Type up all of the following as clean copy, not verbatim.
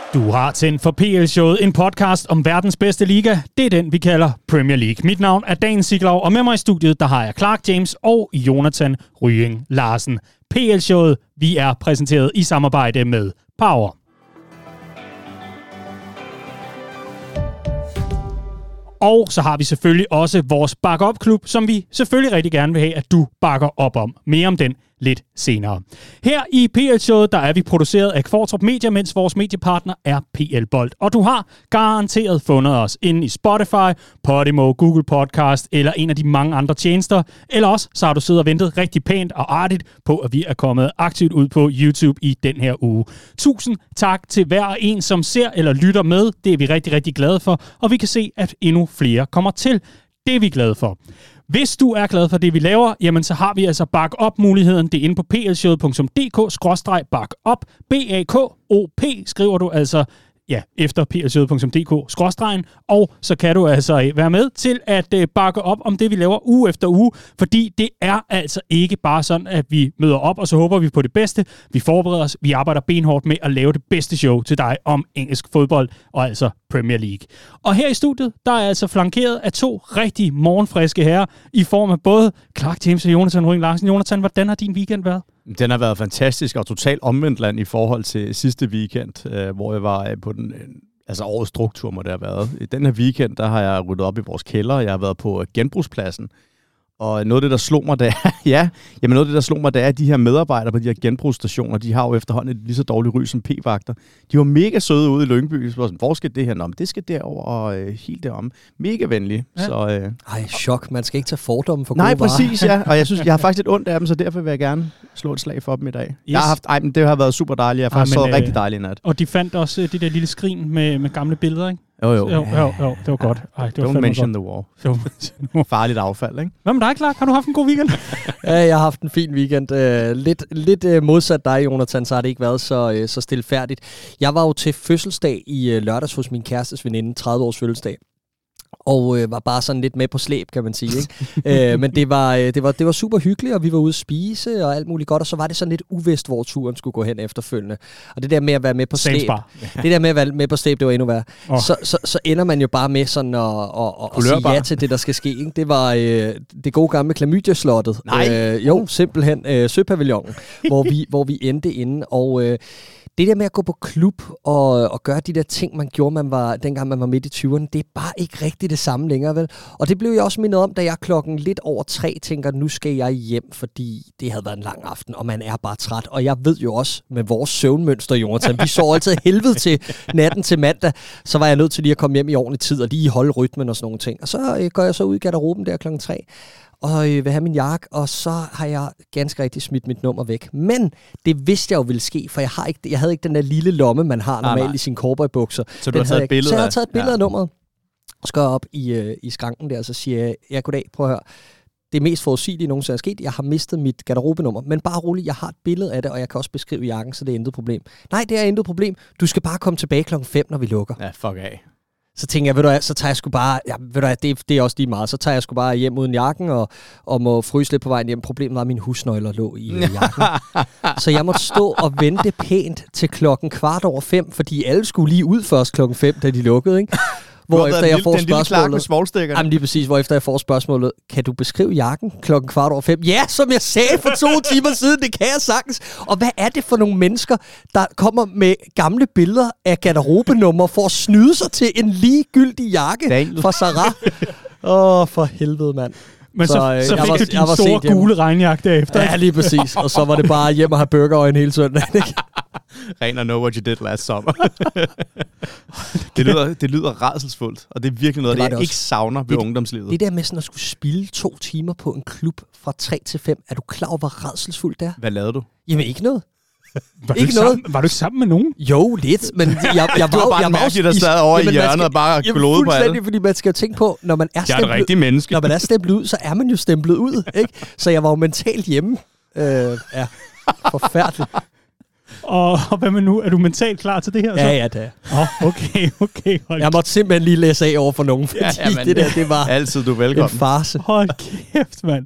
Du har tændt for PL-showet, en podcast om verdens bedste liga. Det er den, vi kalder Premier League. Mit navn er Dan Siglau, og med mig i studiet, der har jeg Clark James og Jonathan Ryging Larsen. PL-showet, vi er præsenteret i samarbejde med Power. Og så har vi selvfølgelig også vores back-up-klub, som vi selvfølgelig rigtig gerne vil have, at du bakker op om. Mere om den lidt senere. Her i PL-showet, der er vi produceret af Kvartrup Media, mens vores mediepartner er PL Bold. Og du har garanteret fundet os inde i Spotify, Podimo, Google Podcast eller en af de mange andre tjenester. Eller også så har du siddet og ventet rigtig pænt og artigt på, at vi er kommet aktivt ud på YouTube i den her uge. Tusind tak til hver og en, som ser eller lytter med. Det er vi rigtig, rigtig glade for. Og vi kan se, at endnu flere kommer til. Det er vi glade for. Hvis du er glad for det, vi laver, jamen så har vi altså back-up-muligheden. Det er inde på plshowet.dk/backup. B-A-K-O-P skriver du altså efter plshowet.dk/, og så kan du altså være med til at bakke op om det, vi laver uge efter uge, fordi det er altså ikke bare sådan, at vi møder op, og så håber vi på det bedste. Vi forbereder os, vi arbejder benhårdt med at lave det bedste show til dig om engelsk fodbold, og altså Premier League. Og her i studiet, der er altså flankeret af to rigtig morgenfriske herrer, i form af både Clark James og Jonathan Ryging Larsen. Jonathan, hvordan har din weekend været? Den har været fantastisk og totalt omvendt land i forhold til sidste weekend, hvor jeg var på den årets druktur, må det have været. I den her weekend, der har jeg ryddet op i vores kælder, og jeg har været på genbrugspladsen. Og noget af det, der slog mig, det er, at de her medarbejdere på de her genbrugsstationer, de har jo efterhånden et lige så dårligt ry som p-vagter. De var mega søde ude i Lyngby. Hvor skal det her? Nå, men det skal derover og helt derom. Mega venlige. Ja. Så, chok. Man skal ikke tage fordomme for nej, gode varer. præcis, ja. Og jeg synes, jeg har faktisk lidt ondt af dem, så derfor vil jeg gerne slå et slag for dem i dag. Yes. Men det har været super dejligt. Jeg har faktisk sovet rigtig dejligt i nat. Og de fandt også det der lille skrin med gamle billeder, ikke? Jo. Jo, det var godt. Det var Don't mention the war. Farligt affald, ikke? Hvad med dig, Clark? Har du haft en god weekend? Ja, jeg har haft en fin weekend. Lidt modsat dig, Jonathan, så har det ikke været så stilfærdigt. Jeg var jo til fødselsdag i lørdags hos min kærestes veninde, 30 års fødselsdag. Og var bare sådan lidt med på slæb, kan man sige. Ikke? Men det var super hyggeligt, og vi var ude at spise og alt muligt godt, og så var det sådan lidt uvist, hvor turen skulle gå hen efterfølgende. Og det der med at være med på slæb, det var endnu værre. Så ender man jo bare med sådan at sige ja til det, der skal ske. Ikke? Det var det gode gamle Klamydia-slottet. Simpelthen Søpavillonen, hvor vi endte inde, og det der med at gå på klub og gøre de der ting, man gjorde, dengang man var midt i 20'erne, det er bare ikke rigtig det samme længere, vel? Og det blev jeg også mindet om, da jeg klokken lidt over 3 tænker, nu skal jeg hjem, fordi det havde været en lang aften, og man er bare træt. Og jeg ved jo også, med vores søvnmønster, Jonathan, vi sov altid helvede til natten til mandag, så var jeg nødt til lige at komme hjem i ordentlig tid, og lige holde rytmen og sådan nogle ting. Og så går jeg så ud i garderoben der klokken 3, og vil have min jakke, og så har jeg ganske rigtig smidt mit nummer væk. Men det vidste jeg jo ville ske, for jeg havde ikke den der lille lomme, man har normalt i sine cowboybukser. Så du har taget et billede af? Så jeg har taget et billede af nummeret. Så går jeg op i skranken der, og så siger jeg, goddag, prøv at høre. Det mest forudsigelige nogensinde er sket. Jeg har mistet mit garderobenummer, men bare roligt, jeg har et billede af det, og jeg kan også beskrive jakken, så det er intet problem. Nej, det er intet problem. Du skal bare komme tilbage klokken 5, når vi lukker. Ja, fuck af. Så tænker jeg, ved du hvad, så tager jeg sgu bare, det er også lige meget, så tager jeg sgu bare hjem uden jakken og må fryse lidt på vejen hjem. Problemet var, at mine husnøgler lå i jakken. Så jeg måtte stå og vente pænt til 5:15, fordi alle skulle lige ud først 5:00, da de lukkede, ikke? Hvorefter jeg får spørgsmålet, jamen lige præcis, hvorefter jeg får spørgsmålet, kan du beskrive jakken 5:15? Ja, som jeg sagde for 2 timer siden, det kan jeg sagtens. Og hvad er det for nogle mennesker, der kommer med gamle billeder af garderobenummer for at snyde sig til en ligegyldig jakke fra Sarah? For helvede, mand. Men så fik du din store gule regnjakke derefter. Ja, lige præcis. Og så var det bare hjem og have burgerøjen hele søndagen, ikke? Ren og know what you did last summer. det lyder rædselsfuldt, og det er virkelig noget, jeg ikke savner ved ungdomslivet. Det der med sådan at skulle spille 2 timer på en klub fra 3 til 5, er du klar over, hvor rædselsfuldt det er? Hvad lavede du? Jamen ikke noget. Var du ikke sammen med nogen? Jo, lidt, men jeg var en mærke, der sad over i hjørnet og bare glodede på alle. Fordi man skal jo tænke på, når man er stemplet ud, så er man jo stemplet ud, ikke? Så jeg var jo mentalt hjemme. Forfærdeligt. Og hvad med nu? Er du mentalt klar til det her? Så? Ja, det er. Okay. Jeg måtte simpelthen lige læse af over for nogen, fordi det var altid du er velkommen. En farce. Hold kæft, mand.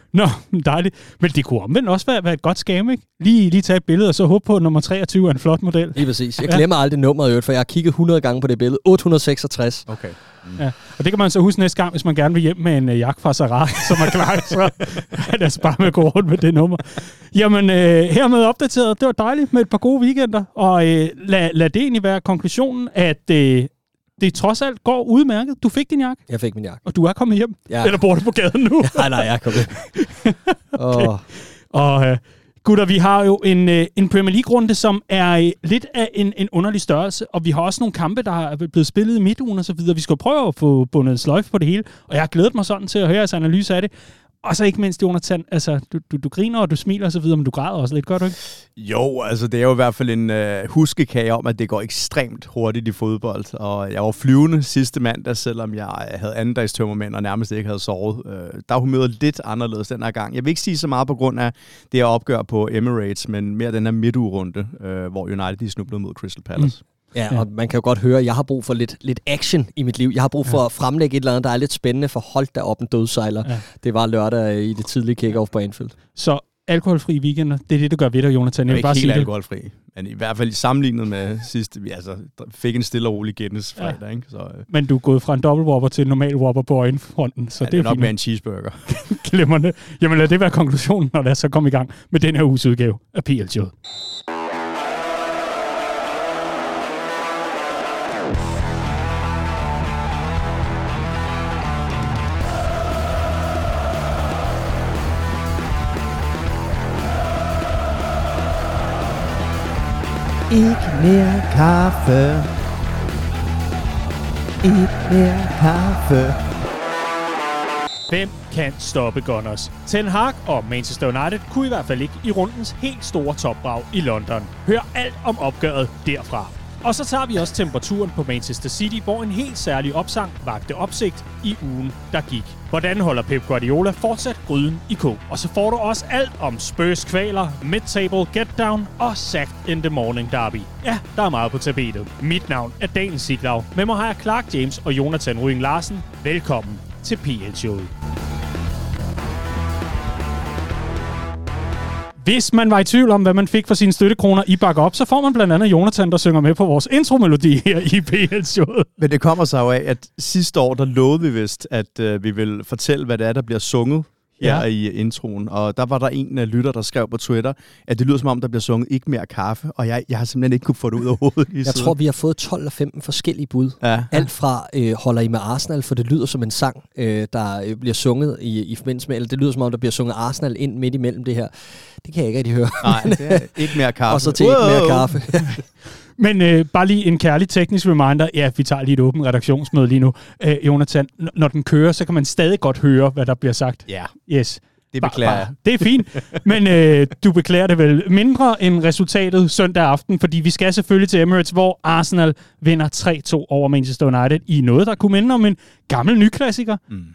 Nå, dejligt. Men det kunne omvendt også være et godt scam, ikke? Lige tage et billede, og så håbe på, at nummer 23 er en flot model. Lige præcis. Jeg glemmer aldrig nummeret, for jeg har kigget 100 gange på det billede. 866. Okay. Ja, og det kan man så huske næste gang, hvis man gerne vil hjem med en jakke fra Zara, som er klar, så er det altså bare med at gå rundt med det nummer. Jamen, hermed opdateret. Det var dejligt med et par gode weekender, og lad det egentlig være konklusionen, at det trods alt går udmærket. Du fik din jakke. Jeg fik min jakke. Og du er kommet hjem? Ja. Eller bor du på gaden nu? Nej, jeg er kommet hjem. Okay. Og gutter, vi har jo en Premier League-runde, som er lidt af en underlig størrelse, og vi har også nogle kampe, der er blevet spillet i midtugen og så videre. Vi skal prøve at få bundet sløjf på det hele, og jeg har glædet mig sådan til at høre jeres analyse af det. Og så ikke mindst, Jonathan, altså, du griner, og du smiler og så videre, men du græder også lidt, gør du ikke? Jo, altså det er jo i hvert fald en huskekage om, at det går ekstremt hurtigt i fodbold. Og jeg var flyvende sidste mandag, selvom jeg havde andendagstømmermænd og nærmest ikke havde sovet. Der er humøret lidt anderledes den her gang. Jeg vil ikke sige så meget på grund af det her opgør på Emirates, men mere den her midtugerunde, hvor United de snublede mod Crystal Palace. Ja, og man kan jo godt høre, at jeg har brug for lidt action i mit liv. Jeg har brug for at fremlægge et eller andet, der er lidt spændende, for hold da op en dødsejler. Ja. Det var lørdag i det tidlige kick-off på Anfield. Så alkoholfri weekender, det er det, du gør ved dig, Jonathan. Jeg vil ikke helt alkoholfri, men i hvert fald sammenlignet med sidste, vi altså fik en stille og rolig Guinness fredag. Ikke? Så, men du er gået fra en dobbelt whopper til en normal whopper på øjenfronten, så det er nok med en cheeseburger. Glemmerne. Jamen lad det være konklusionen, når det så kommer i gang med den her uges udgave af PL-showet. Ikke mere kaffe. Ikke mere kaffe. Hvem kan stoppe Gunners? Ten Hag og Manchester United kunne i hvert fald ikke i rundens helt store topbrag i London. Hør alt om opgøret derfra. Og så tager vi også temperaturen på Manchester City, hvor en helt særlig opsang vagte opsigt i ugen, der gik. Hvordan holder Pep Guardiola fortsat gryden i kog? Og så får du også alt om Spurs kvaler, mid-table get down og sacked in the morning derby. Ja, der er meget på tapetet. Mit navn er Daniel Siglau. Med mig har jeg Clark James og Jonathan Røing Larsen. Velkommen til PL-showet. Hvis man var i tvivl om, hvad man fik for sine støttekroner i Back Up, så får man blandt andet Jonathan, der synger med på vores intromelodi her i PL-showet. Men det kommer sig jo af, at sidste år, der lovede vi vist, at vi vil fortælle, hvad det er, der bliver sunget her i introen. Og der var der en lytter, der skrev på Twitter, at det lyder som om, der bliver sunget ikke mere kaffe. Og jeg har simpelthen ikke kunne få det ud af hovedet. Jeg tror, vi har fået 12 eller 15 forskellige bud. Ja. Alt fra holder I med Arsenal, for det lyder som en sang, der bliver sunget i forbindelse med, eller det lyder som om, der bliver sunget Arsenal ind midt imellem det her. Det kan jeg ikke rigtig høre. Nej, det er ikke mere kaffe. Og så til ikke mere kaffe. Men bare lige en kærlig teknisk reminder. Ja, vi tager lige et åbent redaktionsmøde lige nu. Jonathan, når den kører, så kan man stadig godt høre, hvad der bliver sagt. Ja. Yes. Det beklager jeg. Det er fint. Men du beklager det vel mindre end resultatet søndag aften, fordi vi skal selvfølgelig til Emirates, hvor Arsenal vinder 3-2 over Manchester United i noget, der kunne minde om en gammel nyklassiker.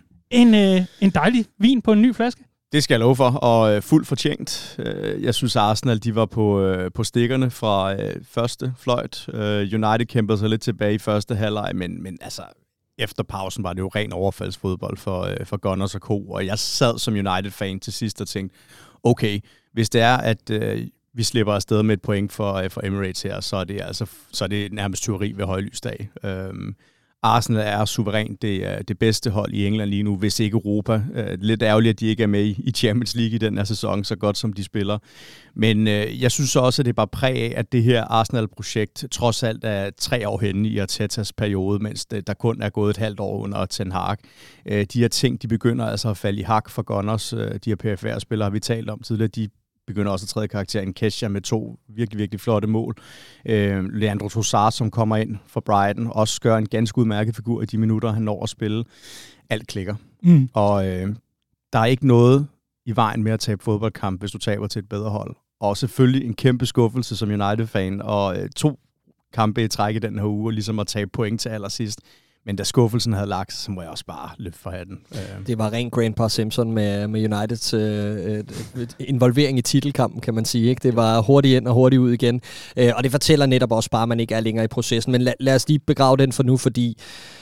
En dejlig vin på en ny flaske. Det skal jeg love for, og fuldt fortjent. Jeg synes, Arsenal de var på stikkerne fra første fløjt. United kæmpede sig lidt tilbage i første halvleg, men altså, efter pausen var det jo ren overfaldsfodbold for Gunners og Co. Og jeg sad som United-fan til sidst og tænkte, okay, hvis det er, at vi slipper afsted med et point for Emirates her, så er det nærmest tyveri ved højlysdag. Arsenal er suverænt det bedste hold i England lige nu, hvis ikke Europa. Lidt ærgerligt, at de ikke er med i Champions League i den her sæson, så godt som de spiller. Men jeg synes også, at det er bare præg af, at det her Arsenal-projekt trods alt er 3 år henne i Artetas periode, mens der kun er gået et halvt år under Ten Hag. De her ting, de begynder altså at falde i hak for Gunners. De her PFR-spillere har vi talt om tidligere, de begynder også at træde karakteren Kesha med 2 virkelig, virkelig flotte mål. Leandro Trossard, som kommer ind for Brighton, også gør en ganske udmærket figur i de minutter, han når at spille. Alt klikker. Og der er ikke noget i vejen med at tabe fodboldkamp, hvis du taber til et bedre hold. Og selvfølgelig en kæmpe skuffelse som United-fan, og 2 kampe i træk i den her uge, ligesom at tabe point til allersidst. Men da skuffelsen havde lagt sig, så må jeg også bare løfte for hatten. Det var ren Grandpa Simpson med Uniteds involvering i titelkampen, kan man sige. Ikke? Det var hurtigt ind og hurtigt ud igen. Og det fortæller netop også bare, at man ikke er længere i processen. Men lad os lige begrave den for nu, fordi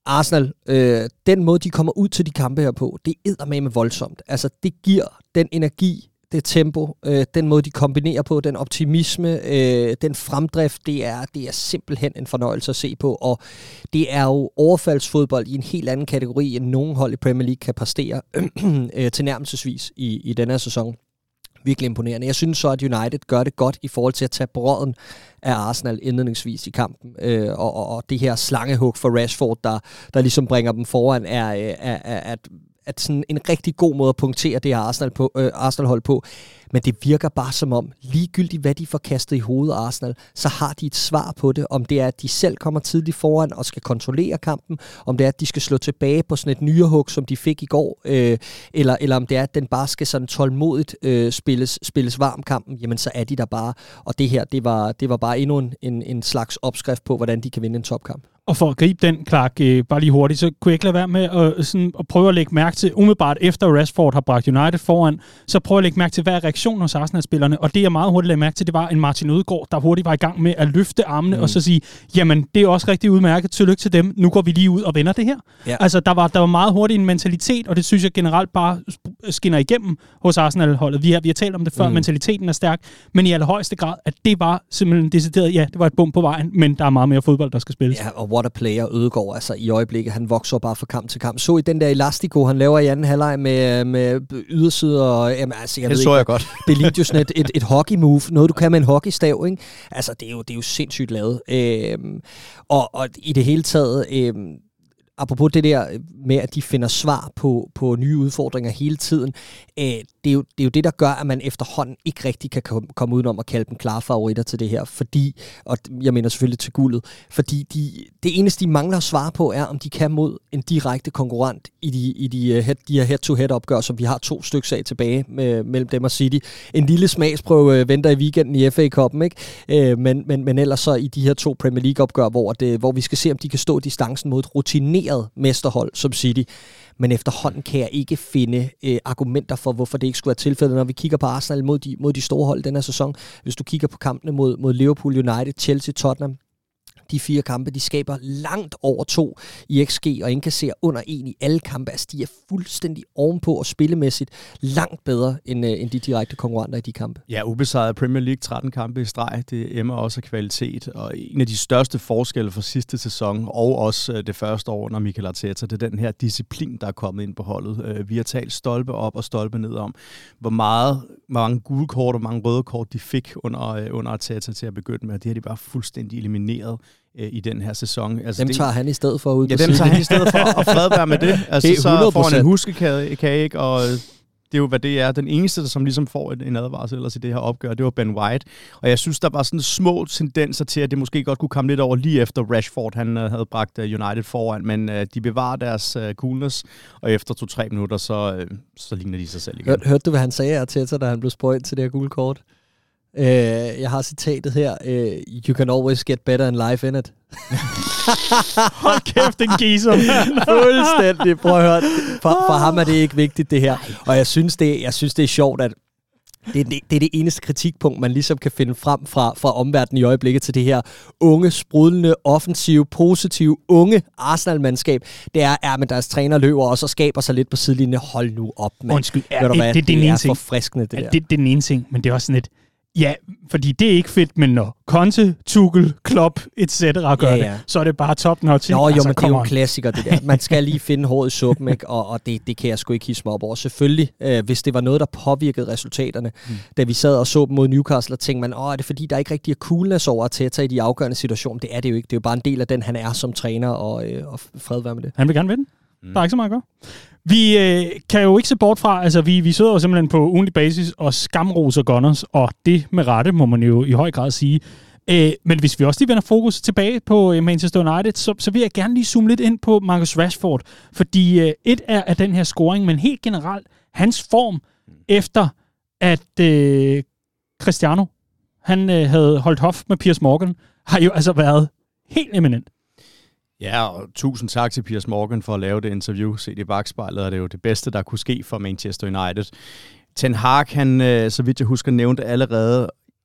Arsenal, den måde, de kommer ud til de kampe her på, det er eddermame voldsomt. Altså, det giver den energi, det tempo, den måde, de kombinerer på, den optimisme, den fremdrift, det er simpelthen en fornøjelse at se på, og det er jo overfaldsfodbold i en helt anden kategori, end nogen hold i Premier League kan præstere tilnærmelsesvis i denne her sæson. Virkelig imponerende. Jeg synes så, at United gør det godt i forhold til at tage brodden af Arsenal indledningsvis i kampen. Og det her slangehug for Rashford, der ligesom bringer dem foran, er sådan en rigtig god måde at punktere det her Arsenal-hold på. Men det virker bare som om, ligegyldigt hvad de får kastet i hovedet af Arsenal, så har de et svar på det. Om det er, at de selv kommer tidligt foran og skal kontrollere kampen, om det er, at de skal slå tilbage på sådan et nyrehug, som de fik i går, eller om det er, at den bare skal sådan tålmodigt spilles varm kampen, jamen så er de der bare. Og det her, det var bare endnu en slags opskrift på, hvordan de kan vinde en topkamp. Og for at gribe den, Clark, bare lige hurtigt, så kunne jeg ikke lade være med at prøve at lægge mærke til, umiddelbart efter Rashford har bragt United foran, så prøve at lægge mærke til, hvad er reaktionen hos Arsenal-spillerne. Og det, jeg meget hurtigt lagde mærke til, det var en Martin Ødegaard, der hurtigt var i gang med at løfte armene og så sige, jamen, det er også rigtig udmærket, tillykke til dem, nu går vi lige ud og vender det her. Ja. Altså, der var meget hurtigt en mentalitet, og det synes jeg generelt bare skinner igennem hos Arsenal-holdet. Vi har talt om det før, mentaliteten er stærk, men i allerhøjeste grad, at det var simpelthen decideret, ja, det var et bump på vejen, men der er meget mere fodbold, der skal spilles. Ja, og what a player Ødegaard, altså i øjeblikket, han vokser bare fra kamp til kamp. Så i den der elastico, han laver i anden halvleg med yderside og jamen, altså, jeg det ved så ikke, jeg godt. Det lignede jo sådan et hockey-move, noget du kan med en hockeystav, ikke? Altså, det er jo sindssygt lavet. Og i det hele taget, apropos det der med, at de finder svar på nye udfordringer hele tiden, det er jo det, der gør, at man efterhånden ikke rigtig kan komme udenom at kalde dem klare favoritter til det her, fordi, og jeg mener selvfølgelig til guldet, fordi det eneste, de mangler at svare på, er, om de kan mod en direkte konkurrent i de her head-to-head-opgør, som vi har 2 stykker af tilbage mellem dem og City. En lille smagsprøve venter i weekenden i FA-cupen, ikke? Men ellers så i de her 2 Premier League-opgør, hvor vi skal se, om de kan stå distancen mod et rutineret mesterhold som City. Men efterhånden kan jeg ikke finde argumenter for, hvorfor det ikke skulle være tilfældet, når vi kigger på Arsenal mod de store hold den her sæson. Hvis du kigger på kampene mod Liverpool, United, Chelsea, Tottenham, de 4 kampe, de skaber langt over 2 i XG og indkasserer under 1 i alle kampe. Altså, de er fuldstændig ovenpå og spillemæssigt langt bedre end de direkte konkurrenter i de kampe. Ja, ubesejret Premier League 13 kampe i streg, det emmer også af kvalitet. Og en af de største forskelle fra sidste sæson, og også det første år under Mikel Arteta, det er den her disciplin, der er kommet ind på holdet. Vi har talt stolpe op og stolpe ned om, hvor mange gule kort og mange røde kort de fik under Arteta til at begynde med. Det har de bare fuldstændig elimineret i den her sæson. Altså, dem tager han i stedet for ud. Ja, dem tager han i stedet for, og fred være med det. Altså, det så får han en huskekage, og det er jo, hvad det er. Den eneste, som ligesom får en advarsel ellers i det her opgør, det var Ben White. Og jeg synes, der var sådan små tendenser til, at det måske godt kunne komme lidt over lige efter Rashford, han havde bragt United foran, men de bevarer deres coolness, og efter 2-3 minutter, så ligner de sig selv igen. Hørte du, hvad han sagde til da han blev sprøjt til det her gule kort? Jeg har citatet her. You can always get better in life, innit? Hold kæft, en geezer. Fuldstændig. Prøv at høre. For ham er det ikke vigtigt, det her. Og jeg synes, det er sjovt, at det er det eneste kritikpunkt, man ligesom kan finde frem fra omverdenen i øjeblikket til det her unge, sprudlende, offensive, positive, unge Arsenal-mandskab. Det er, men deres træner løber også og skaber sig lidt på sidelinjen. Hold nu op, mand. Undskyld, det er forfriskende, det der. Det er den ene ting, men det er også sådan et... Ja, fordi det er ikke fedt, men når Conte, Tuchel, Klopp, etc. gør det, så er det bare top notch. Nå, altså, men det er jo en klassiker, det der. Man skal lige finde håret i suppen, ikke? Og det kan jeg sgu ikke hisse mig op over. Selvfølgelig, hvis det var noget, der påvirkede resultaterne, da vi sad og så dem mod Newcastle, og tænkte man, er det fordi, der ikke rigtig er coolness over at tage i de afgørende situationer? Det er det jo ikke. Det er jo bare en del af den, han er som træner, og fred være med det. Han vil gerne vinde. Der er ikke så meget at gøre. Vi kan jo ikke se bort fra, altså vi sidder jo simpelthen på ugentlig basis og skamroser Gunners, og det med rette må man jo i høj grad sige. Men hvis vi også lige vender fokus tilbage på Manchester United, så vil jeg gerne lige zoome lidt ind på Marcus Rashford, fordi et er af den her scoring, men helt generelt hans form efter, at Cristiano han havde holdt hof med Piers Morgan, har jo altså været helt eminent. Ja, og tusind tak til Piers Morgan for at lave det interview. Set i bagspejlet er det jo det bedste, der kunne ske for Manchester United. Ten Hag, han, så vidt jeg husker, nævnte allerede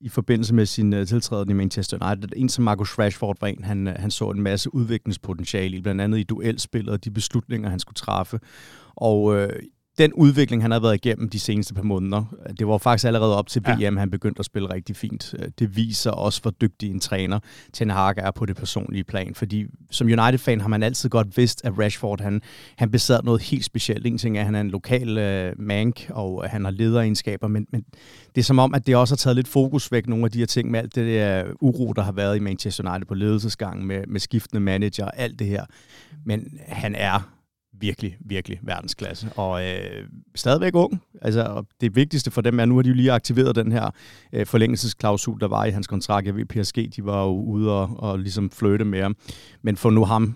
i forbindelse med sin tiltræden i Manchester United. En som Marcus Rashford var en, han så en masse udviklingspotentiale i, blandt andet i duelspillet og de beslutninger, han skulle træffe. Og den udvikling, han har været igennem de seneste par måneder, det var faktisk allerede op til VM, han begyndte at spille rigtig fint. Det viser også, hvor dygtig en træner Ten Hag er på det personlige plan. Fordi som United-fan har man altid godt vidst, at Rashford, han besad noget helt specielt. En ting er, at han er en lokal mank, og han har lederegenskaber, men det er som om, at det også har taget lidt fokus væk, nogle af de her ting med alt det der uro, der har været i Manchester United på ledelsesgangen, med skiftende manager og alt det her. Men han er virkelig, virkelig verdensklasse, og stadigvæk ung. Altså, det vigtigste for dem er, nu har de jo lige aktiveret den her forlængelsesklausul, der var i hans kontrakt. Jeg ved, PSG, de var jo ude og ligesom flirte med ham, men få nu ham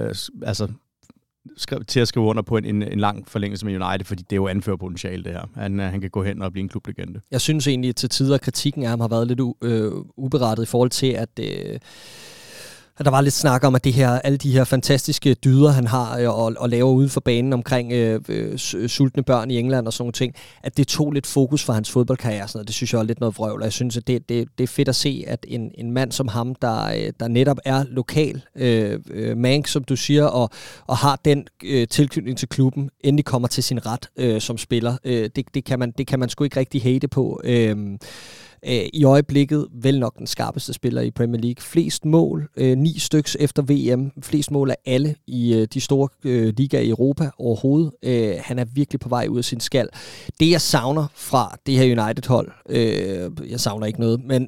til at skrive under på en lang forlængelse med United, fordi det er jo anførerpotentiale, det her. Han kan gå hen og blive en klublegende. Jeg synes egentlig, til tider kritikken af ham har været lidt uberettet i forhold til, at der var lidt snak om, at alle de her fantastiske dyder, han har og laver uden for banen omkring sultne børn i England og sådan nogle ting, at det tog lidt fokus for hans fodboldkarriere. Sådan noget. Det synes jeg er lidt noget vrøvl, og jeg synes, at det er fedt at se, at en mand som ham, der netop er lokal mank, som du siger, og har den tilknytning til klubben, endelig kommer til sin ret som spiller. Det kan man sgu ikke rigtig hate på. I øjeblikket vel nok den skarpeste spiller i Premier League. Flest mål, 9 styks efter VM. Flest mål af alle i de store ligaer i Europa overhovedet. Han er virkelig på vej ud af sin skal. Det jeg savner fra det her United-hold, jeg savner ikke noget, men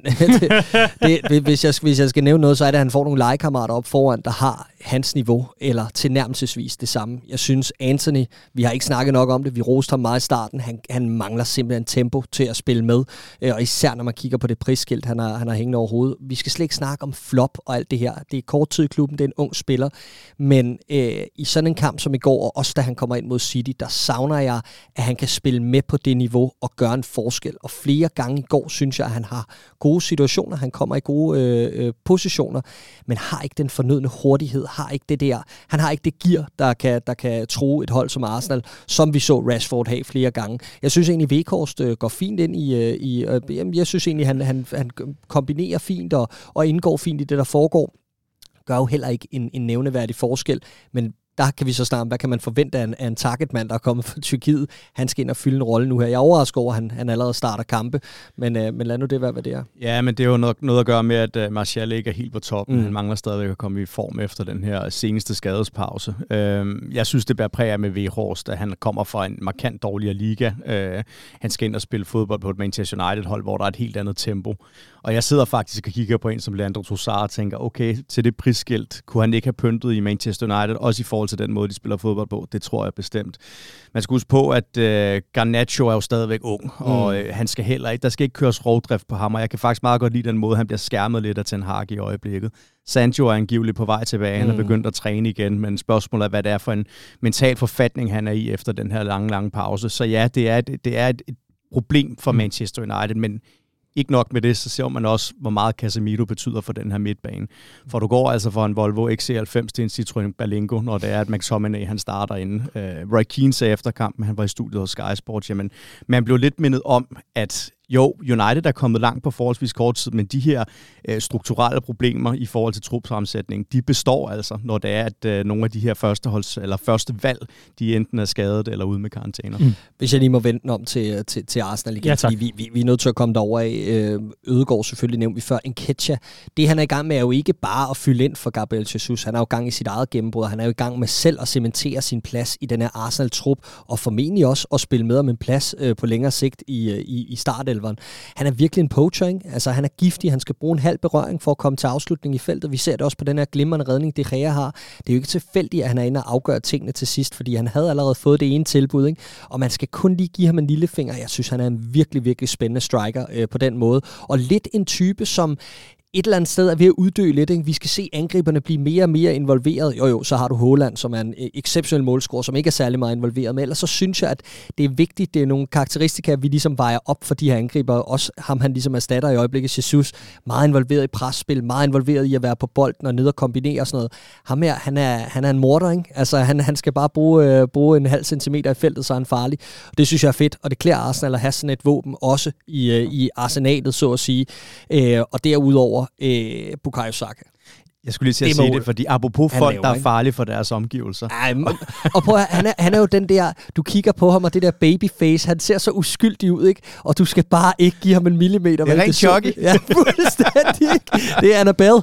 hvis jeg skal nævne noget, så er det, at han får nogle legekammerater op foran, der har hans niveau, eller tilnærmelsesvis det samme. Jeg synes, Anthony, vi har ikke snakket nok om det, vi roste ham meget i starten, han mangler simpelthen tempo til at spille med, og især når man kigger på det prisskilt, han har hængende over hovedet. Vi skal slet ikke snakke om flop og alt det her. Det er kort tid i klubben, det er en ung spiller, men i sådan en kamp som i går, og også da han kommer ind mod City, der savner jeg, at han kan spille med på det niveau og gøre en forskel. Og flere gange i går, synes jeg, at han har gode situationer, han kommer i gode positioner, men har ikke den fornødne hurtighed, har ikke det der, han har ikke det gear, der kan true et hold som Arsenal, som vi så Rashford have flere gange. Jeg synes egentlig, Weghorst går fint ind i jeg synes egentlig, han kombinerer fint og indgår fint i det, der foregår. Gør jo heller ikke en nævneværdig forskel, men der kan vi så snart, hvad kan man forvente af en targetmand, der er kommet fra Tyrkiet? Han skal ind og fylde en rolle nu her. Jeg er overrasket over, at han allerede starter kampe, men lad nu det være, hvad det er. Ja, men det er jo noget at gøre med, at Martial ikke er helt på toppen. Han mangler stadigvæk at komme i form efter den her seneste skadespause. Jeg synes, det bærer præg af med Weghorst, at han kommer fra en markant dårligere liga. Han skal ind og spille fodbold på et Manchester United-hold, hvor der er et helt andet tempo. Og jeg sidder faktisk og kigger på en som Leandro Trossard og tænker, okay, til det prisskilt kunne han ikke have pyntet i Manchester United, også i forhold til den måde, de spiller fodbold på. Det tror jeg bestemt. Man skal huske på, at Garnacho er jo stadigvæk ung, og han skal heller ikke, der skal ikke køres rovdrift på ham, og jeg kan faktisk meget godt lide den måde, han bliver skærmet lidt af Ten Hag i øjeblikket. Sancho er angiveligt på vej tilbage, han er begyndt at træne igen, men spørgsmålet er, hvad det er for en mental forfatning, han er i efter den her lange pause. Så ja, det er et problem for Manchester United, men ikke nok med det, så ser man også, hvor meget Casemiro betyder for den her midtbane. For du går altså fra en Volvo XC90 til en Citroën Berlingo, når det er, at McTominay han starter inde. Roy Keane sagde efter kampen, han var i studiet hos Sky Sports, jamen, man blev lidt mindet om, at jo, United er kommet langt på forholdsvis kort tid, men de her strukturelle problemer i forhold til trupsammensætning, de består altså, når det er, at nogle af de her første valg, de enten er skadet eller ude med karantæner. Hvis jeg lige må vente om til Arsenal igen, fordi vi er nødt til at komme derover af. Ødegaard selvfølgelig nævnte vi før, Nketiah. Det han er i gang med er jo ikke bare at fylde ind for Gabriel Jesus, han er jo i gang i sit eget gennembrud, han er jo i gang med selv at cementere sin plads i den her Arsenal-trup, og formentlig også at spille med om en plads på længere sigt i startelveren. Han er virkelig en poacher, ikke? Altså, han er giftig, han skal bruge en halv berøring for at komme til afslutning i feltet. Vi ser det også på den her glimrende redning, De Gea har. Det er jo ikke tilfældigt, at han er inde og afgør tingene til sidst, fordi han havde allerede fået det ene tilbud, ikke? Og man skal kun lige give ham en lille finger. Jeg synes, han er en virkelig, virkelig spændende striker på den måde. Og lidt en type, som et eller andet sted er ved at uddø lidt. Ikke? Vi skal se angriberne blive mere og mere involveret. Jo, så har du Haaland, som er en exceptionel målscorer, som ikke er særlig meget involveret. Men ellers så synes jeg, at det er vigtigt. Det er nogle karakteristika, vi ligesom vejer op for de her angribere. Også ham, han ligesom erstatter i øjeblikket. Jesus, meget involveret i presspil, meget involveret i at være på bolden og ned og kombinere og sådan noget. Ham her, han er en morder, ikke? Altså, han skal bare bruge en halv centimeter i feltet, så er han farlig. Det synes jeg er fedt, og det klæder Arsenal at have sådan et våben også i arsenalet, så at sige. Og derudover Bukayo Saka. Jeg skulle lige til at sige det, fordi apropos folk, der er farlige for deres omgivelser. Og prøv at, han er jo den der, du kigger på ham, og det der babyface, han ser så uskyldig ud, ikke? Og du skal bare ikke give ham en millimeter. Det er rent chokket. Ja, fuldstændig, ikke? Det er Annabelle.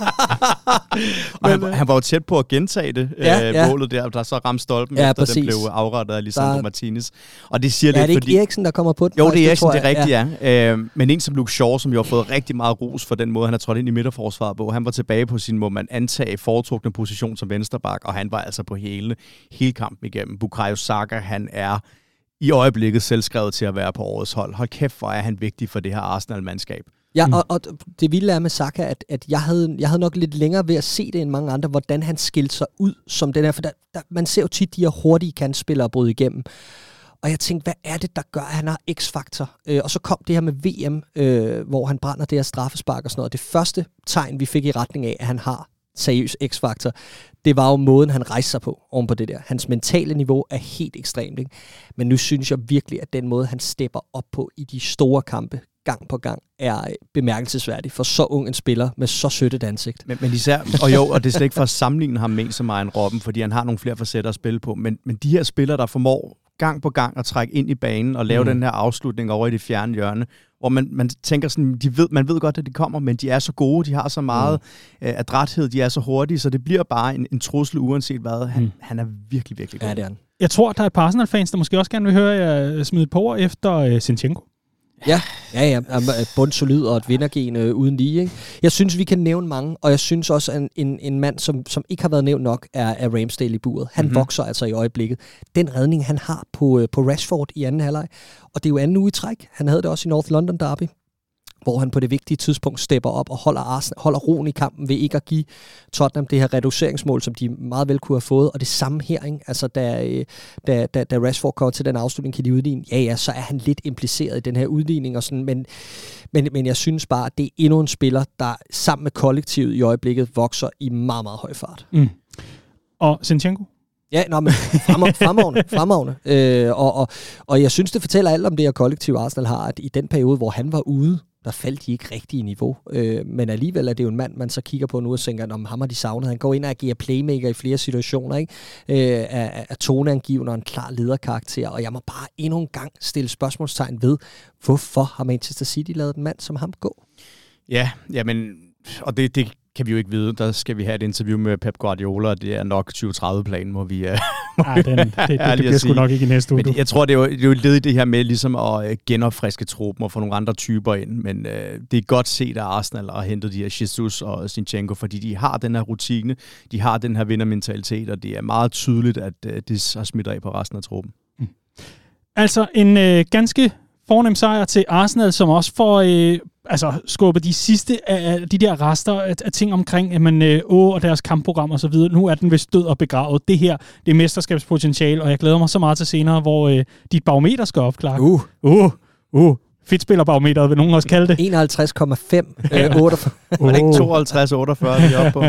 Og han var jo tæt på at gentage det, målet der så ramte stolpen, efter præcis. Den blev afrettet af Lisandro Martinez. Og det siger lidt, fordi... Er det ikke Eriksen, der kommer på den? Jo, det er Eriksen, det er rigtigt, ja. Men en som Luke Shaw, som jo har fået rigtig meget ros for den måde, han har trådt ind i midterforsvaret på, han var tilbage på sin, må man antage, foretrukne position som venstreback, og han var altså på hele kampen igennem. Bukayo Saka, han er i øjeblikket selvskrevet til at være på årets hold. Hold kæft, hvor er han vigtig for det her Arsenal-mandskab. Ja, og det vilde er med Saka, at jeg havde nok lidt længere ved at se det end mange andre, hvordan han skilte sig ud som den her, for man ser jo tit de her hurtige kantspillere bryde igennem. Og jeg tænkte, hvad er det, der gør, at han har x-faktor? Og så kom det her med VM, hvor han brænder det her straffespark og sådan noget. Det første tegn, vi fik i retning af, at han har seriøs x-faktor, det var jo måden, han rejste sig på oven på det der. Hans mentale niveau er helt ekstremt, ikke? Men nu synes jeg virkelig, at den måde, han stepper op på i de store kampe, gang på gang, er bemærkelsesværdig for så ung en spiller med så sødt et ansigt. Men især, og det er slet ikke for at sammenligne ham med som Arjen Robben, fordi han har nogle flere facetter at spille på, men de her spillere, der formår gang på gang at trække ind i banen og lave den her afslutning over i det fjerne hjørne, hvor man tænker sådan, man ved godt, at de kommer, men de er så gode, de har så meget adræthed, de er så hurtige, så det bliver bare en trussel uanset hvad. Han er virkelig, virkelig god. Ja, det er han. Jeg tror, der er et par Arsenal-fans, der måske også gerne vil høre jer smide et par ord efter Zinchenko. Ja. Bundsolid og et vindergen uden lige. Ikke? Jeg synes, vi kan nævne mange, og jeg synes også, at en mand, som ikke har været nævnt nok, er Ramsdale i buret. Han vokser altså i øjeblikket. Den redning, han har på Rashford i anden halvleg, og det er jo anden uge i træk. Han havde det også i North London Derby, hvor han på det vigtige tidspunkt stepper op og holder roen i kampen ved ikke at give Tottenham det her reduceringsmål, som de meget vel kunne have fået. Og det samme her, ikke? Altså, da Rashford kommer til den afslutning, kan de udligne. Så er han lidt impliceret i den her udligning. Og sådan, men jeg synes bare, at det er endnu en spiller, der sammen med kollektivet i øjeblikket vokser i meget, meget høj fart. Og Zinchenko? Ja, men fremragende. Og jeg synes, det fortæller alt om det her kollektiv Arsenal har, at i den periode, hvor han var ude, der faldt de ikke rigtig i niveau. Men alligevel er det jo en mand, man så kigger på nu og tænker, om ham har de savnet. Han går ind og agerer playmaker i flere situationer, ikke? Er toneangivende og en klar lederkarakter. Og jeg må bare endnu en gang stille spørgsmålstegn ved, hvorfor har Manchester City lavet en mand som ham gå? Ja, men og det kan vi jo ikke vide. Der skal vi have et interview med Pep Guardiola, og det er nok 2030-planen, hvor vi det bliver sgu nok ikke i næste uge. Men jeg tror, det er jo led i det her med ligesom at genopfriske truppen og få nogle andre typer ind, men det er godt set, at Arsenal har hentet de her Jesus og Zinchenko, fordi de har den her rutine, de har den her vindermentalitet, og det er meget tydeligt, at det har smittet af på resten af truppen. Altså en ganske fornem sejr til Arsenal, som også får skubbet de sidste af de der rester af ting omkring og deres kampprogram og så videre. Nu er den vist død og begravet. Det her, det er mesterskabspotentiale, og jeg glæder mig så meget til senere, hvor dit barometer skal opklare. Fedtspillerbarometeret, vil nogen også kalde det. 51,5. 48. Var det ikke 52-48, vi er oppe på?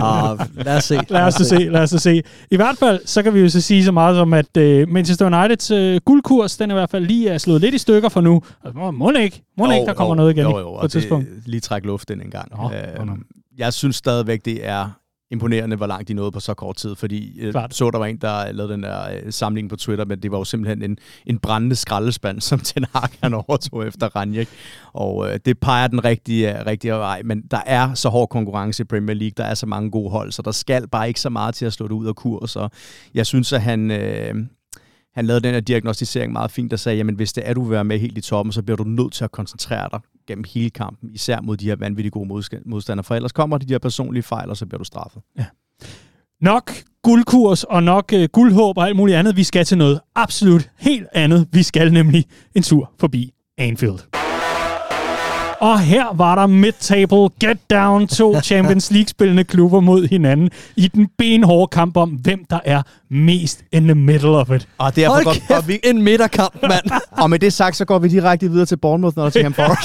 Lad os se. I hvert fald, så kan vi jo så sige så meget som, at Manchester Uniteds guldkurs, den er i hvert fald lige slået lidt i stykker for nu. Altså, må ikke, der kommer noget igen på et tidspunkt. Lige træk luft en gang. Jeg synes stadigvæk, det er imponerende, hvor langt de nåede på så kort tid, fordi så der var en, der lavede den der samling på Twitter, men det var jo simpelthen en brændende skraldespand, som Ten Hag han overtog efter Ranjek, og det peger den rigtige vej, men der er så hård konkurrence i Premier League, der er så mange gode hold, så der skal bare ikke så meget til at slå det ud af kurs, og jeg synes, at han lavede den her diagnostisering meget fint, der sagde, jamen hvis det er, du vil være med helt i toppen, så bliver du nødt til at koncentrere dig gennem hele kampen, især mod de her vanvittigt gode modstandere, for ellers kommer de her personlige fejl, og så bliver du straffet. Ja. Nok guldkurs og nok guldhåb og alt muligt andet. Vi skal til noget absolut helt andet. Vi skal nemlig en tur forbi Anfield. Og her var der mid-table, get down, 2 Champions League-spillende klubber mod hinanden i den benhårde kamp om, hvem der er mest in the middle of it. Og det er hold godt, kæft, en midterkamp, mand. Og med det sagt, så går vi direkte videre til Bournemouth, når der til Forest.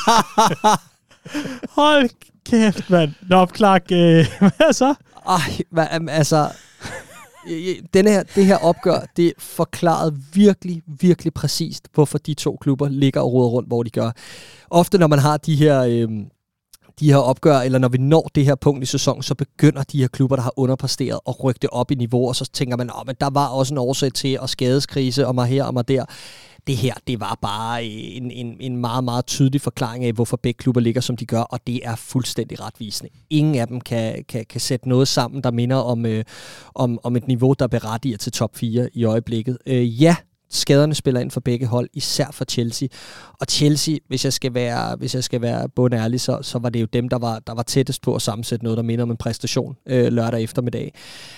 Hold kæft, mand. Nå, Clark, hvad så? Altså... Det her opgør, det forklarede virkelig, virkelig præcist, hvorfor de 2 klubber ligger og roder rundt, hvor de gør. Ofte når man har de her opgør, eller når vi når det her punkt i sæsonen, så begynder de her klubber, der har underpræsteret, at rykke det op i niveau, og så tænker man, men der var også en årsag til at skadeskrise, og mig her og mig der. Det her, det var bare en meget, meget tydelig forklaring af, hvorfor begge klubber ligger, som de gør, og det er fuldstændig retvisende. Ingen af dem kan sætte noget sammen, der minder om et niveau, der berettiger til top 4 i øjeblikket. Ja, skaderne spiller ind for begge hold, især for Chelsea. Og Chelsea, hvis jeg skal være bundærlig, så var det jo dem, der var tættest på at sammensætte noget, der minder om en præstation lørdag eftermiddag.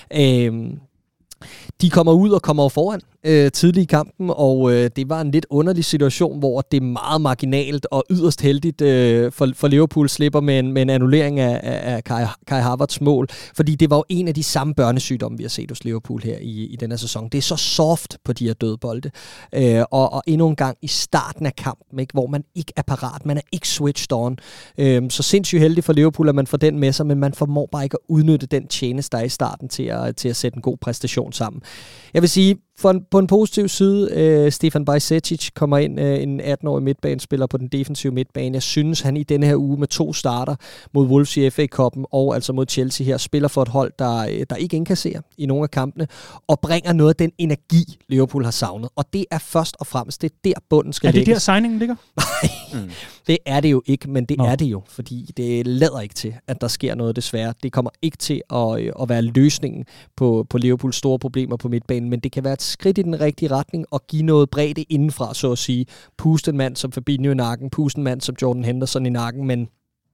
De kommer ud og kommer foran tidligt i kampen, og det var en lidt underlig situation, hvor det er meget marginalt og yderst heldigt for Liverpool slipper med en annullering af Kai Havertz mål, fordi det var jo en af de samme børnesygdomme, vi har set hos Liverpool her i denne sæson. Det er så soft på de her dødbolde, og endnu en gang i starten af kampen, ikke, hvor man ikke er parat, man er ikke switched on. Så sindssygt heldig for Liverpool, at man får den med sig, men man formår bare ikke at udnytte den tjeneste, der er i starten til at sætte en god præstation sammen. Jeg vil sige, på en positiv side, Stefan Bajcetic kommer ind, en 18-årig midtbanespiller på den defensive midtbane. Jeg synes, han i denne her uge med 2 starter mod Wolves i FA-cuppen og altså mod Chelsea her, spiller for et hold, der ikke indkasserer i nogle af kampene, og bringer noget af den energi, Liverpool har savnet. Og det er først og fremmest, det er der bunden skal lægges. Er det der signingen ligger? Nej, det er det jo ikke, men det er det jo, fordi det lader ikke til, at der sker noget desværre. Det kommer ikke til at være løsningen på Liverpools store problemer på midtbanen, men det kan være et skridt i den rigtige retning og give noget bredde indenfra, så at sige. Puste en mand som Fabinho i nakken, puste en mand som Jordan Henderson i nakken, men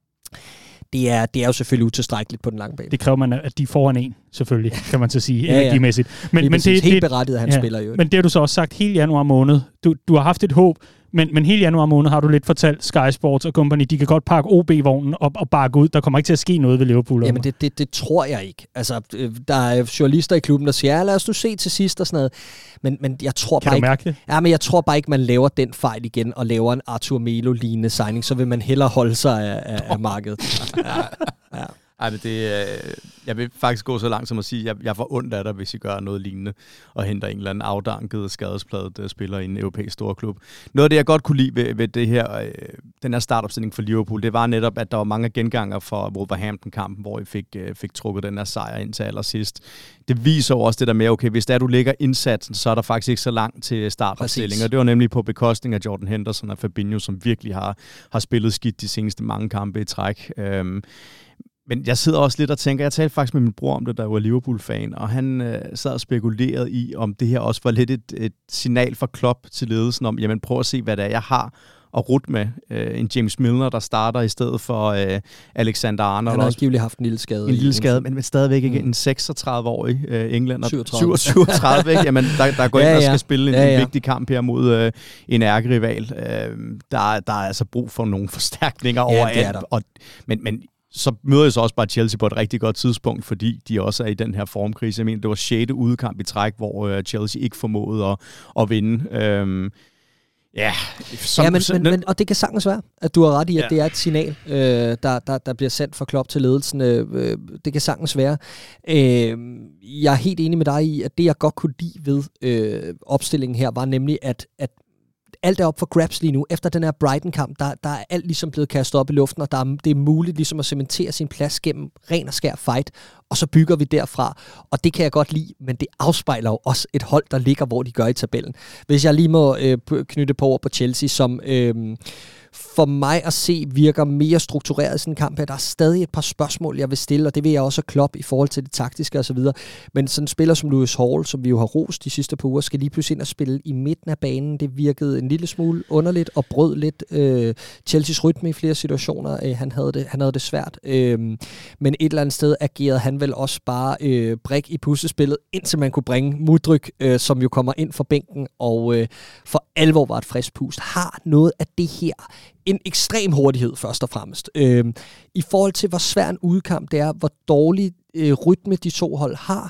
det er jo selvfølgelig utilstrækkeligt på den lange bane. Det kræver man, at de får en selvfølgelig, kan man så sige, energimæssigt. Men det er helt berettiget, at han spiller jo. Men det har du så også sagt hele januar måned. Du har haft et håb, men hele januar måned har du lidt fortalt Sky Sports og Company, de kan godt pakke OB-vognen og bakke ud. Der kommer ikke til at ske noget ved Liverpool. Jamen det tror jeg ikke. Altså, der er journalister i klubben, der siger, lad os nu se til sidst og sådan noget. Men jeg tror kan bare ikke... Mærke det? Ja, men jeg tror bare ikke, man laver den fejl igen og laver en Arthur Melo-lignende signing, så vil man hellere holde sig af markedet. Ja. Ej, men jeg vil faktisk gå så langt som at sige, at jeg får ondt af dig, hvis I gør noget lignende, og henter en eller anden afdanket, skadespladet spiller i en europæisk storklub. Noget af det, jeg godt kunne lide ved det her, den her startopstilling for Liverpool, det var netop, at der var mange genganger for Wolverhampton-kampen, hvor I fik trukket den her sejr ind til allersidst. Det viser jo også det der med, okay, hvis der du lægger indsatsen, så er der faktisk ikke så langt til startopstillingen, og det var nemlig på bekostning af Jordan Henderson og Fabinho, som virkelig har spillet skidt de seneste mange kampe i træk. Men jeg sidder også lidt og tænker, jeg talte faktisk med min bror om det, der var Liverpool-fan, og han sad og spekulerede i, om det her også var lidt et signal fra Klopp til ledelsen om, jamen prøv at se, hvad det er, jeg har at rutte med. En James Milner, der starter i stedet for Alexander Arnold. Han har angiveligt haft en lille skade. En lille skade, men stadigvæk ikke en 36-årig englænder. 37, ikke? Jamen, der går ind og skal spille en vigtig kamp her mod en ærkerival. Der er altså brug for nogle forstærkninger overalt. Men så møder jeg så også bare Chelsea på et rigtig godt tidspunkt, fordi de også er i den her formkrise. Jeg mener, det var 6. udekamp i træk, hvor Chelsea ikke formåede at vinde. Men og det kan sagtens være, at du har ret i, at det er et signal, der bliver sendt fra Klopp til ledelsen. Det kan sagtens være. Jeg er helt enig med dig i, at det, jeg godt kunne lide ved opstillingen her, var nemlig, at alt er op for grabs lige nu. Efter den her Brighton-kamp, der er alt ligesom blevet kastet op i luften, og det er muligt ligesom at cementere sin plads gennem ren og skær fight, og så bygger vi derfra. Og det kan jeg godt lide, men det afspejler jo også et hold, der ligger, hvor de gør i tabellen. Hvis jeg lige må knytte på over på Chelsea, som for mig at se virker mere struktureret i sådan en kamp her. Der er stadig et par spørgsmål, jeg vil stille, og det vil jeg også Klopp i forhold til det taktiske osv. Men sådan en spiller som Lewis Hall, som vi jo har rost de sidste par uger, skal lige pludselig ind og spille i midten af banen. Det virkede en lille smule underligt og brød lidt Chelseas rytme i flere situationer. Han havde det svært. Men et eller andet sted agerede han vel også bare brik i puslespillet, indtil man kunne bringe Mudryk, som jo kommer ind fra bænken og for alvor var et frisk pust. Har noget af det her en ekstrem hurtighed, først og fremmest. I forhold til, hvor svær en udkamp det er, hvor dårlig rytme de to hold har,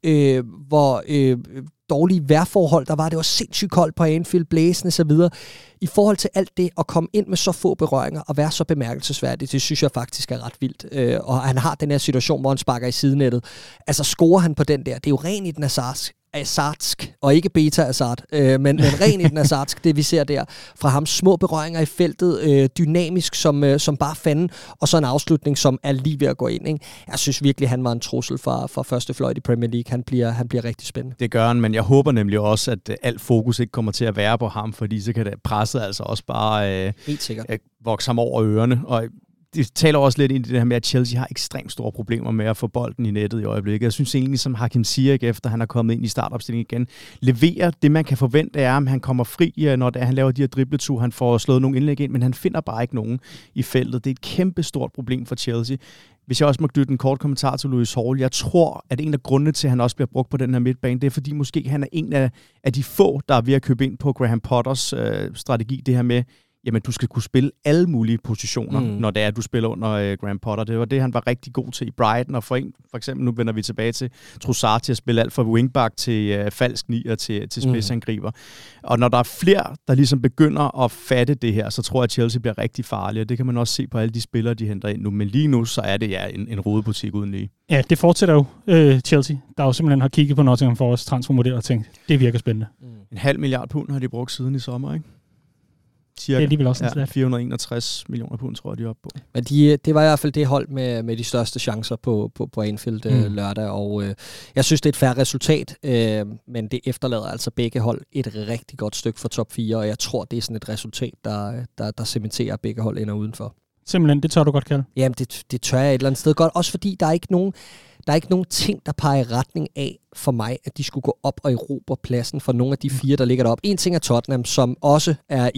hvor dårlige vejrforhold der var. Det var sindssygt koldt på Anfield, blæsende osv. I forhold til alt det, at komme ind med så få berøringer og være så bemærkelsesværdigt, det synes jeg faktisk er ret vildt. Og han har den her situation, hvor han sparker i sidenettet. Altså scorer han på den der, det er jo ren i den Hazardsk, og ikke beta-Hazard, men ren i den Hazardsk, det vi ser der. Fra ham små berøringer i feltet, dynamisk som bare fanden, og så en afslutning, som er lige ved at gå ind. Ikke? Jeg synes virkelig, han var en trussel fra første fløjt i Premier League. Han bliver rigtig spændende. Det gør han, men jeg håber nemlig også, at alt fokus ikke kommer til at være på ham, fordi så kan det presset altså også bare helt sikkert vokse ham over ørerne, og det taler også lidt ind i det her med, at Chelsea har ekstremt store problemer med at få bolden i nettet i øjeblikket. Jeg synes egentlig, som Hakim Ziyech, efter han er kommet ind i startopstillingen igen, leverer det, man kan forvente af ham. Han kommer fri, når han laver de her dribleture. Han får slået nogle indlæg ind, men han finder bare ikke nogen i feltet. Det er et kæmpe stort problem for Chelsea. Hvis jeg også må knytte en kort kommentar til Louis Hall, jeg tror, at en af grundene til, at han også bliver brugt på den her midtbane, det er, fordi måske han er en af de få, der er ved at købe ind på Graham Potters strategi, det her med, jamen, du skal kunne spille alle mulige positioner, når det er, at du spiller under Graham Potter. Det var det, han var rigtig god til i Brighton, og for eksempel, nu vender vi tilbage til Trossard til at spille alt fra wingback til falsk nier til spidsangriber. Og når der er flere, der ligesom begynder at fatte det her, så tror jeg, at Chelsea bliver rigtig farlig, og det kan man også se på alle de spillere, de henter ind nu. Men lige nu, så er det en rodebutik uden lige. Ja, det fortsætter jo Chelsea, der jo simpelthen har kigget på Nottingham Forest transfermodel og tænkt, det virker spændende. 0,5 milliard pund har de brugt siden i sommer, ikke? Cirka. Det er alligevel også en 461 millioner pund, tror jeg, de er oppe på. Men det var i hvert fald det hold med de største chancer på Anfield lørdag, og jeg synes, det er et fair resultat, men det efterlader altså begge hold et rigtig godt stykke for top 4, og jeg tror, det er sådan et resultat, der cementerer, at begge hold ender udenfor. Simpelthen, det tør du godt kalde? Jamen, det tør jeg et eller andet sted godt, også fordi der er ikke nogen ting, der peger i retning af for mig, at de skulle gå op og erobre pladsen for nogle af de 4, der ligger deroppe. En ting er Tottenham, som også er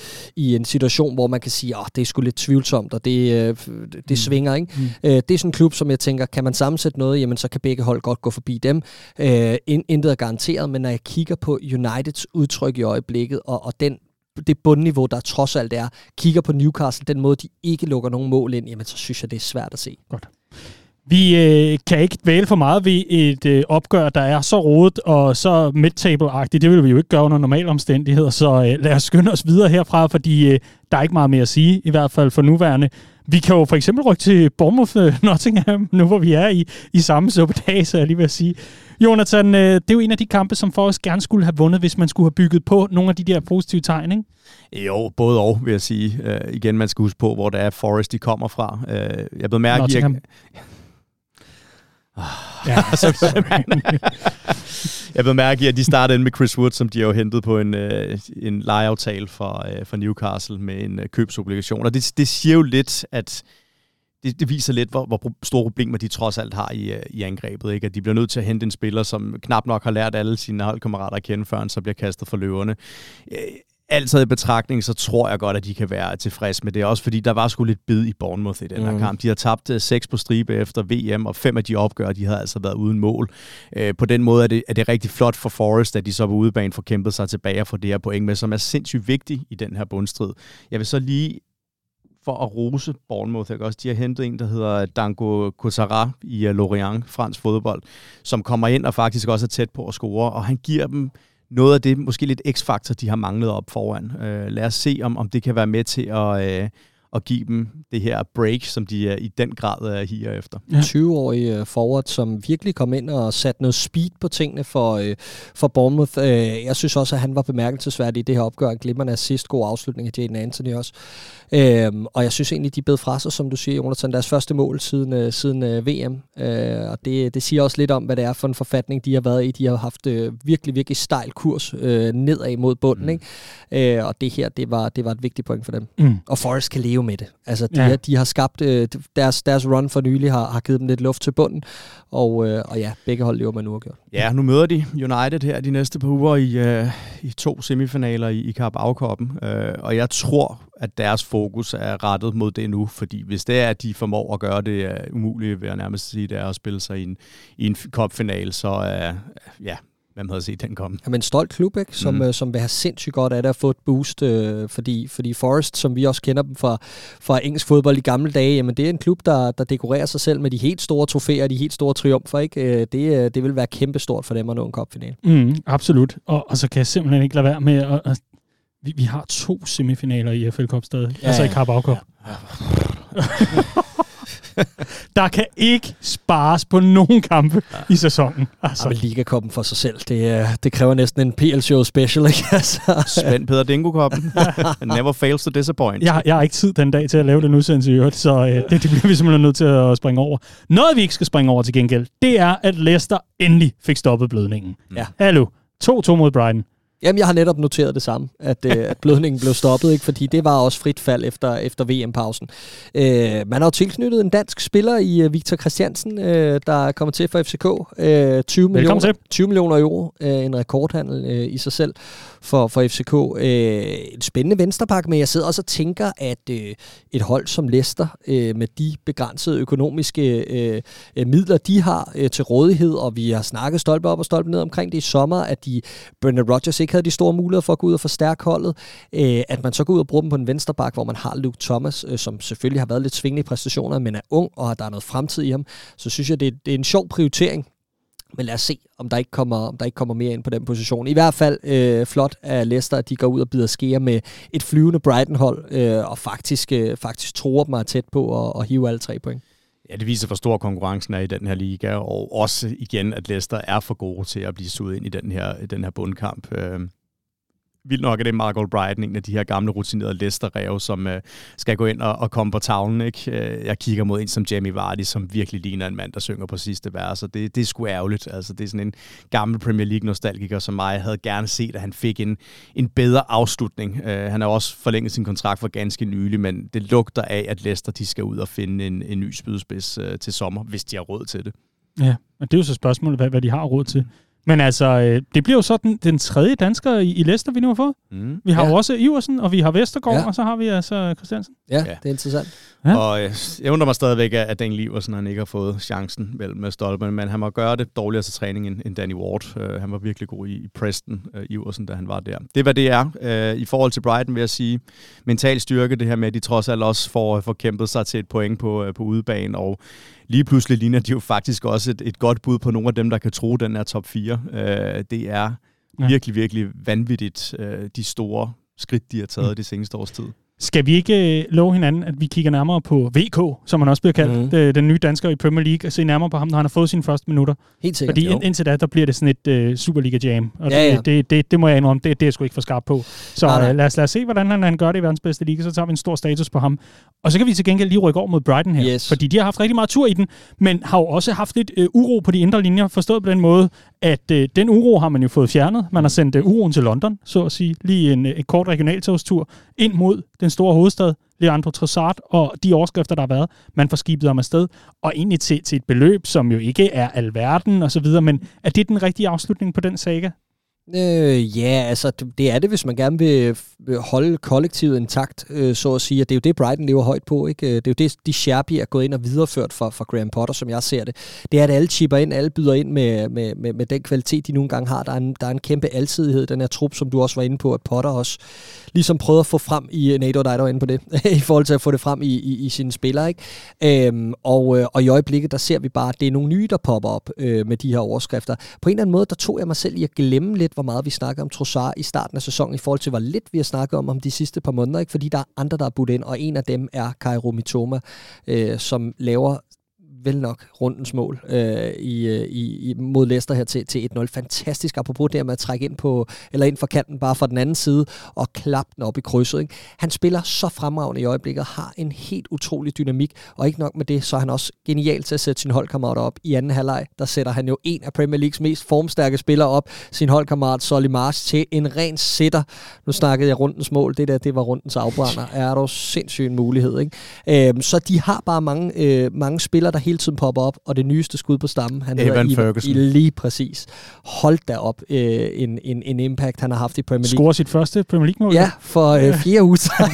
i en situation, hvor man kan sige, det er sgu lidt tvivlsomt, og det svinger, ikke? Det er sådan en klub, som jeg tænker, kan man sammensætte noget, jamen så kan begge hold godt gå forbi dem. Intet er garanteret, men når jeg kigger på Uniteds udtryk i øjeblikket, og det bundniveau, der trods alt er, kigger på Newcastle, den måde, de ikke lukker nogen mål ind, jamen så synes jeg, det er svært at se. Godt. Vi kan ikke dvæle for meget ved et opgør, der er så rodet og så mid-table-agtigt. Det vil vi jo ikke gøre under normale omstændigheder, så lad os skynde os videre herfra, fordi der er ikke meget mere at sige, i hvert fald for nuværende. Vi kan jo for eksempel rykke til Bournemouth Nottingham, nu hvor vi er i samme suppedag, så jeg lige vil sige. Jonathan, det er jo en af de kampe, som Forrest gerne skulle have vundet, hvis man skulle have bygget på nogle af de der positive tegn, ikke? Jo, både og, vil jeg sige. Igen, man skal huske på, hvor det er Forrest, de kommer fra. Jeg blev mærke i... Jeg blev mærke i, at de startede med Chris Wood, som de har jo hentet på en lejeaftale for Newcastle med en købsobligation. Og det siger jo lidt, at det viser lidt, hvor store problemer de trods alt har i angrebet. Ikke? At de bliver nødt til at hente en spiller, som knap nok har lært alle sine holdkammerater at kende, før han så bliver kastet for løverne. Alt i betragtning, så tror jeg godt, at de kan være tilfredse med det. Også fordi der var sgu lidt bid i Bournemouth i den her kamp. De har tabt 6 på stribe efter VM, og 5 af de opgør, de havde altså været uden mål. På den måde er det rigtig flot for Forest, at de så på udebane får kæmpet sig tilbage og får det her point med, som er sindssygt vigtigt i den her bundstrid. Jeg vil så lige for at rose Bournemouth, ikke? Også, de har hentet en, der hedder Dango Kosara i Lorient, fransk fodbold, som kommer ind og faktisk også er tæt på at score, og han giver dem noget af det, måske lidt x-faktor, de har manglet op foran. Lad os se, om det kan være med til at give dem det her break, som de i den grad higer efter. Ja. 20-årig forward, som virkelig kom ind og satte noget speed på tingene for Bournemouth. Jeg synes også, at han var bemærkelsesværdig i det her opgør. En glimrende assist, god afslutning af Jadon Anthony også. Og jeg synes egentlig, de bed fra sig, som du siger, Jonathan, deres første mål siden VM. Og det siger også lidt om, hvad det er for en forfatning, de har været i. De har haft virkelig, virkelig stejl kurs nedad mod bunden. Ikke? Og det her, det var et vigtigt point for dem. Og Forrest kan leve med det. Altså, de har skabt deres run for nylig, har givet dem lidt luft til bunden, og ja, begge hold lever man nu har gjort. Ja, nu møder de United her de næste par uger i 2 semifinaler i Carabao-cupen, og jeg tror, at deres fokus er rettet mod det nu, fordi hvis det er, at de formår at gøre det umuligt, vil jeg nærmest sige, det er at spille sig i en cupfinale, så hvem havde set den komme? Jamen en stolt klub, ikke? Som vil have sindssygt godt af det at få et boost, fordi Forest, som vi også kender dem fra engelsk fodbold i gamle dage, jamen det er en klub, der dekorerer sig selv med de helt store trofæer, de helt store triumfer, ikke? Det vil være kæmpestort for dem at nå en cupfinale. Absolut, og så kan jeg simpelthen ikke lade være med at vi har 2 semifinaler i FL Cup stadig, altså i Carabao Cup. Ja. Der kan ikke spares på nogen kampe i sæsonen. Altså. Men Liga-cupen for sig selv, det kræver næsten en PL-show special, ikke? Altså. Svend Peder Dingo-cupen. Never fails to disappoint. Jeg har ikke tid den dag til at lave den udsendelse i øvrigt, så det bliver vi simpelthen nødt til at springe over. Noget vi ikke skal springe over til gengæld, det er, at Leicester endelig fik stoppet blødningen. Ja. Hallo, 2-2 mod Brighton. Jamen, jeg har netop noteret det samme, at blødningen blev stoppet, ikke? Fordi det var også frit fald efter VM-pausen. Man har jo tilknyttet en dansk spiller i Victor Christiansen, der er kommet til for FCK. 20 millioner euro, en rekordhandel i sig selv for FCK. En spændende venstrepakke, men jeg sidder også og tænker, at et hold som Leicester, med de begrænsede økonomiske midler, de har til rådighed, og vi har snakket stolpe op og stolpe ned omkring det i sommer, at Brendan Rodgers ikke havde de store muligheder for at gå ud og forstærke holdet, at man så går ud og bruger dem på en venstreback, hvor man har Luke Thomas, som selvfølgelig har været lidt svingende i præstationer, men er ung, og der er noget fremtid i ham, så synes jeg, det er en sjov prioritering. Men lad os se, om der ikke kommer mere ind på den position. I hvert fald flot af Leicester, at de går ud og bider skære med et flyvende Brighton-hold, og faktisk tror dem tæt på at hive alle 3 point. Ja, det viser, hvor stor konkurrencen er i den her liga, og også igen, at Leicester er for gode til at blive suget ind i den her bundkamp. Vildt nok er det Mark Albrighton, en af de her gamle rutinerede Leicester-ræve, som skal gå ind og komme på tavlen. Ikke? Jeg kigger mod en som Jamie Vardy, som virkelig ligner en mand, der synger på sidste vers, og det er sgu ærgerligt. Altså, det er sådan en gammel Premier League-nostalgiker som mig. Jeg havde gerne set, at han fik en bedre afslutning. Han har også forlænget sin kontrakt for ganske nylig, men det lugter af, at Leicester de skal ud og finde en ny spydspids til sommer, hvis de har råd til det. Ja, og det er jo så spørgsmålet, hvad de har råd til. Men altså, det bliver jo så den tredje dansker i Leicester, vi nu har fået. Vi har jo også Iversen, og vi har Vestergaard, og så har vi altså Christiansen. Ja, det er interessant. Ja. Og jeg undrer mig stadigvæk, at Daniel Iversen han ikke har fået chancen mellem stolperne, men han må gøre det dårligere til træning end Danny Ward. Han var virkelig god i Preston, Iversen, da han var der. Det er, hvad det er. I forhold til Brighton vil jeg sige, mental styrke, det her med, at de trods alt også får kæmpet sig til et point på udebane, og lige pludselig ligner de jo faktisk også et godt bud på nogle af dem, der kan tro den her top 4. Det er virkelig, virkelig vanvittigt, de store skridt, de har taget de seneste års tid. Skal vi ikke love hinanden, at vi kigger nærmere på VK, som han også bliver kaldt, den nye dansker i Premier League, og se nærmere på ham, når han har fået sine første minutter? Helt sikkert. Fordi indtil da, der bliver det sådan et Superliga-jam, og det må jeg indrømme, det er jeg sgu ikke for skarp på. Så lad os se, hvordan han gør det i verdens bedste liga, så tager vi en stor status på ham. Og så kan vi til gengæld lige rykke over mod Brighton her, fordi de har haft rigtig meget tur i den, men har jo også haft lidt uro på de indre linjer, forstået på den måde, at den uro har man jo fået fjernet. Man har sendt uroen til London, så at sige, lige en kort regionaltogstur ind mod den store hovedstad, Leandro Trossard, og de overskrifter, der har været, man får skibet ham afsted, og egentlig til et beløb, som jo ikke er alverden og så videre, men er det den rigtige afslutning på den saga? Ja, altså det er det, hvis man gerne vil holde kollektivet intakt, så at sige. Og det er jo det, Brighton lever højt på, ikke? Det er jo det, de Sherby er gået ind og videreført for Graham Potter, som jeg ser det. Det er, at alle chipper ind, alle byder ind med den kvalitet, de nogle gange har. Der er en kæmpe alsidighed, den her trup, som du også var inde på, at Potter også ligesom prøvede at få frem i Nato, der er inde på det, i forhold til at få det frem i sine spillere, ikke? Og i øjeblikket, der ser vi bare, at det er nogle nye, der popper op med de her overskrifter. På en eller anden måde, der tog jeg mig selv i at glemme lidt, hvor meget vi snakker om Trossard i starten af sæsonen, i forhold til, hvor lidt vi har snakket om de sidste par måneder, ikke? Fordi der er andre, der er budt ind, og en af dem er Kairo Mitoma, som laver vel nok rundens mål mod Leicester her til 1-0. Fantastisk, apropos det med at trække ind for kanten, bare fra den anden side, og klappe den op i krydset, ikke? Han spiller så fremragende i øjeblikket, har en helt utrolig dynamik, og ikke nok med det, så er han også genial til at sætte sin holdkammerater op. I anden halvleg, der sætter han jo en af Premier Leagues mest formstærke spillere op, sin holdkammerat Solly March, til en ren sitter. Nu snakkede jeg rundens mål, det var rundens afbrænder. Er der sindssygt en mulighed, ikke? Så de har bare mange spillere, der hele tiden popper op, og det nyeste skud på stammen, han Evan hedder Ferguson. Lige præcis. Hold da op en impact, han har haft i Premier League. Scorer sit første Premier League-mål? Ja, for 4 udtræk.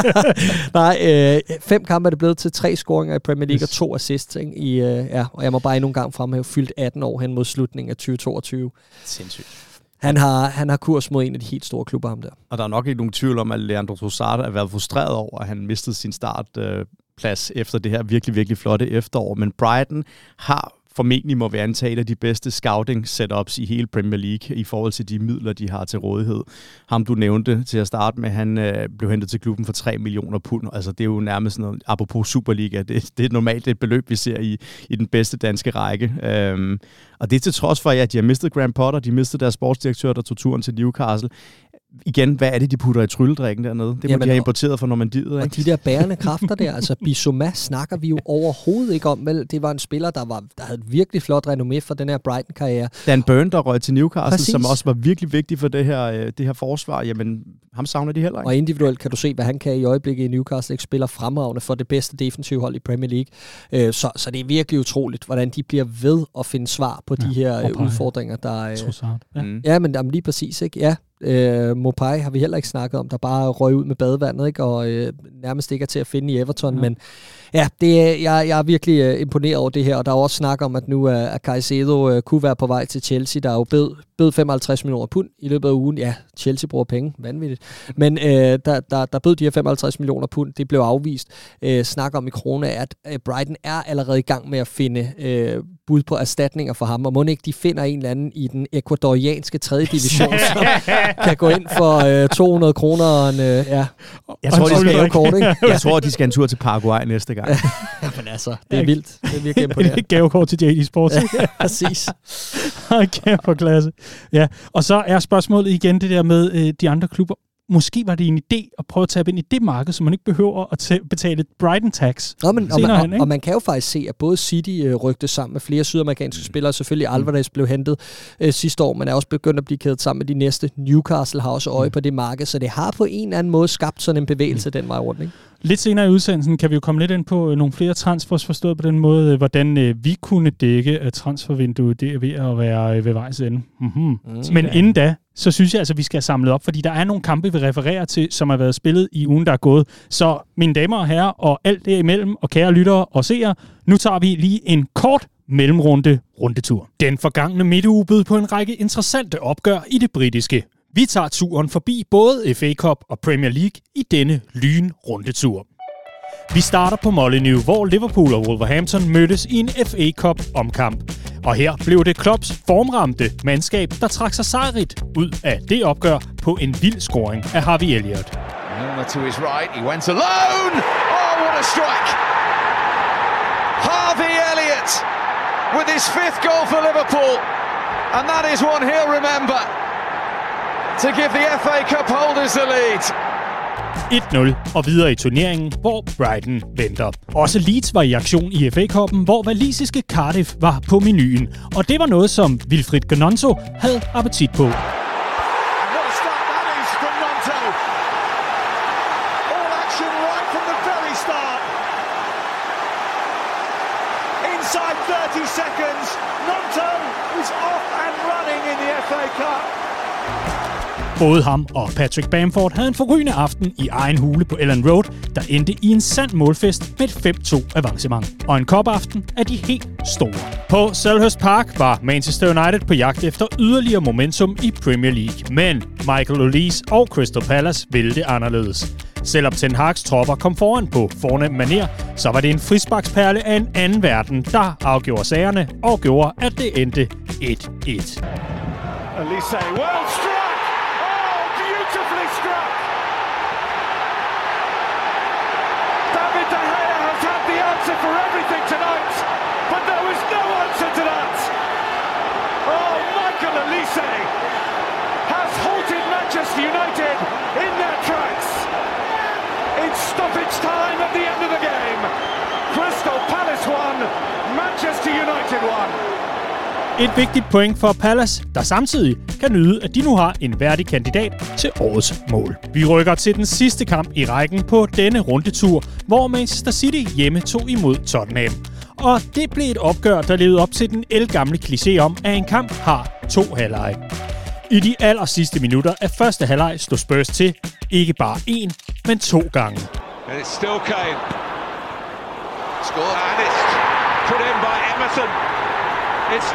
Nej, 5 kampe er det blevet til 3 scoringer i Premier League og 2 assists. Ikke? Og jeg må bare endnu en gang fremhæve, fyldt 18 år hen mod slutningen af 2022. Sindssygt. Han har kurs mod en af de helt store klubber, ham der. Og der er nok ikke nogen tvivl om, at Leandro Trossard har været frustreret over, at han mistede sin startplads efter det her virkelig, virkelig flotte efterår. Men Brighton har formentlig må være antaget af de bedste scouting-setups i hele Premier League i forhold til de midler, de har til rådighed. Ham, du nævnte til at starte med, han blev hentet til klubben for 3 millioner pund. Altså, det er jo nærmest sådan noget, apropos Superliga, det er normalt et beløb, vi ser i den bedste danske række. Og det er til trods for, at de har mistet Graham Potter, de mistede deres sportsdirektør, der tog turen til Newcastle. Igen, hvad er det, de putter i trylledrikken dernede? Det må de have importeret fra Normandiet, ikke? Og de der bærende kræfter der, altså Bissouma snakker vi jo overhovedet ikke om, vel? Det var en spiller, der havde et virkelig flot renommé for den her Brighton-karriere. Dan Burn, der røg til Newcastle, Præcis. som også var virkelig vigtig for det her forsvar, jamen, ham savner de heller ikke. Og individuelt kan du se, hvad han kan i øjeblikket i Newcastle, ikke spiller fremragende for det bedste defensive hold i Premier League. Så det er virkelig utroligt, hvordan de bliver ved at finde svar på de her udfordringer, der... Ja, men lige præcis, ikke? Ja. Mopai har vi heller ikke snakket om, der bare røg ud med badevandet, ikke? Og nærmest ikke er til at finde i Everton, men ja, jeg er virkelig imponeret over det her, og der er også snak om, at nu er Caicedo kunne være på vej til Chelsea, der er jo bød 55 millioner pund i løbet af ugen. Ja, Chelsea bruger penge, vanvittigt. Men der bød de her 55 millioner pund, det blev afvist. Snak om i krone, at Brighton er allerede i gang med at finde bud på erstatninger for ham, og må ikke de finder en eller anden i den ecuadorianske 3. division, som kan gå ind for 200 kroner og en, Jeg tror, de skal en tur til Paraguay næste gang. Men altså, det er vildt. Det er virkelig imponerende. Et gavekort til JD Sports. Præcis. Okay, for klasse. Ja, og så er spørgsmålet igen det der med de andre klubber. Måske var det en idé at prøve at tabe ind i det marked, så man ikke behøver at betale Brighton-tax. Og man kan jo faktisk se, at både City rykte sammen med flere sydamerikanske spillere. Selvfølgelig Alvarez blev hentet sidste år, men er også begyndt at blive kædet sammen med de næste. Newcastle har også øje på det marked, så det har på en eller anden måde skabt sådan en bevægelse den vej rundt, ikke? Lidt senere i udsendelsen kan vi jo komme lidt ind på nogle flere transfers, forstået på den måde, hvordan vi kunne dække transfervinduet. Det er ved at være ved vejs ende. Men inden da, så synes jeg altså, at vi skal have samlet op, fordi der er nogle kampe, vi refererer til, som har været spillet i ugen, der er gået. Så mine damer og herrer, og alt derimellem, og kære lyttere og seere, nu tager vi lige en kort rundetur. Den forgangne midtuge bød på en række interessante opgør i det britiske. Vi tager turen forbi både FA Cup og Premier League i denne lynrundetur. Vi starter på Molineux, hvor Liverpool og Wolverhampton mødtes i en FA Cup-omkamp. Og her blev det Klopps formramte mandskab, der trak sig sejrigt ud af det opgør på en vild scoring af Harvey Elliott. Milner to his right, he went alone! Oh, what a strike! Harvey Elliott with his 5th goal for Liverpool. And that is one he'll remember. To give the FA Cup holders the lead. 1-0 og videre i turneringen, hvor Brighton venter. Også Leeds var i aktion i FA Cup'en, hvor walisiske Cardiff var på menuen. Og det var noget, som Wilfried Gnonto havde appetit på. Inside 30 seconds, Gnonto is off and running in the FA Cup. Både ham og Patrick Bamford havde en forrygende aften i egen hule på Ellen Road, der endte i en sand målfest med et 5-2 avancement. Og en cup-aften af de helt store. På Selhurst Park var Manchester United på jagt efter yderligere momentum i Premier League. Men Michael Olise og Crystal Palace ville det anderledes. Selvom Ten Hag's tropper kom foran på fornem manér, så var det en frisparksperle af en anden verden, der afgjorde sagerne og gjorde, at det endte 1-1. Olise, well struck! Oh, beautifully struck! David De Gea has had the answer for everything tonight, but there was no answer to that! Oh, Michael Olise has halted Manchester United in their tracks! It's stoppage time at the end of the game. Crystal Palace won, Manchester United won. Et vigtigt point for Palace, der samtidig kan nyde, at de nu har en værdig kandidat til årets mål. Vi rykker til den sidste kamp i rækken på denne rundetur, hvor Manchester City hjemme tog imod Tottenham. Og det blev et opgør, der levede op til den ældgamle kliché om, at en kamp har 2 halvlege. I de aller sidste minutter af første halvleg stod Spurs til ikke bare 1, men 2 gange. And it's still Kane. Scored. And it's put in by Emerson. It's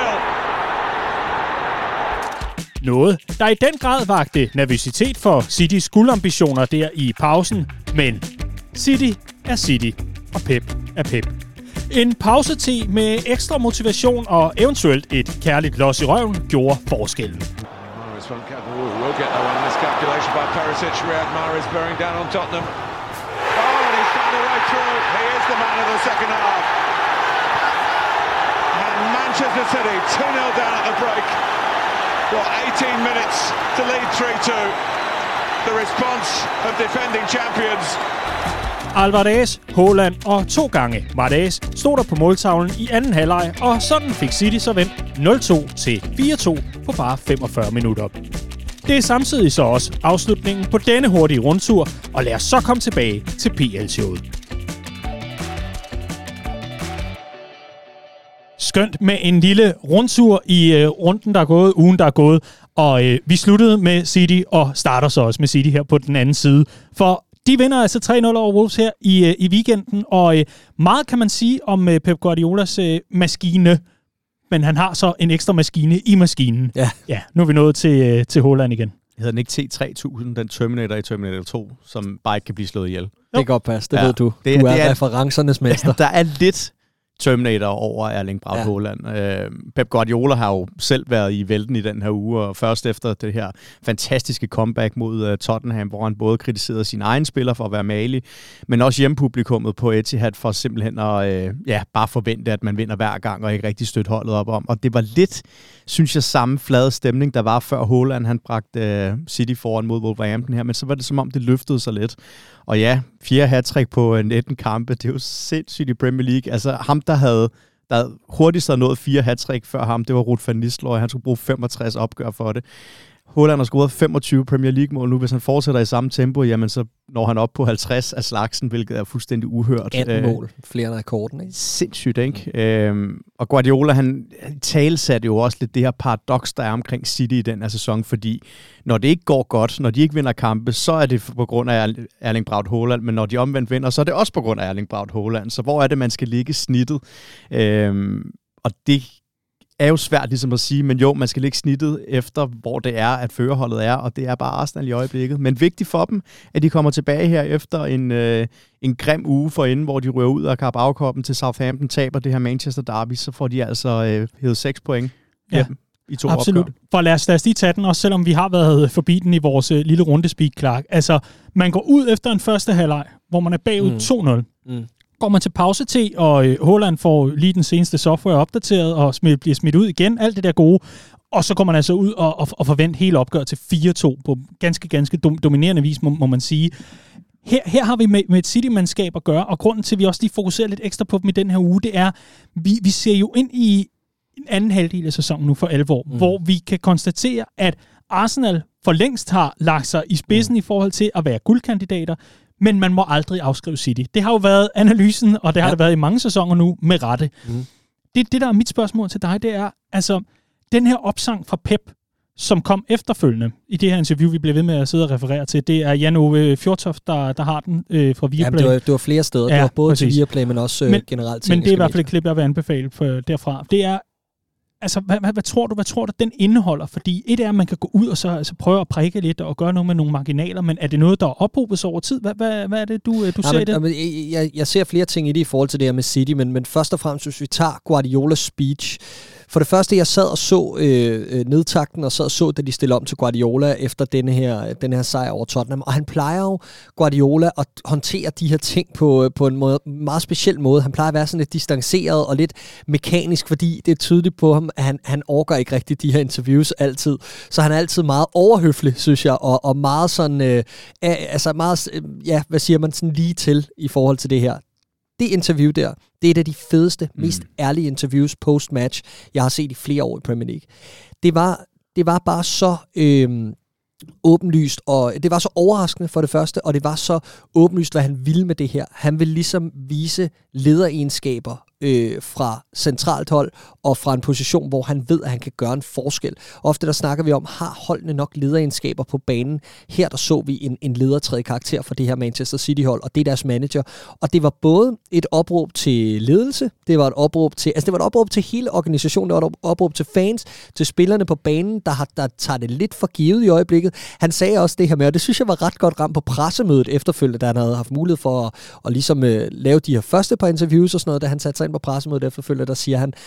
2-0. Noget, der i den grad vagte nervøsitet for Citys guldambitioner der i pausen. Men City er City, og Pep er Pep. En pause-te med ekstra motivation og eventuelt et kærligt los i røven gjorde forskellen. Will get that one. Miscalculation by Perisic. Riyad Mahrez bearing down on Tottenham. Oh, and he's found a way through. He is the man of the second half. And Manchester City 2-0 down at the break. 18 minutes to lead 3-2. The response of defending champions. Alvarez, Haaland og 2 gange Mahrez stod der på måltavlen i anden halvleg, og sådan fik City så vendt 0-2 til 4-2 på bare 45 minutter. Det er samtidig så også afslutningen på denne hurtige rundtur, og lad os så komme tilbage til PL-showet. Skønt med en lille rundtur i runden, der er gået, ugen, der er gået, og vi sluttede med City og starter så også med City her på den anden side, for de vinder altså 3-0 over Wolves her i weekenden, og meget kan man sige om Pep Guardiolas maskine, men han har så en ekstra maskine i maskinen. Ja, nu er vi nået til Haaland igen. Hedder den ikke T3000, den Terminator i Terminator 2, som bare ikke kan blive slået ihjel? Det kan godt passe, det ved du. Du er referencernes mester. Der er lidt Terminator over Erling Braut Haaland. Pep Guardiola har jo selv været i vælten i den her uge, og først efter det her fantastiske comeback mod Tottenham, hvor han både kritiserede sine egne spillere for at være malig, men også hjemmepublikummet på Etihad for simpelthen at bare forvente, at man vinder hver gang, og ikke rigtig støtte holdet op om. Og det var lidt, synes jeg, samme flade stemning, der var før Haaland, han bragte City foran mod Wolverhampton her, men så var det som om, det løftede sig lidt. Og ja, 4 hattrick på 19 kampe, det er jo sindssygt i Premier League. Altså ham, der hurtigst havde nået 4 hattrick før ham, det var Ruud van Nistelrooy. Han skulle bruge 65 opgør for det. Haaland har scoret 25 Premier League-mål nu. Hvis han fortsætter i samme tempo, jamen så når han op på 50 af slagsen, hvilket er fuldstændig uhørt. 18 mål, flere end rekorden, ikke? Sindssygt, ikke? Og Guardiola, han talesatte jo også lidt det her paradoks, der er omkring City i den her sæson, fordi når det ikke går godt, når de ikke vinder kampe, så er det på grund af Erling Braut Haaland, men når de omvendt vinder, så er det også på grund af Erling Braut Haaland. Så hvor er det, man skal ligge snittet? Og det er jo svært ligesom at sige, men jo, man skal ligge snittet efter, hvor det er, at førerholdet er, og det er bare Arsenal i øjeblikket. Men vigtigt for dem, at de kommer tilbage her efter en grim uge forinden, hvor de rører ud af Carabao-cuppen til Southampton, taber det her Manchester Derby, så får de altså hævet 6 point i 2 absolut. Opgør. For lad os lige tage den, også selvom vi har været forbi den i vores lille rundespeak, Clark. Altså, man går ud efter en første halvleg, hvor man er bagud 2-0. Går man til pause og Haaland får lige den seneste software opdateret og bliver smidt ud igen, alt det der gode, og så går man altså ud og forventer hele opgør til 4-2 på ganske dominerende vis, må man sige. Her har vi med et City-mandskab at gøre, og grunden til, at vi også lige fokuserer lidt ekstra på dem i den her uge, det er, vi ser jo ind i en anden halvdel af sæsonen nu for alvor, hvor vi kan konstatere, at Arsenal for længst har lagt sig i spidsen i forhold til at være guldkandidater, men man må aldrig afskrive City. Det har jo været analysen, og det har det været i mange sæsoner nu, med rette. Det, der er mit spørgsmål til dig, det er, altså, den her opsang fra Pep, som kom efterfølgende i det her interview, vi bliver ved med at sidde og referere til, det er Jan Ove Fjordtoft, der har den fra Viaplay. Jamen, det var flere steder. Det var både til Viaplay, men også generelt til. Men det er i hvert fald et klip, jeg vil anbefale derfra. Det er, altså, hvad tror du, den indeholder? Fordi et er, at man kan gå ud og så altså prøve at prikke lidt og gøre noget med nogle marginaler, men er det noget, der er ophobet over tid? Hvad er det, du ser i det? Jeg ser flere ting i det i forhold til det her med City, men først og fremmest, hvis vi tager Guardiolas speech. For det første, jeg sad og så nedtakten, og sad og så, da de stillede om til Guardiola efter den her sejr over Tottenham. Og han plejer jo, Guardiola, at håndtere de her ting på en måde, meget speciel måde. Han plejer at være sådan lidt distanceret og lidt mekanisk, fordi det er tydeligt på ham, at han orker ikke rigtig de her interviews altid. Så han er altid meget overhøflig, synes jeg, og meget sådan, hvad siger man, sådan lige til i forhold til det her. Det interview der, det er et af de fedeste, mest ærlige interviews post-match, jeg har set i flere år i Premier League. Det var bare så åbenlyst, og det var så overraskende for det første, og det var så åbenlyst, hvad han ville med det her. Han ville ligesom vise lederegenskaber fra centralt hold, og fra en position, hvor han ved, at han kan gøre en forskel. Ofte der snakker vi om, har holdene nok lederegenskaber på banen? Her der så vi en ledertræde karakter for det her Manchester City-hold, og det er deres manager. Og det var både et opråb til ledelse, det var et opråb til hele organisationen, det var et opråb til fans, til spillerne på banen, der tager det lidt for givet i øjeblikket. Han sagde også det her med, og det synes jeg var ret godt ramt på pressemødet efterfølgende, da han havde haft mulighed for at ligesom lave de her første par interviews og sådan noget, da han satte sig ind på pressemødet efterfølgende, der siger han,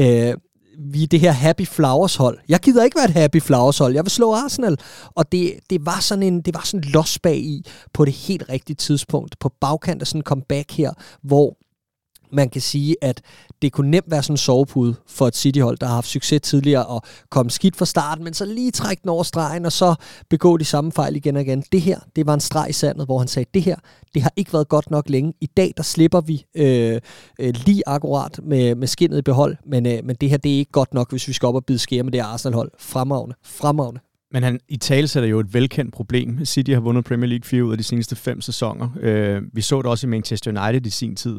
vi er det her Happy Flowers hold. Jeg gider ikke være et Happy Flowers hold. Jeg vil slå Arsenal. Og det var sådan en los bag i på det helt rigtige tidspunkt, på bagkant af sådan en comeback her, hvor man kan sige, at det kunne nemt være sådan en sovepude for et City-hold, der har haft succes tidligere og komme skidt fra starten, men så lige trække den over stregen, og så begå de samme fejl igen og igen. Det her, det var en streg i sandet, hvor han sagde, det her, det har ikke været godt nok længe. I dag, der slipper vi lige akkurat med skindet i behold, men det her, det er ikke godt nok, hvis vi skal op og bide skære med det her Arsenal-hold. Fremragende. Men han i tale sætter jo et velkendt problem. City har vundet Premier League 4 ud af de seneste 5 sæsoner. Vi så det også i Manchester United i sin tid,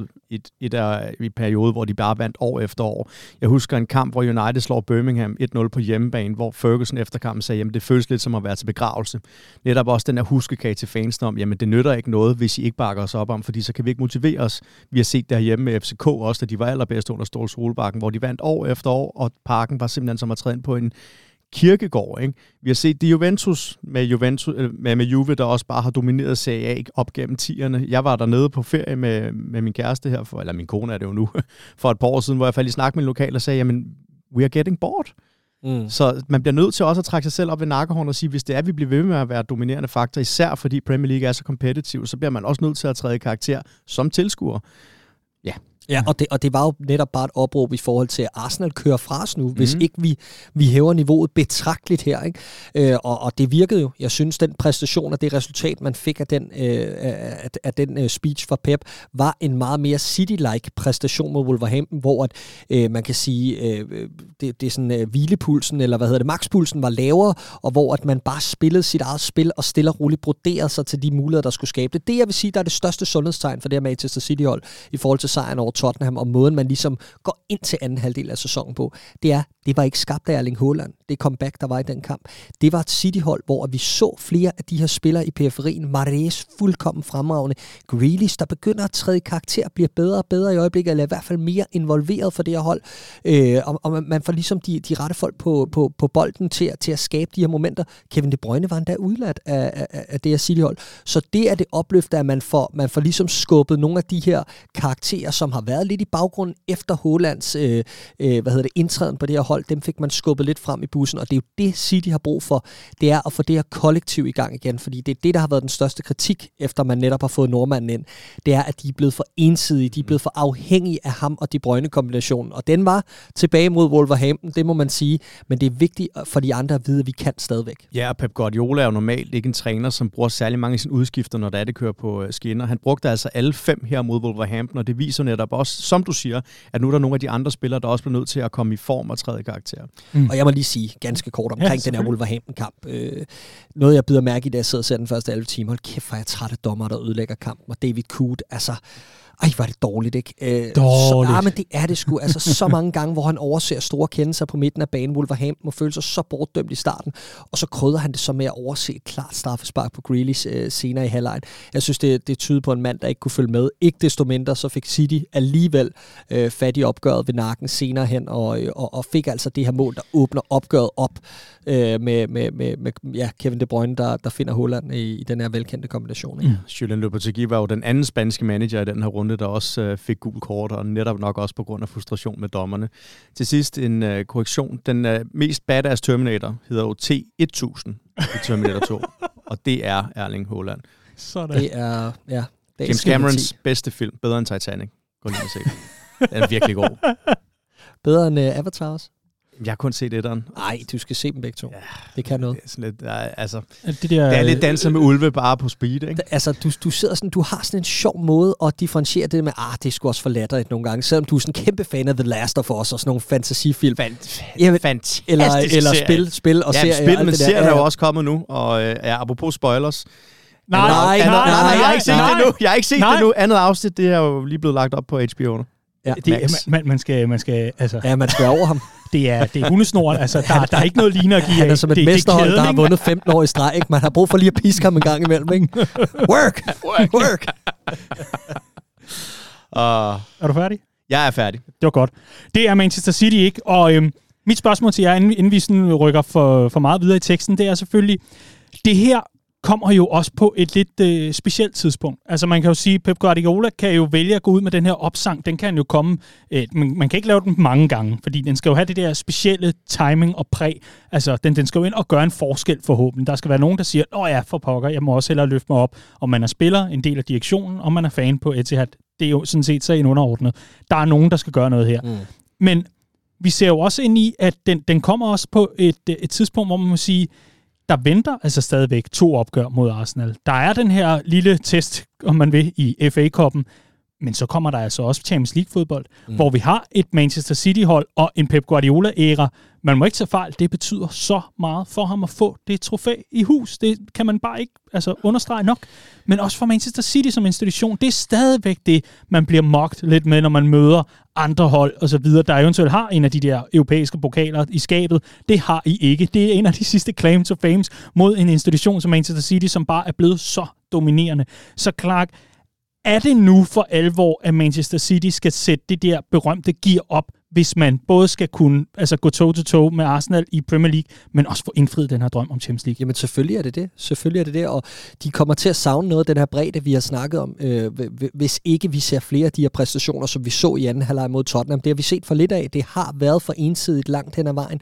i periode, hvor de bare vandt år efter år. Jeg husker en kamp, hvor United slår Birmingham 1-0 på hjemmebane, hvor Ferguson efter kampen sagde, jamen det føles lidt som at være til begravelse. Netop også den her huskekage til fansene om, jamen det nytter ikke noget, hvis I ikke bakker os op om, fordi så kan vi ikke motivere os. Vi har set det hjemme med FCK også, da de var allerbedst under Ståle Solbakken, hvor de vandt år efter år, og parken var simpelthen som at træde ind på en kirkegård, ikke? Vi har set de Juventus med Juve, der også bare har domineret Serie A op gennem 10'erne. Jeg var dernede på ferie med min kæreste her, eller min kone er det jo nu, for et par år siden, hvor jeg faldt i snak med en lokal og sagde, jamen, we are getting bored. Så man bliver nødt til også at trække sig selv op ved nakkehånden og sige, hvis det er, at vi bliver ved med at være dominerende faktor, især fordi Premier League er så kompetitiv, så bliver man også nødt til at træde karakter som tilskuer. Ja. Ja, og det var jo netop bare et opråb i forhold til, at Arsenal kører fra os nu, hvis ikke vi hæver niveauet betragteligt her, ikke? Og det virkede jo. Jeg synes, den præstation og det resultat, man fik af den speech fra Pep, var en meget mere City-like præstation mod Wolverhampton, hvor at, man kan sige, det er sådan hvilepulsen, eller makspulsen var lavere, og hvor at man bare spillede sit eget spil, og stille og roligt broderede sig til de muligheder, der skulle skabe det. Det, jeg vil sige, der er det største sundhedstegn for det her Manchester City-hold, i forhold til sejren over Tottenham, og måden man ligesom går ind til anden halvdel af sæsonen på, det var ikke skabt af Erling Haaland. Det comeback, der var i den kamp. Det var et City-hold, hvor vi så flere af de her spillere i periferien. Mahrez fuldkommen fremragende. Grealish, der begynder at træde i karakter, bliver bedre og bedre i øjeblikket, eller i hvert fald mere involveret for det her hold. Og man får ligesom de rette folk på bolden til at skabe de her momenter. Kevin De Bruyne var endda udladt af det her City-hold. Så det er det opløfte, at man får ligesom skubbet nogle af de her karakterer, som har været lidt i baggrunden efter Haalands indtræden på det her hold. Dem fik man skubbet lidt frem i bussen, og det er jo det, City har brug for. Det er at få det her kollektiv i gang igen, fordi det er det, der har været den største kritik, efter man netop har fået nordmanden ind. Det er, at de er blevet for ensidige, de er blevet for afhængige af ham og De Bruyne-kombinationen. Og den var tilbage mod Wolverhampton, det må man sige, men det er vigtigt for de andre at vide, at vi kan stadigvæk. Ja, Pep Guardiola er jo normalt ikke en træner, som bruger særlig mange af sine udskifter, når det kører på skinner. Han brugte altså alle 5 her mod Wolverhampton, og det viser netop også, som du siger, at nu er der nogle af de andre spillere, der også bliver nødt til at komme i form og træde karakter. Og jeg må lige sige ganske kort omkring den her Wolverhampton-kamp. Noget, jeg bider mærke i, da jeg sidder og ser den første 11 timer. Hold kæft, hvor jeg træt af dommer, der ødelægger kampen. Og David Coote, altså... Ej, var det dårligt, ikke? Dårligt. Men det er det sgu. Altså, så mange gange, hvor han overser store kendelser på midten af banen. Wolverhampton må føle sig så bortdømt i starten. Og så krydder han det så med at overse et klart straffespark på Grealish senere i halvlejen. Jeg synes, det tyder på en mand, der ikke kunne følge med. Ikke desto mindre, så fik City alligevel fat i opgøret ved nakken senere hen, og fik altså det her mål, der åbner opgøret op med Kevin De Bruyne, der finder Haaland i den her velkendte kombination. Ikke? Julian Lopetegui var jo den anden spanske manager i den her runde, der også fik gul kort, og netop nok også på grund af frustration med dommerne. Til sidst en korrektion. Den mest badass Terminator hedder jo T-1000 i Terminator 2, og det er Erling Haaland. Sådan. Det er, ja... James Camerons bedste film, bedre end Titanic. Gå lige og se. Den er virkelig god. Bedre end Avatar også? Jeg har kun set etteren. Nej, du skal se dem begge to. Ja, det kan noget. Det er, det er lidt danser med ulve bare på speed, ikke? Altså, du sidder sådan, du har sådan en sjov måde at differentiere det med, det er sgu også for latterligt nogle gange, selvom du er sådan en kæmpe fan af The Last of Us og sådan nogle fantasifilm. Fantastisk eller spil og serier. Spil, men serien er jo også kommet nu, og apropos spoilers. Nej, jeg har ikke set det nu. Andet afsnit, det er jo lige blevet lagt op på HBO nu. Ja. Man skal altså... Ja, man skal over ham. Det er hundesnoren, altså der er ikke noget lignende at give af. Han er som et mesterhold, der har vundet 15 år i streg, ikke? Man har brug for lige at piske ham en gang imellem, ikke? Work! Er du færdig? Jeg er færdig. Det var godt. Det er Manchester City ikke, og mit spørgsmål til jer, inden vi sådan rykker for meget videre i teksten, det er selvfølgelig, det her kommer jo også på et lidt specielt tidspunkt. Altså man kan jo sige, Pep Guardiola kan jo vælge at gå ud med den her opsang. Den kan jo komme, man kan ikke lave den mange gange, fordi den skal jo have det der specielle timing og præg. Altså den skal jo ind og gøre en forskel forhåbentlig. Der skal være nogen, der siger, ja, for pokker, jeg må også hellere løfte mig op. Om man er spiller, en del af direktionen, om man er fan på Etihad. Det er jo sådan set så en underordnet. Der er nogen, der skal gøre noget her. Men vi ser jo også ind i, at den kommer også på et tidspunkt, hvor man må sige, der venter altså stadigvæk 2 opgør mod Arsenal. Der er den her lille test, om man vil, i FA-koppen, men så kommer der altså også Champions League-fodbold, hvor vi har et Manchester City-hold og en Pep Guardiola-æra. Man må ikke tage fejl, det betyder så meget for ham at få det trofæ i hus. Det kan man bare ikke understrege nok. Men også for Manchester City som institution, det er stadigvæk det, man bliver mocked lidt med, når man møder andre hold og så videre, der eventuelt har en af de der europæiske pokaler i skabet. Det har I ikke. Det er en af de sidste claim to fames mod en institution som Manchester City, som bare er blevet så dominerende. Så Clark, er det nu for alvor, at Manchester City skal sætte det der berømte gear op, hvis man både skal kunne gå toe-to-toe med Arsenal i Premier League, men også få indfriet den her drøm om Champions League? Jamen selvfølgelig er det det, og de kommer til at savne noget af den her bredde, vi har snakket om, hvis ikke vi ser flere af de her præstationer, som vi så i anden halvleg mod Tottenham. Det har vi set for lidt af. Det har været for ensidigt langt hen ad vejen.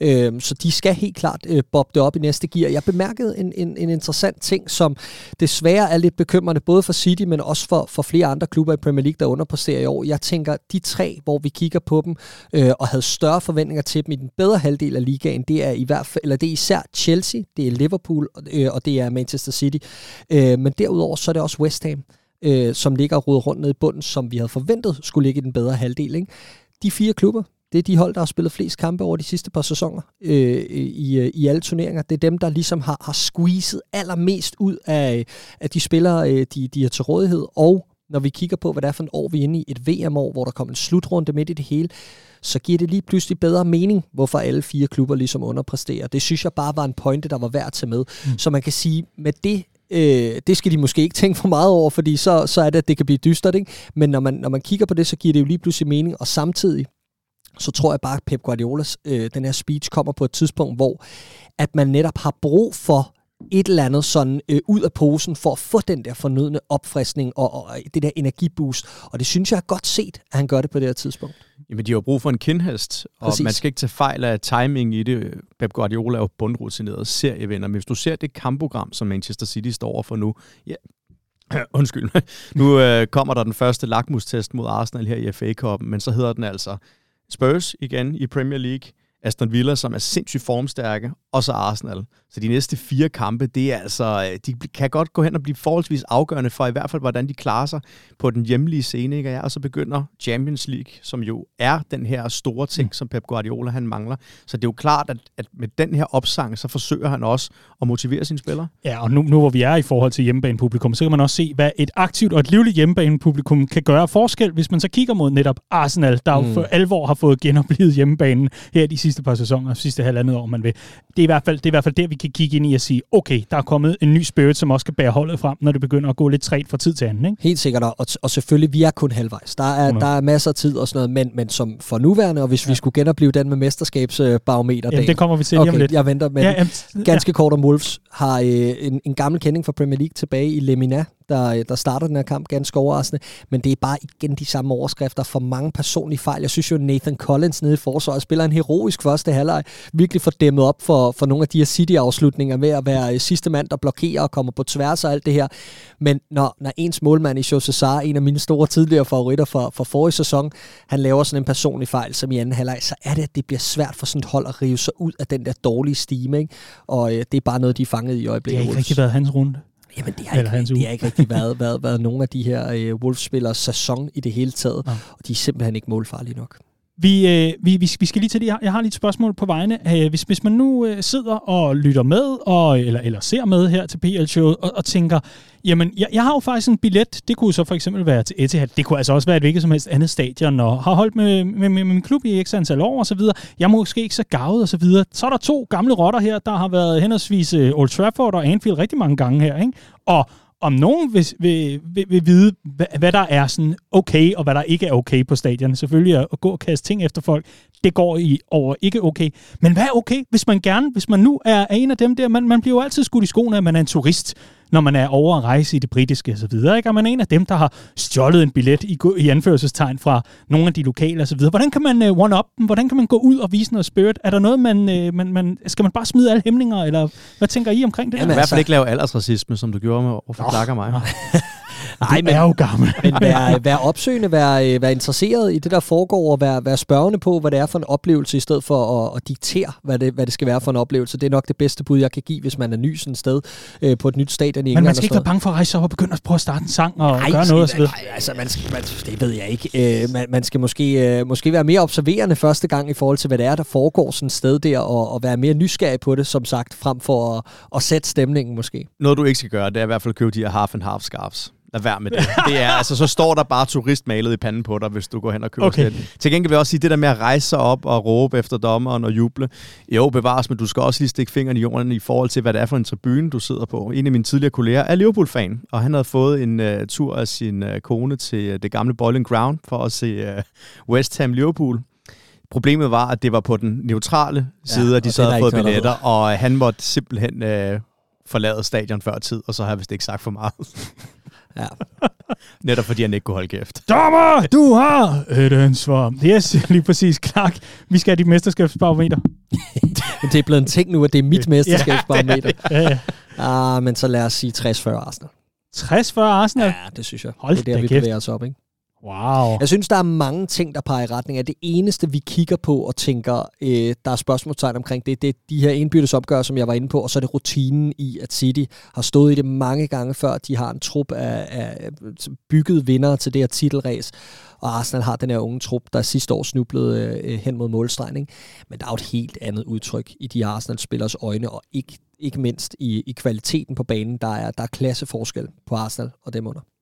Så de skal helt klart bobbe det op i næste gear. Jeg bemærkede en interessant ting, som desværre er lidt bekymrende, både for City, men også for flere andre klubber i Premier League, der underpresterer i år. Jeg tænker, de 3, hvor vi kigger på dem, og havde større forventninger til dem i den bedre halvdel af ligaen, det er i hvert fald, eller det er især Chelsea, det er Liverpool, og det er Manchester City. Men derudover så er det også West Ham, som ligger og roder rundt nede i bunden, som vi havde forventet skulle ligge i den bedre halvdel. Ikke? De 4 klubber, det er de hold, der har spillet flest kampe over de sidste par sæsoner i alle turneringer. Det er dem, der ligesom har squeezet allermest ud af de spillere, de har til rådighed, og når vi kigger på, hvad det er for et år, vi er inde i, et VM-år, hvor der kommer en slutrunde midt i det hele, så giver det lige pludselig bedre mening, hvorfor alle 4 klubber ligesom underpræsterer. Det synes jeg bare var en pointe, der var værd at tage med. Så man kan sige, med det skal de måske ikke tænke for meget over, fordi så er det, at det kan blive dystert, ikke? Men når man kigger på det, så giver det jo lige pludselig mening, og samtidig så tror jeg bare, at Pep Guardiolas den her speech kommer på et tidspunkt, hvor at man netop har brug for et eller andet sådan ud af posen for at få den der fornødne opfriskning og det der energiboost. Og det synes jeg er godt set, at han gør det på det her tidspunkt. Jamen, de har brug for en kindhest, og præcis. Man skal ikke tage fejl af timing i det. Pep Guardiola er jo bundrutineret serievinder, men hvis du ser det kampprogram, som Manchester City står over for nu, undskyld, nu kommer der den første lakmustest mod Arsenal her i FA-koppen, men så hedder den altså Spurs igen i Premier League, Aston Villa, som er sindssygt formstærke, og så Arsenal. Så de næste 4 kampe, det er altså, de kan godt gå hen og blive forholdsvis afgørende for i hvert fald, hvordan de klarer sig på den hjemlige scene, ikke? Og så begynder Champions League, som jo er den her store ting, som Pep Guardiola han mangler. Så det er jo klart, at med den her opsang, så forsøger han også at motivere sine spillere. Ja, og nu hvor vi er i forhold til hjemmebanepublikum, så kan man også se, hvad et aktivt og et livligt hjemmebanepublikum kan gøre forskel, hvis man så kigger mod netop Arsenal, der jo for alvor har fået genoplivet hjemmebanen her de sidste par sæsoner, sidste halvandet år, man vil. Det er i hvert fald der, vi kan kigge ind i og sige, okay, der er kommet en ny spirit, som også kan bære holdet frem, når det begynder at gå lidt træt fra tid til anden, ikke? Helt sikkert, og selvfølgelig, vi er kun halvvejs. Der er masser af tid og sådan noget, men som for nuværende, og hvis vi skulle genopleve den med mesterskabsbarometer. Jamen, det kommer vi til lige om lidt. Jeg venter, men ganske kort om Wolves har en gammel kending fra Premier League tilbage i Lemina, der starter den her kamp ganske overraskende, men det er bare igen de samme overskrifter for mange personlige fejl. Jeg synes jo, Nathan Collins nede i forsvaret spiller en heroisk første halvleg, virkelig får dæmmet op for nogle af de her City-afslutninger med at være sidste mand, der blokerer og kommer på tværs og alt det her. Men når ens målmand i Jose Sarr, en af mine store tidligere favoritter for forrige sæson, han laver sådan en personlig fejl som i anden halvleg, så er det, at det bliver svært for sådan et hold at rive sig ud af den der dårlige stime, ikke? Og det er bare noget, de er fanget i øjeblikket. Det har ikke rigtig været hans runde. Jamen, det har ikke rigtig været nogen af de her Wolves-spillers sæson i det hele taget, og de er simpelthen ikke målfarlige nok. Vi skal lige til det. Jeg har lige et spørgsmål på vegne. Hvis man nu sidder og lytter med, eller ser med her til PL-showet, og tænker, jamen, jeg har jo faktisk en billet. Det kunne så for eksempel være til Etihad. Det kunne altså også være et hvilket som helst andet stadion, og har holdt med min klub i x antal år, og så videre. Jeg er måske ikke så gavet, og så videre. Så er der 2 gamle rotter her, der har været henholdsvis Old Trafford og Anfield rigtig mange gange her, ikke? Og om nogen vil vide, hvad der er sådan okay, og hvad der ikke er okay på stadion. Selvfølgelig at gå og kaste ting efter folk, det går over ikke okay. Men hvad er okay, hvis man nu er en af dem der, man bliver jo altid skudt i skoene, at man er en turist, når man er over at rejse i det britiske og så videre. Ikke? Og man er en af dem, der har stjålet en billet i anførselstegn fra nogle af de lokale og så videre. Hvordan kan man one-up dem? Hvordan kan man gå ud og vise noget spirit? Er der noget, man skal man bare smide alle hæmninger, eller hvad tænker I omkring det? Jamen, i hvert fald ikke lave aldersracisme, som du gjorde med overfor Klakker mig. Nej, men er jo gammel. Men vær opsøgende, vær interesseret i det, der foregår, og vær spørgende på, hvad det er for en oplevelse, i stedet for at diktere, hvad det skal være for en oplevelse. Det er nok det bedste bud, jeg kan give, hvis man er ny sådan et sted på et nyt stadion i England. Men man skal ikke være bange for at rejse op og begynde at prøve at starte en sang og gøre noget osv. Nej, altså, det ved jeg ikke. Man skal måske være mere observerende første gang i forhold til, hvad det er, der foregår sådan et sted der, og være mere nysgerrig på det, som sagt, frem for at sætte stemningen måske. Noget, du ikke skal gøre, det er i hvert fald at købe de her half and half scarves. Lad være med det. Det er, altså, så står der bare turistmalet i panden på dig, hvis du går hen og køber sådan. Til gengæld vil jeg også sige, det der med at rejse sig op og råbe efter dommeren og juble. Jo, bevares, men du skal også lige stikke fingeren i jorden i forhold til, hvad det er for en tribune, du sidder på. En af mine tidligere kolleger er Liverpool-fan, og han havde fået en tur af sin kone til det gamle Boiling Ground for at se West Ham Liverpool. Problemet var, at det var på den neutrale side, at de så havde fået billetter, og han måtte simpelthen forlade stadion før tid, og så har jeg vist ikke sagt for meget. Ja. Netop fordi han ikke kunne holde kæft. Dommer, du har et ansvar. Yes, lige præcis. Clark, vi skal have dit mesterskabsbarometer. Men det er blevet en ting nu, at det er mit mesterskabsbarometer. Ja. Men så lad os sige 60-40 Arsenal. 60-40 Arsenal? Ja, det synes jeg. Hold det er der, vi bevæger os op, ikke? Wow. Jeg synes, der er mange ting, der peger i retning af det eneste, vi kigger på og tænker, der er spørgsmålstegn omkring det. Det er de her indbyrdes opgør, som jeg var inde på, og så er det rutinen i, at City har stået i det mange gange før. De har en trup af bygget vindere til det her titelræs, og Arsenal har den her unge trup, der sidste år snublede hen mod målstregen. Men der er jo et helt andet udtryk i de Arsenal-spillers øjne, og ikke mindst i kvaliteten på banen. Der er klasseforskel på Arsenal og dem under.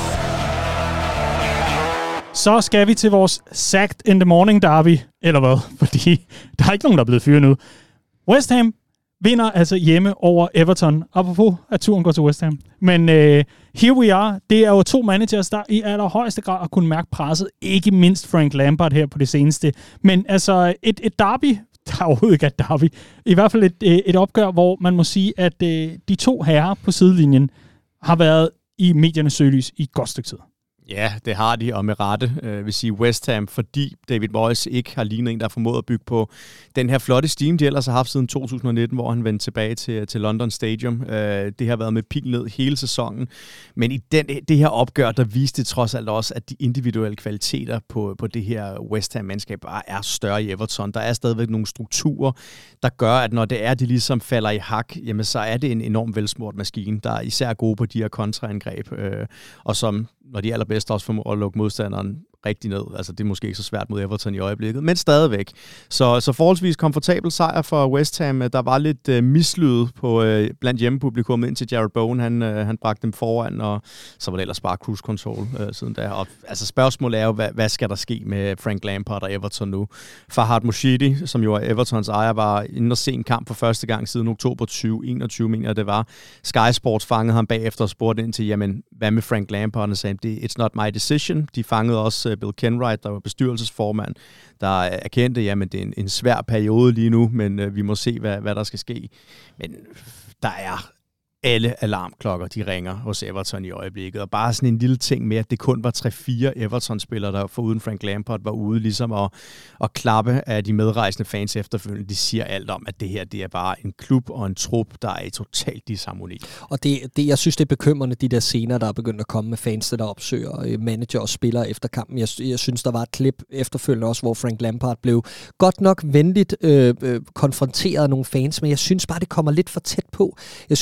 Så skal vi til vores Sacked in the Morning derby, eller hvad? Fordi der er ikke nogen, der er blevet fyret nu. West Ham vinder altså hjemme over Everton. Apropos, at turen går til West Ham. Men here we are. Det er jo 2 managers, der i allerhøjeste grad har kunnet mærke presset. Ikke mindst Frank Lampard her på det seneste. Men altså et derby, der er overhovedet ikke et derby. I hvert fald et opgør, hvor man må sige, at de 2 herrer på sidelinjen har været i mediernes søgelys i et godt stykke tid. Ja, det har de, og med rette vil sige West Ham, fordi David Moyes ikke har lignet en, der har formået at bygge på den her flotte steam, de ellers har haft siden 2019, hvor han vendte tilbage til London Stadium. Det har været med pil ned hele sæsonen, men i det her opgør, der viste det trods alt også, at de individuelle kvaliteter på det her West Ham-mandskab bare er større i Everton. Der er stadigvæk nogle strukturer, der gør, at når det er, de ligesom falder i hak, jamen så er det en enorm velsmurt maskine, der er især gode på de her kontraangreb, og som når de allerbedste også formår at lukke modstanderen rigtig ned. Altså, det er måske ikke så svært mod Everton i øjeblikket, men stadigvæk. Så forholdsvis komfortabel sejr for West Ham. Der var lidt mislyde på blandt hjemmepublikummet ind til Jared Bowen. Han bragte dem foran, og så var det ellers bare cruise control siden da. Og, altså, spørgsmålet er jo, hvad skal der ske med Frank Lampard og Everton nu? Farhad Moshiri, som jo er Evertons ejer, var inde og se en kamp for første gang siden oktober 2021, mener jeg det var. Sky Sports fangede ham bagefter og spurgte ind til, jamen, hvad med Frank Lampard? Og sagde, it's not my decision. De fangede også Bill Kenwright, der var bestyrelsesformand, der erkendte, jamen det er en svær periode lige nu, men vi må se, hvad der skal ske. Men der er alle alarmklokker, de ringer hos Everton i øjeblikket. Og bare sådan en lille ting med, at det kun var 3-4 Everton-spillere, der foruden Frank Lampard var ude ligesom at klappe af de medrejsende fans efterfølgende. De siger alt om, at det her det er bare en klub og en trup, der er i totalt disharmoni. Og det, jeg synes, det er bekymrende, de der scener, der er begyndt at komme med fans, der opsøger manager og spillere efter kampen. Jeg synes, der var et klip efterfølgende også, hvor Frank Lampard blev godt nok venligt konfronteret af nogle fans, men jeg synes bare, det kommer lidt for tæt på. Jeg synes ikke,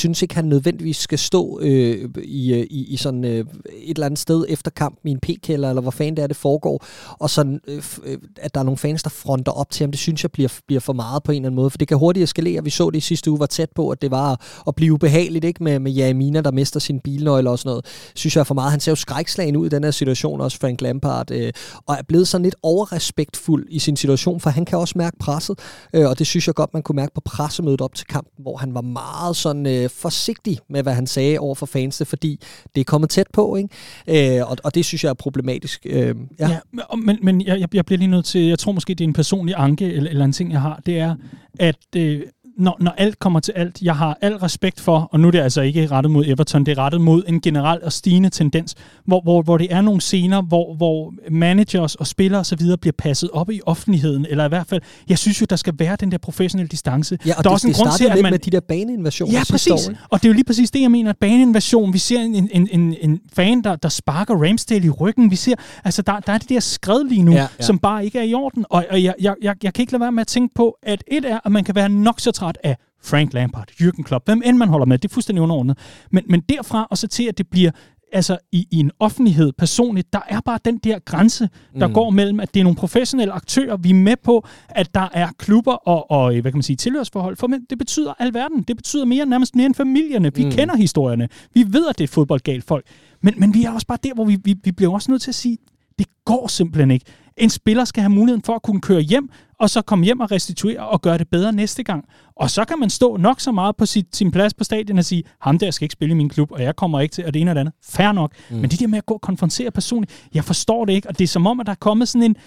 han nødvendigvis skal stå i sådan et eller andet sted efter kampen i en p-kælder, eller hvor fanden det er, det foregår, og sådan, at der er nogle fans, der fronter op til ham. Det synes jeg bliver for meget på en eller anden måde, for det kan hurtigt eskalere. Vi så det i sidste uge, var tæt på, at det var at blive ubehageligt, ikke? Med Jeremina, der mister sin bilnøgle og sådan noget. Synes jeg er for meget. Han ser jo skrækslagen ud i den her situation, også Frank Lampard, og er blevet sådan lidt overrespektfuld i sin situation, for han kan også mærke presset, og det synes jeg godt, man kunne mærke på pressemødet op til kampen, hvor han var meget sådan forsigtig med, hvad han sagde over for fansene, fordi det er kommet tæt på, ikke? Og det synes jeg er problematisk. Men jeg bliver lige nødt til, jeg tror måske, det er en personlig anke, eller en ting, jeg har, det er, at når alt kommer til alt, jeg har al respekt for, og nu er det altså ikke rettet mod Everton, det er rettet mod en generel og stigende tendens, hvor det er nogle scener, hvor managers og spillere og så videre bliver passet op i offentligheden, eller i hvert fald, jeg synes jo, der skal være den der professionelle distance. Ja, og der er også en grund til, at man med de der baneinvasioner. Ja, præcis. Og det er jo lige præcis det, jeg mener, at baneinvasion, vi ser en fan, der sparker Ramsdale i ryggen, vi ser, altså der er det der skred lige nu, som bare ikke er i orden, og jeg kan ikke lade være med at tænke på, at et er, at man kan være nok så træt af Frank Lampard, Jürgen Klopp, hvem end man holder med, det er fuldstændig underordnet. Men derfra og så til, at det bliver altså i en offentlighed personligt, der er bare den der grænse, der går mellem, at det er nogle professionelle aktører, vi er med på, at der er klubber og hvad kan man sige, tilhørsforhold, for det betyder alverden. Det betyder nærmest mere end familierne. Vi kender historierne. Vi ved, at det er fodboldgalt folk. Men vi er også bare der, hvor vi bliver også nødt til at sige, det går simpelthen ikke. En spiller skal have muligheden for at kunne køre hjem, og så komme hjem og restituere og gøre det bedre næste gang. Og så kan man stå nok så meget på sin plads på stadion og sige, ham der skal ikke spille i min klub, og jeg kommer ikke til, og det ene og det andet. Fair nok. Men det der med at gå og konfrontere personligt, jeg forstår det ikke, og det er som om, at der er kommet sådan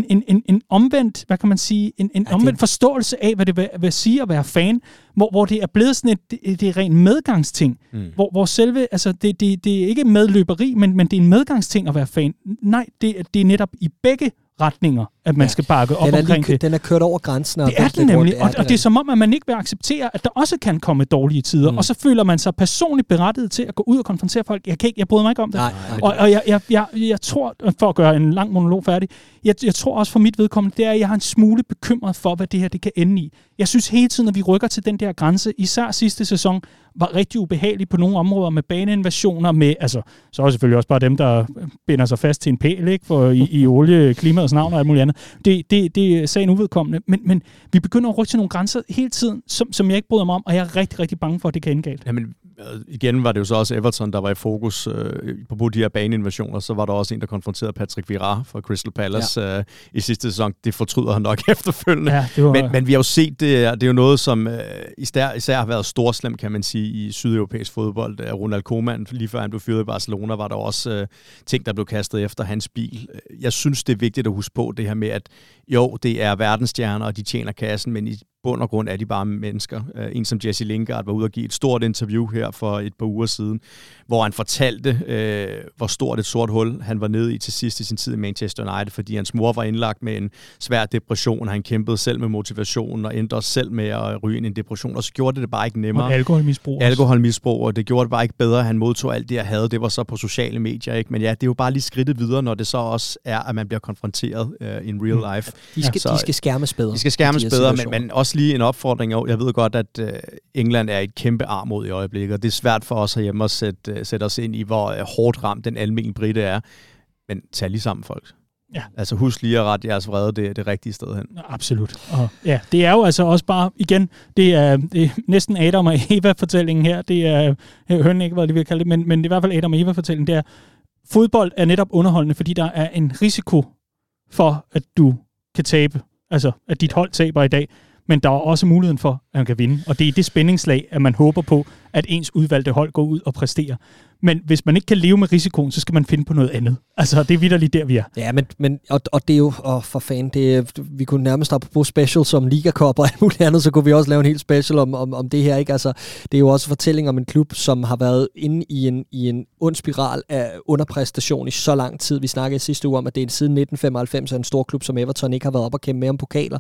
en omvendt, hvad kan man sige, en omvendt forståelse af, hvad det vil sige at være fan, hvor det er blevet sådan det er rent medgangsting, hvor selve, altså det er ikke medløberi, men det er en medgangsting at være fan. Nej, det er netop i begge retninger, at man skal bakke op omkring det. Den er kørt over grænsen. Det er den nemlig, og det er som om, at man ikke vil acceptere, at der også kan komme dårlige tider, og så føler man sig personligt berettiget til at gå ud og konfrontere folk. Jeg bryder mig ikke om det. Og jeg tror, for at gøre en lang monolog færdig, jeg tror også for mit vedkommende, det er, at jeg har en smule bekymret for, hvad det her det kan ende i. Jeg synes hele tiden, at vi rykker til den der grænse, især sidste sæson, var rigtig ubehagelig på nogle områder med baneinvasioner, med, altså, så er selvfølgelig også bare dem, der binder sig fast til en pæl, ikke, for i olie, klimaets navn og alt muligt andet. Det er sagen uvedkommende, men vi begynder at rykke til nogle grænser hele tiden, som jeg ikke bryder mig om, og jeg er rigtig, rigtig bange for, at det kan ende galt. Jamen, igen var det jo så også Everton, der var i fokus på de her baneinvasioner, så var der også en, der konfronterede Patrick Vieira fra Crystal Palace i sidste sæson. Det fortryder han nok efterfølgende. Ja, men vi har jo set, det er jo noget, som især har været storslem, kan man sige, i sydeuropæisk fodbold. Ronald Koeman, lige før han blev fyret i Barcelona, var der også ting, der blev kastet efter hans bil. Jeg synes, det er vigtigt at huske på det her med, at jo, det er verdensstjerner, og de tjener kassen, men i bund og grund er de bare mennesker. En som Jesse Lingard var ude og give et stort interview her for et par uger siden, hvor han fortalte, hvor stort et sort hul han var nede i til sidst i sin tid i Manchester United, fordi hans mor var indlagt med en svær depression. Han kæmpede selv med motivationen og endte også selv med at ryge ind i en depression, og så gjorde det bare ikke nemmere. Og alkoholmisbrug. Og det gjorde det bare ikke bedre. Han modtog alt det, jeg havde. Det var så på sociale medier, ikke? Men ja, det er jo bare lige skridtet videre, når det så også er, at man bliver konfronteret in real life. De skal skærmes bedre. De skal skærmes bedre, men også lige en opfordring. Jeg ved godt, at England er et kæmpe armod i øjeblikket, og det er svært for os herhjemme at sætte os ind i, hvor hårdt ramt den almindelige brite er. Men tag lige sammen, folk. Ja. Altså husk lige at rette jeres vrede det rigtige sted hen. Absolut. Og ja, det er jo altså også bare, igen, det er næsten Adam og Eva-fortællingen her. Det er, jeg hører ikke, hvad jeg vil kalde det, men det er i hvert fald Adam og Eva-fortællingen. Det er, fodbold er netop underholdende, fordi der er en risiko for, at du kan tabe. Altså, at dit hold taber i dag. Men der er også muligheden for, at man kan vinde. Og det er det spændingslag, at man håber på, at ens udvalgte hold går ud og præsterer. Men hvis man ikke kan leve med risikoen, så skal man finde på noget andet. Altså, det er vitterligt der, vi er. Ja, men det er jo, for fan, vi kunne nærmest apropos specials om Liga Cup og alt muligt andet, så kunne vi også lave en helt special om det her, ikke? Altså, det er jo også fortælling om en klub, som har været inde i en ond spiral af underpræstation i så lang tid. Vi snakkede sidste uge om, at det er siden 1995 en stor klub som Everton ikke har været op og kæmpe med om pokaler.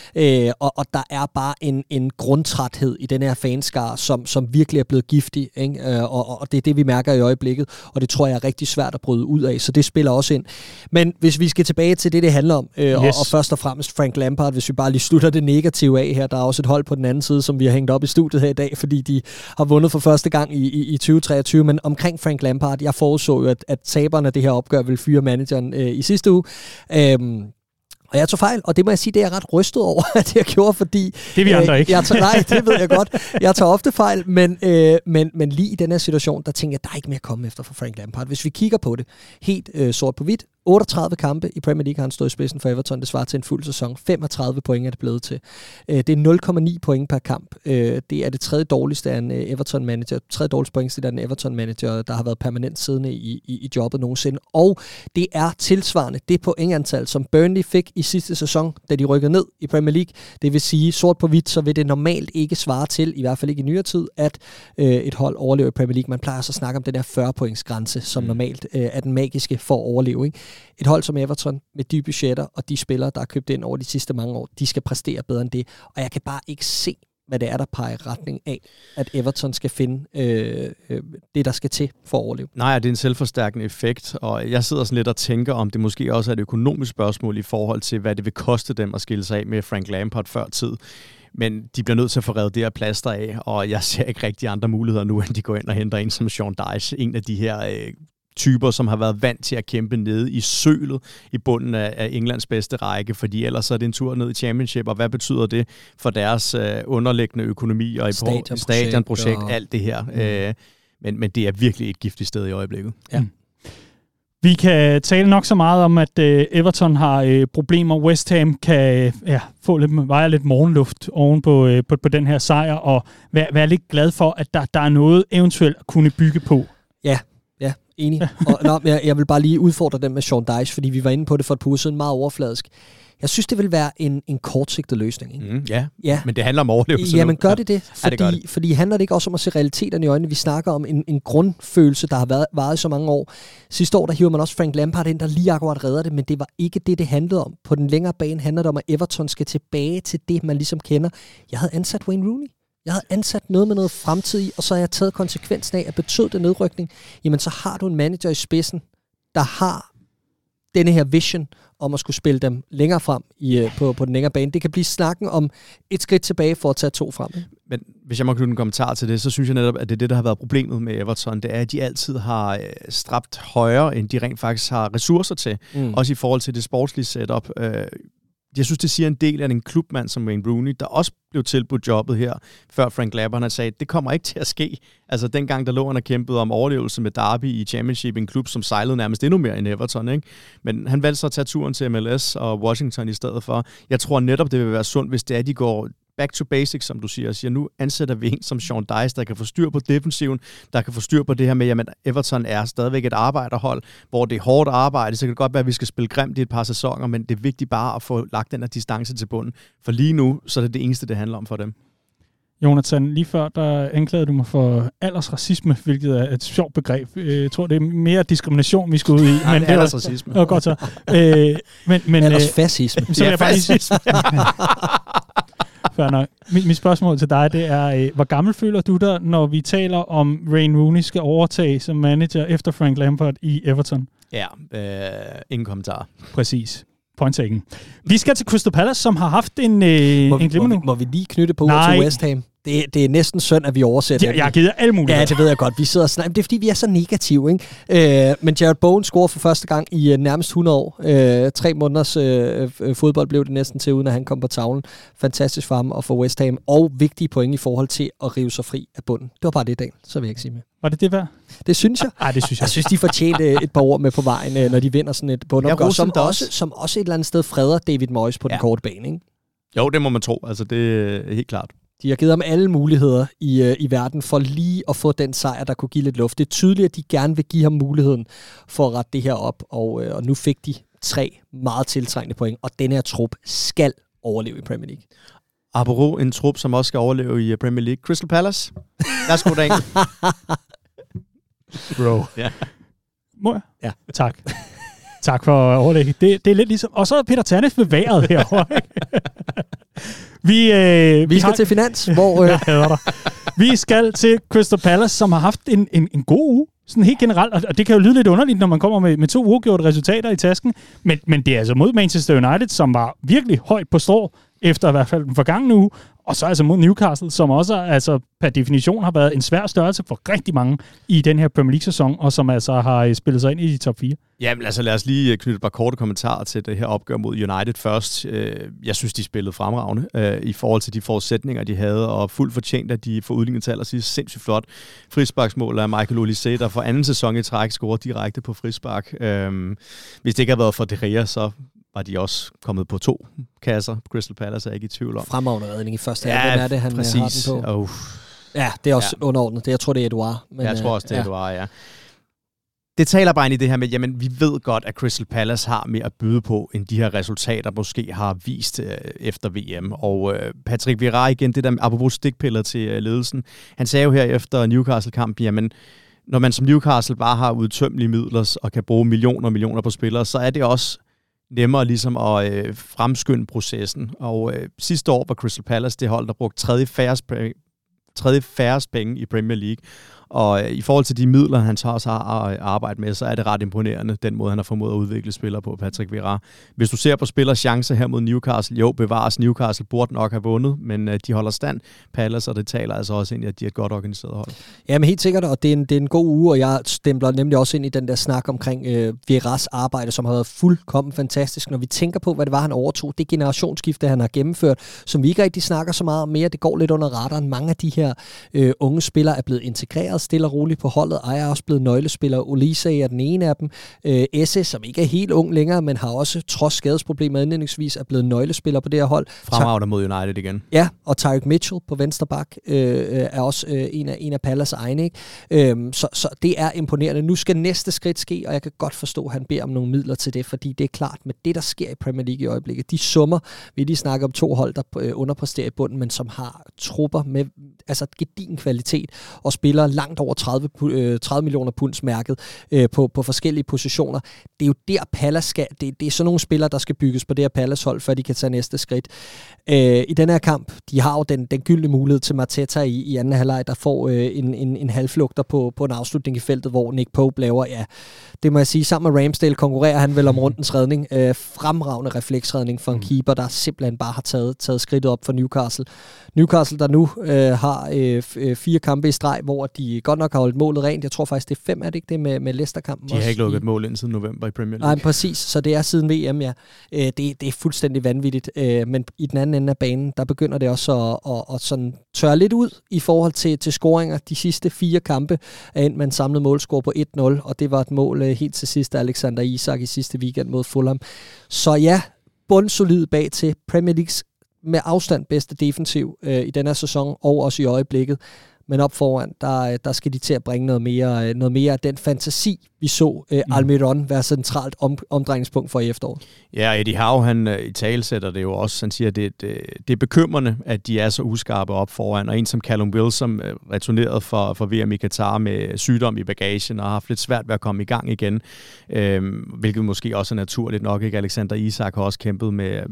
Og der er bare en grundtræthed i den her fanskare, som virkelig er blevet giftig, ikke? Og det er det, vi mærker i øjeblikket, og det tror jeg er rigtig svært at bryde ud af, så det spiller også ind. Men hvis vi skal tilbage til det handler om, og først og fremmest Frank Lampard, hvis vi bare lige slutter det negative af her, der er også et hold på den anden side, som vi har hængt op i studiet her i dag, fordi de har vundet for første gang i 2023, men omkring Frank Lampard, jeg forudså jo, at taberne af det her opgør vil fyre manageren i sidste uge. Og jeg tog fejl, og det må jeg sige, det er jeg ret rystet over, at jeg gjorde, fordi... Det er vi andre ikke. Nej, det ved jeg godt. Jeg tager ofte fejl, men lige i den her situation, der tænker jeg, der er ikke mere at komme efter for Frank Lampard. Hvis vi kigger på det helt sort på hvidt, 38 kampe i Premier League har han stået i spidsen for Everton. Det svarer til en fuld sæson. 35 point er det blevet til. Det er 0,9 point per kamp. Det er det tredje dårligste af en Everton-manager. Tredje dårligste point er en Everton-manager, der har været permanent siddende i jobbet nogensinde. Og det er tilsvarende det pointantal, som Burnley fik i sidste sæson, da de rykkede ned i Premier League. Det vil sige, sort på hvidt, så vil det normalt ikke svare til, i hvert fald ikke i nyere tid, at et hold overlever i Premier League. Man plejer så at snakke om den der 40-points grænse, som normalt er den magiske for at overleve, ikke? Et hold som Everton med dybe budgetter, og de spillere, der er købt ind over de sidste mange år, de skal præstere bedre end det. Og jeg kan bare ikke se, hvad det er, der peger i retning af, at Everton skal finde det, der skal til for at overleve. Nej, det er en selvforstærkende effekt, og jeg sidder sådan lidt og tænker, om det måske også er et økonomisk spørgsmål i forhold til, hvad det vil koste dem at skille sig af med Frank Lampard før tid. Men de bliver nødt til at få revet det her plaster af, og jeg ser ikke rigtig andre muligheder nu, end de går ind og henter en som Sean Dyche, en af de her typer, som har været vant til at kæmpe nede i sølet i bunden af Englands bedste række, fordi ellers er det en tur ned i Championship, og hvad betyder det for deres underliggende økonomi og stadionprojekt, alt det her. Men det er virkelig et giftigt sted i øjeblikket. Ja. Vi kan tale nok så meget om, at Everton har problemer. West Ham kan veje lidt morgenluft oven på den her sejr, og være lidt glad for, at der er noget eventuelt at kunne bygge på. Ja, enig. Og, jeg vil bare lige udfordre den med Sean Dyche, fordi vi var inde på det for et par uger siden, meget overfladisk. Jeg synes, det vil være en kortsigtet løsning. Ikke? Ja, men det handler om overlevelse. Ja, men gør det? Fordi handler det ikke også om at se realiteterne i øjnene? Vi snakker om en grundfølelse, der har varet i så mange år. Sidste år, der hiver man også Frank Lampard ind, der lige akkurat redder det, men det var ikke det handlede om. På den længere bane handler det om, at Everton skal tilbage til det, man ligesom kender. Jeg havde ansat Wayne Rooney. Jeg havde ansat noget med noget fremtid i, og så har jeg taget konsekvensen af, at betød det nedrykning. Jamen, så har du en manager i spidsen, der har denne her vision om at skulle spille dem længere frem på den længere bane. Det kan blive snakken om et skridt tilbage for at tage 2 frem. Men hvis jeg må knytte en kommentar til det, så synes jeg netop, at det er det, der har været problemet med Everton. Det er, at de altid har strabt højere, end de rent faktisk har ressourcer til. Også i forhold til det sportslige setup. Jeg synes, det siger en del af en klubmand som Wayne Rooney, der også blev tilbudt jobbet her, før Frank Lampard sagde, at det kommer ikke til at ske. Altså dengang, der lå han og kæmpede om overlevelse med Derby i Championship, en klub, som sejlede nærmest endnu mere end Everton, ikke? Men han valgte så at tage turen til MLS og Washington i stedet for. Jeg tror netop, det vil være sundt, hvis det er, at de går back to basics, som du siger, nu ansætter vi en som Sean Dyche, der kan få styr på defensiven, der kan få styr på det her med, at Everton er stadigvæk et arbejderhold, hvor det er hårdt arbejde, så kan det godt være, at vi skal spille grimt i et par sæsoner, men det er vigtigt bare at få lagt den her distance til bunden, for lige nu, så er det eneste, det handler om for dem. Jonathan, lige før, der anklagede du mig for aldersracisme, hvilket er et sjovt begreb. Jeg tror, det er mere diskrimination, vi skal ud i. Nej, men det er aldersracisme. Det var godt så. Men aldersfascisme. Så jeg bare Mit spørgsmål til dig, det er, hvor gammel føler du dig, når vi taler om Wayne Rooney skal overtage som manager efter Frank Lampard i Everton? Ja, ingen kommentar. Præcis. Point taken. Vi skal til Crystal Palace, som har haft en glimrende. Må vi lige knytte på til West Ham? Det er næsten synd, at vi oversætter. Jeg har givet alle muligheder. Ja, det ved jeg godt. Vi sidder og snakker. Det er, fordi vi er så negative, ikke? Men Jared Bowen scorer for første gang i nærmest 100 år. 3 måneders fodbold blev det næsten til, uden at han kom på tavlen. Fantastisk for ham og for West Ham. Og vigtige point i forhold til at rive sig fri af bunden. Det var bare det, Dan. Så vil jeg ikke sige mere. Var det værd? Det synes jeg. Det synes jeg. Jeg synes, de fortjente et par ord med på vejen, når de vinder sådan et bundopgør, som også et eller andet sted freder David Moyes på den korte bane, ikke? Jo, det må man tro. Altså, det er helt klart. De har givet ham alle muligheder i verden for lige at få den sejr, der kunne give lidt luft. Det er tydeligt, at de gerne vil give ham muligheden for at rette det her op, og nu fik de 3 meget tiltrængende point, og den her trup skal overleve i Premier League. Apropos en trup, som også skal overleve i Premier League. Crystal Palace. Værsgo, Dan. Bro. Ja. Må jeg? Ja. Tak. Tak for overlægget. Det er lidt ligesom... Og så er Peter Tannes ved vejret herovre. Vi skal til finans, hvor... Vi skal til Crystal Palace, som har haft en god uge. sådan helt generelt, og det kan jo lyde lidt underligt, når man kommer med 2 uafgjorte resultater i tasken, men det er altså mod Manchester United, som var virkelig højt på strå, efter i hvert fald den forgangne uge, og så altså mod Newcastle, som også altså per definition har været en svær størrelse for rigtig mange i den her Premier League-sæson, og som altså har spillet sig ind i de top 4. Jamen altså lad os lige knytte et par korte kommentarer til det her opgør mod United først. Jeg synes, de spillede fremragende i forhold til de forudsætninger, de havde, og fuldt fortjent, at de får udlignet til allersidst. Sindssygt flot frisparksmål af Michael Olise, der for anden sæson i træk scorer direkte på frispark. Hvis det ikke havde været for De Gea, så var de også kommet på 2 kasser på Crystal Palace, er jeg ikke i tvivl om. Fremragende redning i første halvleg. Hvem er det, han præcis. har den på? Ja, det er også underordnet. Jeg tror, det er Edouard. Men, jeg tror også, det er Edouard, ja. Det taler bare ind i det her med, jamen vi ved godt, at Crystal Palace har mere at byde på, end de her resultater måske har vist efter VM. Og Patrick Vieira igen, det der apropos stikpiller til ledelsen, han sagde jo her efter Newcastle-kampen, jamen når man som Newcastle bare har udtømmelige midler og kan bruge millioner på spillere, så er det også nemmere ligesom at fremskynde processen. Og sidste år var Crystal Palace det hold, der brugte tredje færrest penge i Premier League. Og i forhold til de midler, han så også har at arbejde med, så er det ret imponerende, den måde, han har formået at udvikle spillere på, Patrick Vieira. Hvis du ser på spillers chancer her mod Newcastle, jo, bevares Newcastle burde nok have vundet, men de holder stand, Palace, og det taler altså også ind i, at de er et godt organiseret hold. Ja, men helt sikkert, og det er en god uge, og jeg stempler nemlig også ind i den der snak omkring Vieiras arbejde, som har været fuldkommen fantastisk, når vi tænker på, hvad det var, han overtog. Det generationsskifte, han har gennemført, som vi ikke rigtig snakker så meget om mere. Det går lidt under radaren. Mange af de her unge spillere er blevet integreret stille og roligt på holdet. Ej er også blevet nøglespiller. Olise er den ene af dem. Esse, som ikke er helt ung længere, men har også trods skadesproblemer indledningsvis, er blevet nøglespiller på det her hold. Fremragende mod United igen. Ja, og Tyrick Mitchell på venstre bak er også en af Palace egne. Ikke? Så det er imponerende. Nu skal næste skridt ske, og jeg kan godt forstå, at han beder om nogle midler til det, fordi det er klart, med det, der sker i Premier League i øjeblikket, de summer, vi lige snakker om 2 hold, der underpresterer i bunden, men som har trupper med altså gedigen kvalitet, og spiller langt over 30 millioner punds mærket på forskellige positioner. Det er jo der Palace skal, det er sådan nogle spillere, der skal bygges på det her Palace-hold, før de kan tage næste skridt. I den her kamp, de har jo den gyldne mulighed til Mateta i anden halvleg, der får en halvflugter på en afslutning i feltet, hvor Nick Pope laver, ja, det må jeg sige, sammen med Ramsdale konkurrerer han vel om rundens redning. Fremragende refleksredning for en keeper, der simpelthen bare har taget skridtet op for Newcastle. Newcastle, der nu har 4 kampe i streg, hvor de godt nok har holdt målet rent. Jeg tror faktisk, det er 5, er det ikke det med Leicester-kampen? De har ikke lukket et mål ind siden november i Premier League. Nej, præcis. Så det er siden VM, ja. Det er fuldstændig vanvittigt. Men i den anden ende af banen, der begynder det også at sådan tørre lidt ud i forhold til scoringer. De sidste 4 kampe er endt med en samlet målscore på 1-0, og det var et mål helt til sidst af Alexander Isak i sidste weekend mod Fulham. Så ja, bundsolid bag til Premier Leagues med afstand bedste defensiv i denne sæson, og også i øjeblikket. Men op foran, der skal de til at bringe noget mere af den fantasi, vi så Almiron være centralt omdrejningspunkt for i efteråret. Ja, Eddie Howe, han i talesætter det jo også. Han siger, at det er bekymrende, at de er så uskarpe op foran. Og en som Callum Wilson returnerede for VM i Qatar med sygdom i bagagen og har haft lidt svært ved at komme i gang igen. Hvilket måske også er naturligt nok. Ikke? Alexander Isak har også kæmpet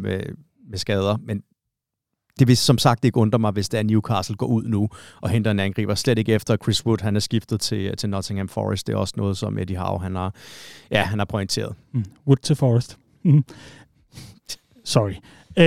med skader, men det vil som sagt ikke undre mig, hvis det er Newcastle går ud nu og henter en angriber. Slet ikke efter Chris Wood, han er skiftet til Nottingham Forest. Det er også noget, som Eddie Howe, han har pointeret. Wood til Forest. Sorry.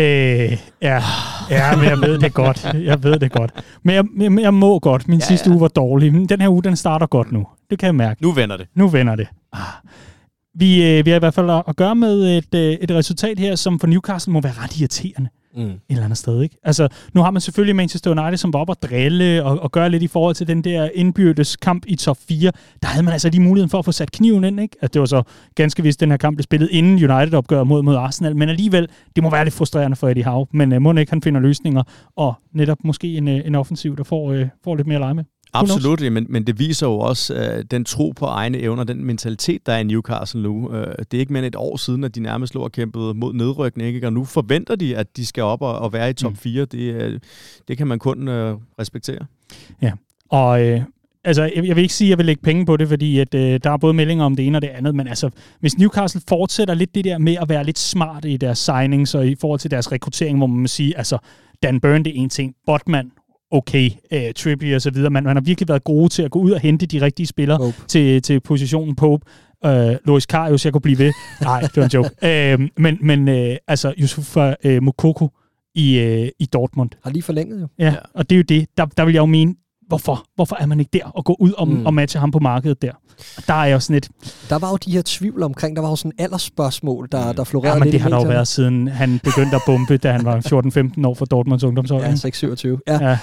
Ja, men jeg ved det godt. Men jeg må godt. Min sidste uge var dårlig. Den her uge, den starter godt nu. Det kan jeg mærke. Nu vender det. Vi har i hvert fald at gøre med et resultat her, som for Newcastle må være ret irriterende. Et eller andet sted, ikke? Altså, nu har man selvfølgelig Manchester United, som var op at drille og gøre lidt i forhold til den der indbyrdes kamp i top 4. Der havde man altså lige muligheden for at få sat kniven ind, ikke? At det var så ganske vist, den her kamp blev spillet inden United-opgør mod Arsenal, men alligevel, det må være lidt frustrerende for Eddie Howe, men må ikke han finder løsninger, og netop måske en offensiv, der får lidt mere at lege med. Absolut, men det viser jo også den tro på egne evner, den mentalitet, der er i Newcastle nu. Det er ikke mere end et år siden, at de nærmest lå og kæmpede mod nedrykning, ikke? Og nu forventer de, at de skal op og være i top 4. Det kan man kun respektere. Ja, og altså, jeg vil ikke sige, at jeg vil lægge penge på det, fordi at, der er både meldinger om det ene og det andet, men altså, hvis Newcastle fortsætter lidt det der med at være lidt smart i deres signings og i forhold til deres rekruttering, hvor man må sige, altså, Dan Burn, det er en ting, Botman okay. Trippier og så videre. Man har virkelig været gode til at gå ud og hente de rigtige spillere til positionen Pope. Loris Karius, jeg kunne blive ved. Nej, det var en joke. Men altså, Yusufa Moukoko i Dortmund. Har lige forlænget jo. Ja, og det er jo det. Der vil jeg jo mene, hvorfor er man ikke der og gå ud og matche ham på markedet der? Der er jo sådan et... Der var jo de her tvivl omkring, der var jo sådan aldersspørgsmål, der florerede lidt. Men det har der jo været siden han begyndte at bombe, da han var 14-15 år for Dortmunds ungdomshold. Ja, 6-27. Ja.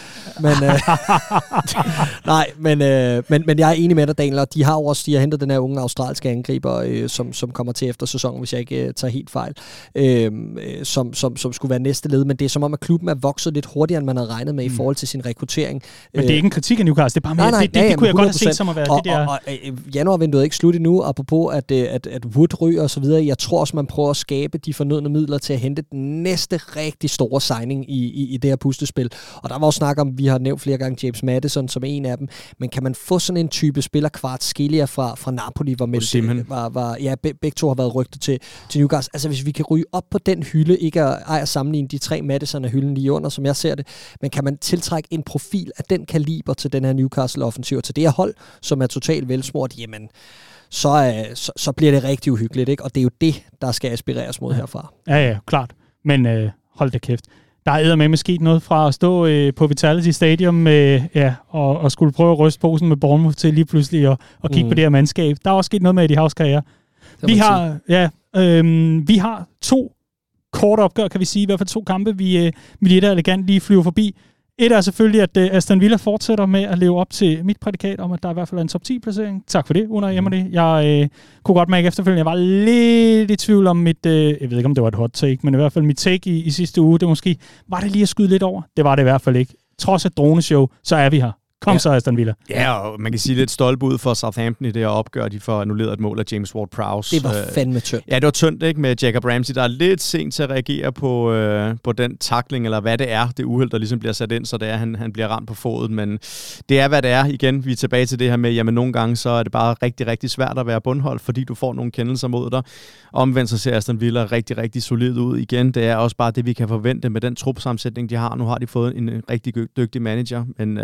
Men jeg er enig med dig, Daniel, og de har hentet den her unge australske angriber, som kommer til efter sæsonen, hvis jeg ikke tager helt fejl, som skulle være næste led, men det er som om, at klubben er vokset lidt hurtigere, end man havde regnet med i forhold til sin rekruttering. Men det er ikke en kritik af Newcastle, det er bare mere, det kunne jeg godt have set som at være det der... Og januarvinduet er ikke slut endnu, apropos at Wood ryger og så videre. Jeg tror også, man prøver at skabe de fornødne midler til at hente den næste rigtig store signing i det her puslespil. Og der var også snak om, vi har nævnt flere gange James Maddison som en af dem, men kan man få sådan en type spiller Kvaratskhelia fra Napoli, hvor begge to har været rygtet til Newcastle. Altså hvis vi kan ryge op på den hylde, ikke at sammenligne de 3 Maddison af hylden lige under, som jeg ser det, men kan man tiltrække en profil af den kaliber til den her Newcastle-offensiv, til det her hold, som er totalt velsmurt, jamen, så bliver det rigtig uhyggeligt, ikke? Og det er jo det, der skal aspireres mod herfra. Ja, klart. Men hold da kæft. Der er eddermame sket noget fra at stå på Vitality Stadium og skulle prøve at ryste posen med Bournemouth til lige pludselig og kigge på det her mandskab. Der er også sket noget med Eddie Howe's karriere. Vi har 2 korte opgør, kan vi sige. I hvert fald 2 kampe, vi lidt elegant lige flyver forbi. Et er selvfølgelig, at Aston Villa fortsætter med at leve op til mit prædikat om, at der i hvert fald er en top 10-placering. Tak for det, Unai Emery. Jeg kunne godt mærke efterfølgende, jeg var lidt i tvivl om mit, jeg ved ikke, om det var et hot take, men i hvert fald mit take i sidste uge, det måske, var det lige at skyde lidt over? Det var det i hvert fald ikke. Trods et droneshow, så er vi her. Kom så, Aston Villa. Ja, og man kan sige lidt stolpe ud for Southampton i det her opgør. De får annulleret et mål af James Ward-Prowse. Det var fandme tyndt. Ja, det var tyndt, ikke? Med Jacob Ramsey, der er lidt sent til at reagere på den tackling, eller hvad det er, det uheld, der ligesom bliver sat ind, så det er, han bliver ramt på foden. Men det er, hvad det er. Igen, vi er tilbage til det her med, jamen nogle gange, så er det bare rigtig, rigtig svært at være bundhold, fordi du får nogle kendelser mod dig. Omvendt så ser Aston Villa rigtig, rigtig solid ud igen. Det er også bare det, vi kan forvente med den trupsammensætning, de har. Nu har de fået en rigtig dygtig manager, men...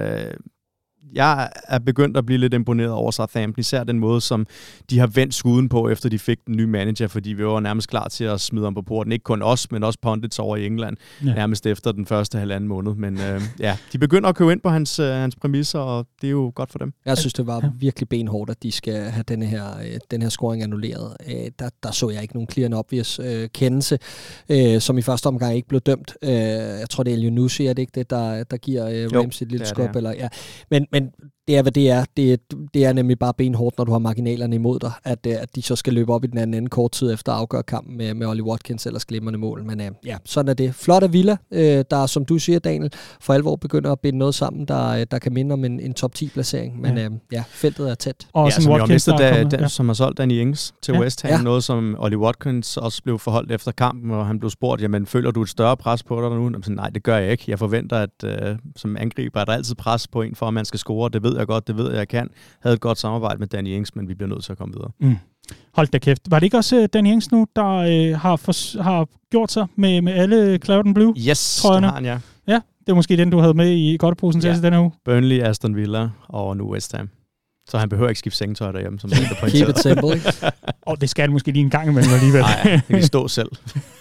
Jeg er begyndt at blive lidt imponeret over Southampton, især den måde, som de har vendt skuden på, efter de fik den nye manager, fordi vi var nærmest klar til at smide ham på porten. Ikke kun os, men også pundits over i England, nærmest efter den første 1,5 måned. Men de begynder at købe ind på hans præmisser, og det er jo godt for dem. Jeg synes, det var virkelig benhårdt, at de skal have den her scoring annulleret. Der så jeg ikke nogen clear and obvious kendelse, som i første omgang ikke blev dømt. Jeg tror, det er El Yunusi, er det ikke det, der giver Ramsey et lille skub? Men det er, hvad det er. Det er nemlig bare benhårdt, når du har marginalerne imod dig, at de så skal løbe op i den anden kort tid efter at afgøre kampen med Ollie Watkins ellers glimrende mål. Men sådan er det. Flot af Villa, der, som du siger, Daniel, for alvor begynder at binde noget sammen, der kan minde om en top 10-placering. Men feltet er tæt. Og som Watkins, som har solgt Danny Ings til West Ham. Noget, som Ollie Watkins også blev forholdt efter kampen, og han blev spurgt, jamen, føler du et større pres på dig nu? Så, nej, det gør jeg ikke. Jeg forventer, at som angriber er der altid pres på en, for at man skal score. Det ved jeg godt, det ved jeg kan. Havde et godt samarbejde med Danny Ings, men vi bliver nødt til at komme videre. Hold da kæft. Var det ikke også Danny Ings nu, der har gjort sig med alle Cloud and Blue? Yes, trøjerne? Det har han, ja. Ja, det er måske den, du havde med i godteposen til denne uge. Burnley, Aston Villa og nu West Ham. Så han behøver ikke skifte sengetøj derhjemme, som det er pointeret. Keep it simple, ikke? Det skal måske lige en gang imellem alligevel. Nej, det kan stå selv.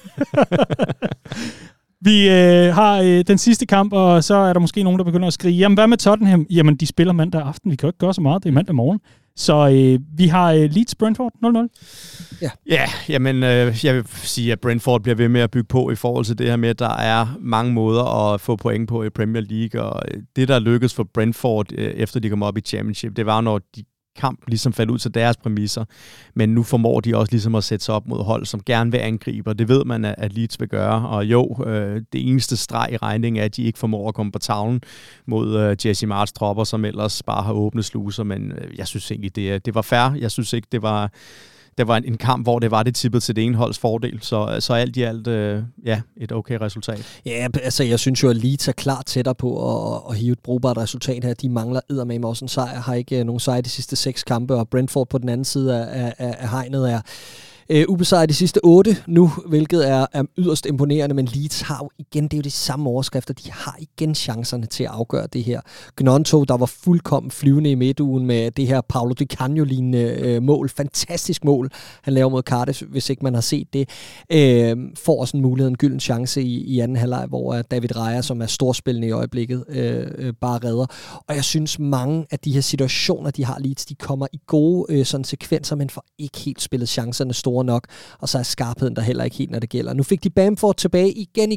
Vi har den sidste kamp, og så er der måske nogen, der begynder at skrige, jamen hvad med Tottenham? Jamen de spiller mandag aften, vi kan jo ikke gøre så meget, det er mandag morgen. Så vi har Leeds Brentford 0-0. Ja, jamen jeg vil sige, at Brentford bliver ved med at bygge på i forhold til det her med, at der er mange måder at få point på i Premier League, og det der lykkedes for Brentford, efter de kom op i Championship, det var når de kamp ligesom faldt ud til deres præmisser, men nu formår de også ligesom at sætte sig op mod hold, som gerne vil angribe, og det ved man, at Leeds vil gøre, og det eneste streg i regningen er, at de ikke formår at komme på tavlen mod Jesse Marts tropper, som ellers bare har åbne sluser, men jeg synes egentlig, det var fair. Jeg synes ikke, det var en kamp, hvor det tippet til det ene holds fordel. Så alt i alt, et okay resultat. Ja, altså jeg synes jo, at Leeds er klart tættere på at hive et brugbart resultat her. De mangler eddermame også en sejr. Har ikke nogen sejr de sidste 6 kampe, og Brentford på den anden side af hegnet er Ubesejret de sidste 8 nu, hvilket er yderst imponerende, men Leeds har jo igen, det er jo de samme overskrifter, de har igen chancerne til at afgøre det her. Gnonto, der var fuldkommen flyvende i midtugen med det her Paolo Di Canio-lignende mål, fantastisk mål, han laver mod Cardiff, hvis ikke man har set det, får også en mulighed, en gylden chance i anden halvleg, hvor David Raya, som er storspillende i øjeblikket, bare redder. Og jeg synes, mange af de her situationer, de har Leeds, de kommer i gode sådan sekvenser, men får ikke helt spillet chancerne store nok, og så er skarpheden der heller ikke helt, når det gælder. Nu fik de Bamford tilbage igen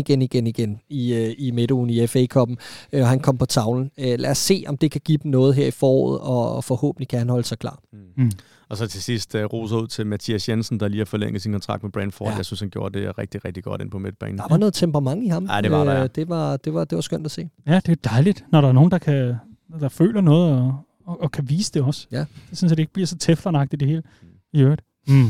i midtugen i FA-cupen, og han kom på tavlen. Lad os se, om det kan give dem noget her i foråret, og forhåbentlig kan han holde sig klar. Og så til sidst roser ud til Mathias Jensen, der lige har forlænget sin kontrakt med Brentford. Ja. Jeg synes, han gjorde det rigtig, rigtig godt ind på midtbanen. Der var noget temperament i ham. Ja, det var der, ja. Det var skønt at se. Ja, det er dejligt, når der er nogen, der føler noget og kan vise det også. Ja. Det synes, at det ikke bliver så teflonagtigt det hele. I øvrigt.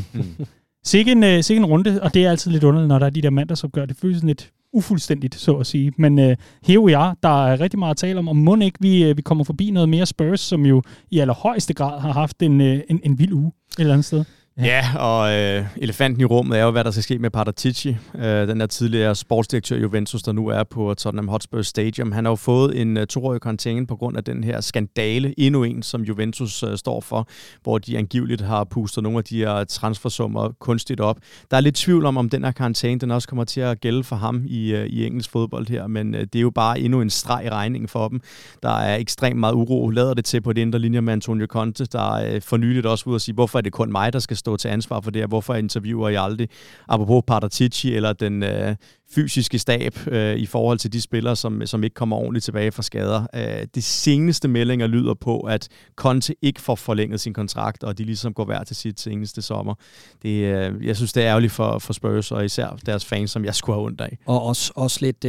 Sikke en runde, og det er altid lidt underligt, når der er de der mandagsopgør. Det føles lidt ufuldstændigt, så at sige. Men here we are. Der er rigtig meget at tale om må ikke vi kommer forbi noget mere Spurs, som jo i allerhøjeste grad har haft en vild uge et eller andet sted. Ja, og elefanten i rummet er jo, hvad der skal ske med Paratici, den der tidligere sportsdirektør i Juventus, der nu er på Tottenham Hotspur Stadium. Han har jo fået en 2-årig karantæne på grund af den her skandale, endnu en, som Juventus står for, hvor de angiveligt har pustet nogle af de her transfersummer kunstigt op. Der er lidt tvivl om den her karantæne, den også kommer til at gælde for ham i engelsk fodbold her, men det er jo bare endnu en streg i regningen for dem. Der er ekstremt meget uro, lader det til på det indre linje med Antonio Conte, der er for nyligt også ude at sige, hvorfor er det kun mig, der skal stå til ansvar for det her, hvorfor interviewer jeg aldrig apropos Paratici eller den fysiske stab i forhold til de spillere, som ikke kommer ordentligt tilbage fra skader. De seneste meldinger lyder på, at Conte ikke får forlænget sin kontrakt, og de ligesom går hver til sit seneste sommer. Jeg synes, det er ærgerligt for Spurs, og især deres fans, som jeg skulle have ondt af. Og også lidt,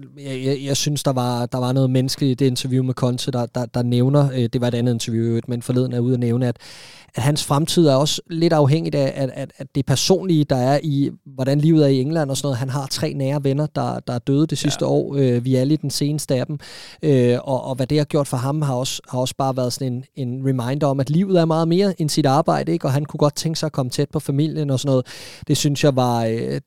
jeg synes, der var noget menneskeligt i det interview med Conte, der nævner, det var et andet interview, men forleden er ude at nævne, at hans fremtid er også lidt afhængigt af at det personlige, der er i, hvordan livet er i England og sådan noget. Han har 3 nære venner, der er døde det sidste år. Vi er lige den seneste af dem. Og hvad det har gjort for ham, har også bare været sådan en reminder om, at livet er meget mere end sit arbejde, ikke? Og han kunne godt tænke sig at komme tæt på familien og sådan noget. Det synes jeg var...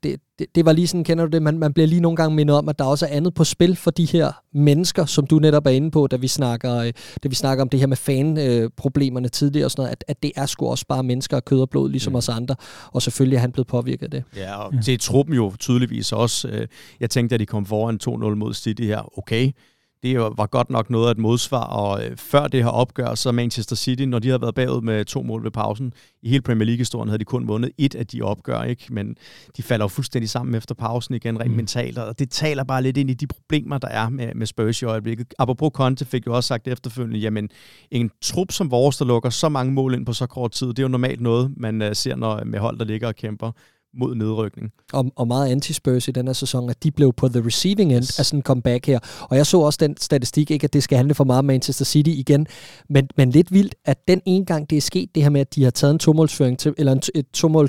Det var lige sådan, kender du det? Man bliver lige nogle gange mindet om, at der også er andet på spil for de her mennesker, som du netop er inde på, da vi snakker om det her med fan-problemerne tidligere og sådan noget, at det er sgu også bare mennesker af kød og blod, ligesom os andre. Og selvfølgelig er han blevet påvirket af det. Ja, og det er truppen jo tydeligvis også. Jeg tænkte, at de kom foran 2-0 mod City her. Okay, det var godt nok noget af et modsvar, og før det her opgør, så Manchester City, når de havde været bagud med 2 mål ved pausen, i hele Premier League-historien havde de kun vundet 1 af de opgør, ikke? Men de falder jo fuldstændig sammen efter pausen igen, rent mentalt, og det taler bare lidt ind i de problemer, der er med Spurs i øjeblikket. Apropos Conte fik jo også sagt efterfølgende, jamen en trup som vores, der lukker så mange mål ind på så kort tid, det er jo normalt noget, man ser når med hold, der ligger og kæmper mod nedrykning. Og meget anti-Spurs i den her sæson, at de blev på the receiving end af sådan en comeback her. Og jeg så også den statistik, ikke at det skal handle for meget om Manchester City igen, men lidt vildt, at den ene gang det er sket, det her med, at de har taget en 2-målsføring til, eller et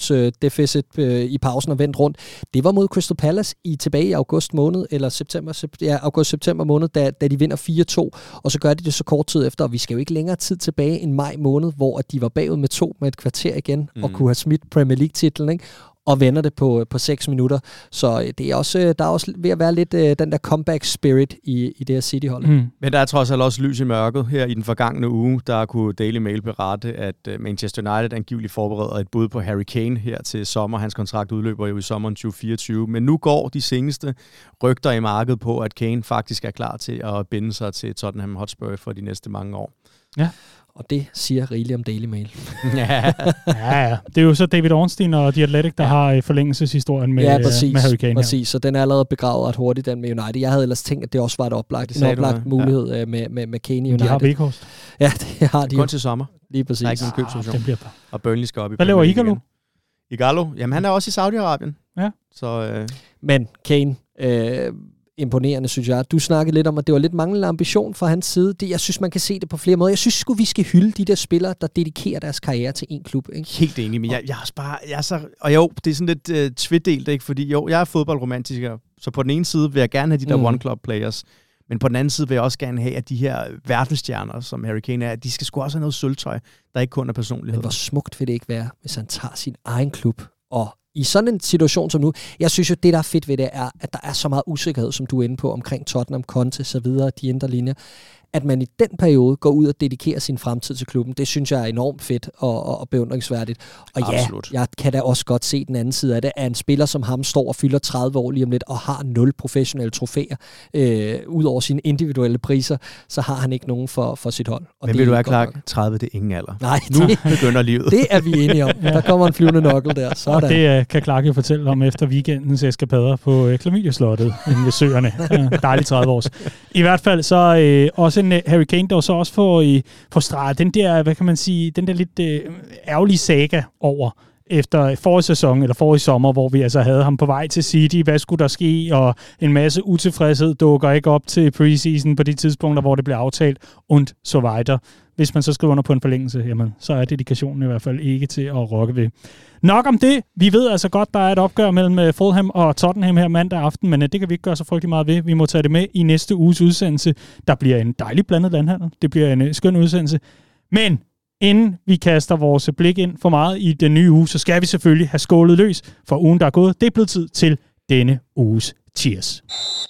2-måls i pausen og vendt rundt, det var mod Crystal Palace tilbage i august måned, eller august-september måned, da de vinder 4-2, og så gør de det så kort tid efter, og vi skal jo ikke længere tid tilbage end maj måned, hvor de var bagud med 2 med et kvarter igen, og kunne have smidt Premier League-titlen, ikke? Og vender det på 6 minutter. Så det er også, der er også ved at være lidt den der comeback spirit i det her City-hold. Men der er trods alt også lys i mørket. Her i den forgangne uge, der kunne Daily Mail berette, at Manchester United angiveligt forbereder et bud på Harry Kane her til sommer. Hans kontrakt udløber jo i sommeren 2024. Men nu går de seneste rygter i markedet på, at Kane faktisk er klar til at binde sig til Tottenham Hotspur for de næste mange år. Ja. Og det siger rigeligt om Daily Mail. ja. Det er jo så David Ornstein og The Athletic, der har forlængelseshistorien med Harry Kane. Præcis, så den er allerede begravet ret hurtigt, den med United. Jeg havde ellers tænkt, at det også var en oplagt mulighed med Kane i United. De har Vekhorst. Ja, det har de. Kun til sommer. Lige præcis. Der er ikke nogen købsoption. Og Burnley skal op i. Hvad laver Igalo? Igalo? Jamen, han er også i Saudi-Arabien. Ja. Så, Men Kane... imponerende, synes jeg. Du snakkede lidt om, at det var lidt manglende ambition fra hans side. Jeg synes, man kan se det på flere måder. Jeg synes sgu, vi skal hylde de der spillere, der dedikerer deres karriere til en klub. Ikke? Helt enig, men og jo, det er sådan lidt tvedelt, ikke? Fordi jo, jeg er fodboldromantiker, så på den ene side vil jeg gerne have de der one-club players, Men på den anden side vil jeg også gerne have, at de her verdensstjerner, som Harry Kane er, de skal sgu også have noget sølvtøj, der ikke kun er personlighed. Men hvor smukt vil det ikke være, hvis han tager sin egen klub og i sådan en situation som nu, jeg synes jo, det der er fedt ved det er, at der er så meget usikkerhed, som du er inde på, omkring Tottenham, Conte, så videre, de indre linjer, at man i den periode går ud og dedikerer sin fremtid til klubben. Det synes jeg er enormt fedt og beundringsværdigt. Og absolut. Ja, jeg kan da også godt se den anden side af det, at en spiller som ham står og fylder 30 år lige om lidt, og har 0 professionelle trofæer, ud over sine individuelle priser, så har han ikke nogen for sit hold. Og men vil du være klar, 30 det er ingen alder. Nej, nu begynder livet. Det er vi enige om. Der kommer en flyvende nokkel der. Sådan. Og det kan Clark jo fortælle om efter weekendens eskapader på Klamydia-slottet inde ved Søerne. Dejligt 30 års. I hvert fald så også en Harry Kane, der så også får streget den der, hvad kan man sige, den der lidt ærgerlige saga over efter forrige sæson, eller forrige sommer, hvor vi altså havde ham på vej til City. Hvad skulle der ske? Og en masse utilfredshed dukker ikke op til preseason på de tidspunkter, hvor det blev aftalt, und so weiter. Hvis man så skriver under på en forlængelse, jamen, så er dedikationen i hvert fald ikke til at rokke ved. Nok om det. Vi ved altså godt, der er et opgør mellem Fulham og Tottenham her mandag aften, men det kan vi ikke gøre så frygtelig meget ved. Vi må tage det med i næste uges udsendelse. Der bliver en dejlig blandet landhandel. Det bliver en skøn udsendelse. Men inden vi kaster vores blik ind for meget i den nye uge, så skal vi selvfølgelig have skålet løs for ugen, der er gået. Det er blevet tid til denne uges Cheers.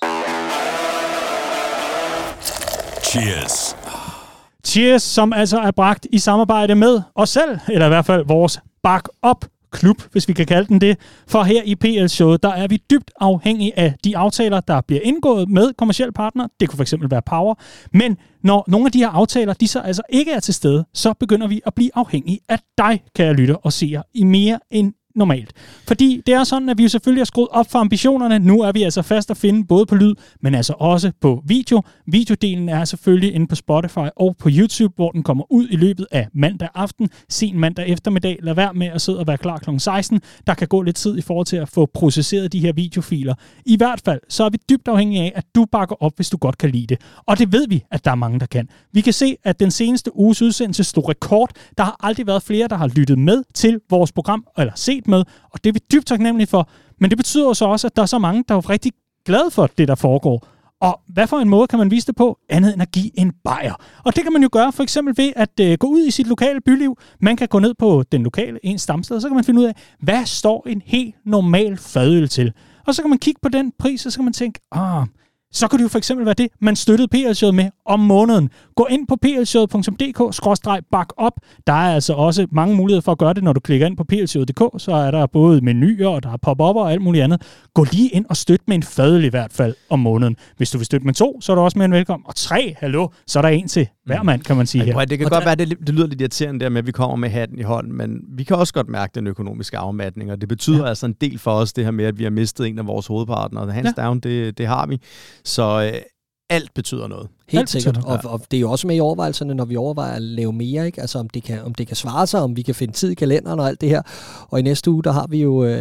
Cheers. Cheers, som altså er bragt i samarbejde med os selv, eller i hvert fald vores back-up-klub, hvis vi kan kalde den det. For her i PL-showet, der er vi dybt afhængige af de aftaler, der bliver indgået med kommercielle partnere. Det kunne fx være Power. Men når nogle af de her aftaler, de så altså ikke er til stede, så begynder vi at blive afhængige af dig, kære lytter og seere, i mere end normalt. Fordi det er sådan, at vi jo selvfølgelig har skruet op for ambitionerne. Nu er vi altså fast at finde både på lyd, men altså også på video. Videodelen er selvfølgelig inde på Spotify og på YouTube, hvor den kommer ud i løbet af mandag aften, sen mandag eftermiddag. Lad være med at sidde og være klar kl. 16. Der kan gå lidt tid i forhold til at få processeret de her videofiler. I hvert fald, så er vi dybt afhængige af, at du bakker op, hvis du godt kan lide det. Og det ved vi, at der er mange, der kan. Vi kan se, at den seneste uges udsendelse stod rekord. Der har aldrig været flere, der har lyttet med til vores program, eller set med, og det er vi dybt taknemmelige for. Men det betyder jo så også, at der er så mange, der er rigtig glade for det, der foregår. Og hvad for en måde kan man vise det på, andet end at give en bajer? Og det kan man jo gøre for eksempel ved at gå ud i sit lokale byliv. Man kan gå ned på den lokale, ens stamsted, og så kan man finde ud af, hvad står en helt normal fadøl til? Og så kan man kigge på den pris, og så kan man tænke, så kan det jo for eksempel være det, man støttede PL-showet med om måneden. Gå ind på plshowet.dk/backup. Der er altså også mange muligheder for at gøre det, når du klikker ind på plshowet.dk. Så er der både menuer, og der er pop-up'er og alt muligt andet. Gå lige ind og støt med en fadøl i hvert fald om måneden. Hvis du vil støtte med 2, så er du også mere end velkommen. Og 3, så er der en til hver mand, kan man sige her. Det kan godt være, det lyder lidt irriterende der med, at vi kommer med hatten i hånden, men vi kan også godt mærke den økonomiske afmatning, og det betyder altså en del for os, det her med, at vi har mistet en af vores hovedpartnere. Hands down, det har vi. Så alt betyder noget. Helt sikkert. Og det er jo også med i overvejelserne, når vi overvejer at lave mere, ikke? Altså om det kan svare sig, om vi kan finde tid i kalenderen og alt det her. Og i næste uge, der har vi jo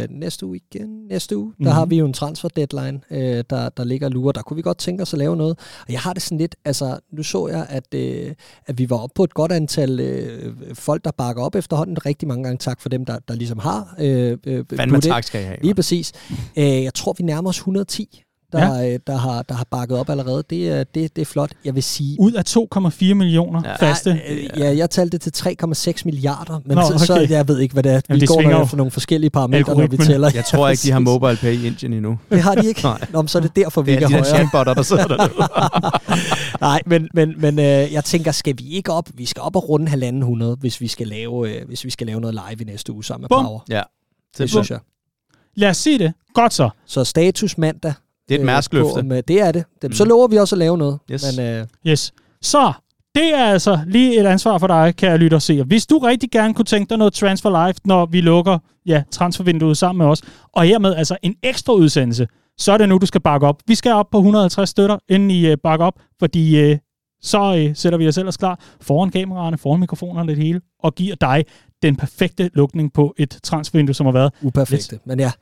der har vi jo en transfer deadline, der ligger og lurer. Der kunne vi godt tænke os at lave noget. Og jeg har det sådan lidt, altså nu så jeg, at vi var oppe på et godt antal folk, der bakker op efterhånden. Rigtig mange gange tak for dem, der ligesom har. Fandme tak skal I have. Lige præcis. Jeg tror, vi nærmer os 110. Der har bakket op allerede. Det er flot, jeg vil sige. Ud af 2,4 millioner faste? Ja, jeg talte det til 3,6 milliarder, men så jeg ved ikke, hvad det er. Vi går der for nogle forskellige parametre, når vi tæller. Jeg tror ikke, de har mobile pay i Indien endnu. Det har de ikke? Nå, så er det derfor, vi ikke er højere. Det er de der chatbotter, der sidder dernede. Nej, men jeg tænker, skal vi ikke op? Vi skal op og runde 1.500, hvis vi skal lave noget live i næste uge sammen med Power. Ja, det synes jeg. Lad os sige det. Godt så. Så status mandag. Det er et Mærsk-løfte. Det er det. Så lover vi også at lave noget. Yes. Men, yes. Så, det er altså lige et ansvar for dig, kære lytter og seere. Hvis du rigtig gerne kunne tænke dig noget Transfer Live, når vi lukker transfervinduet sammen med os, og hermed altså en ekstra udsendelse, så er det nu, du skal bakke op. Vi skal op på 150 støtter, inden I bakker op, fordi så sætter vi os ellers klar foran kameraerne, foran mikrofonerne og det hele, og giver dig den perfekte lukning på et transfervindue, som har været uperfekte, men ja.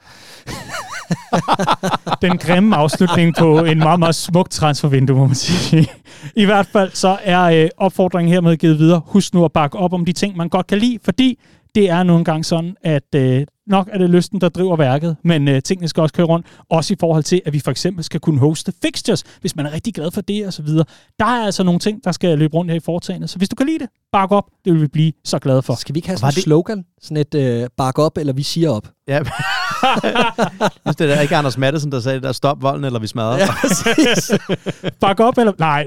Den grimme afslutning på en meget, meget smuk transfervindue, må man sige. I hvert fald så er opfordringen hermed givet videre. Husk nu at bakke op om de ting, man godt kan lide, fordi det er nogle gange sådan, at nok er det lysten, der driver værket, men tingene skal også køre rundt. Også i forhold til, at vi for eksempel skal kunne hoste fixtures, hvis man er rigtig glad for det og så videre. Der er altså nogle ting, der skal løbe rundt her i foretagendet. Så hvis du kan lide det, bak op. Det vil vi blive så glade for. Skal vi ikke have sådan et slogan? Sådan et bak op, eller vi siger op? Ja. Det er ikke Anders Mattesen, der sagde det der, stop volden, eller vi smadrer. Ja, præcis. Bak op, eller... Nej.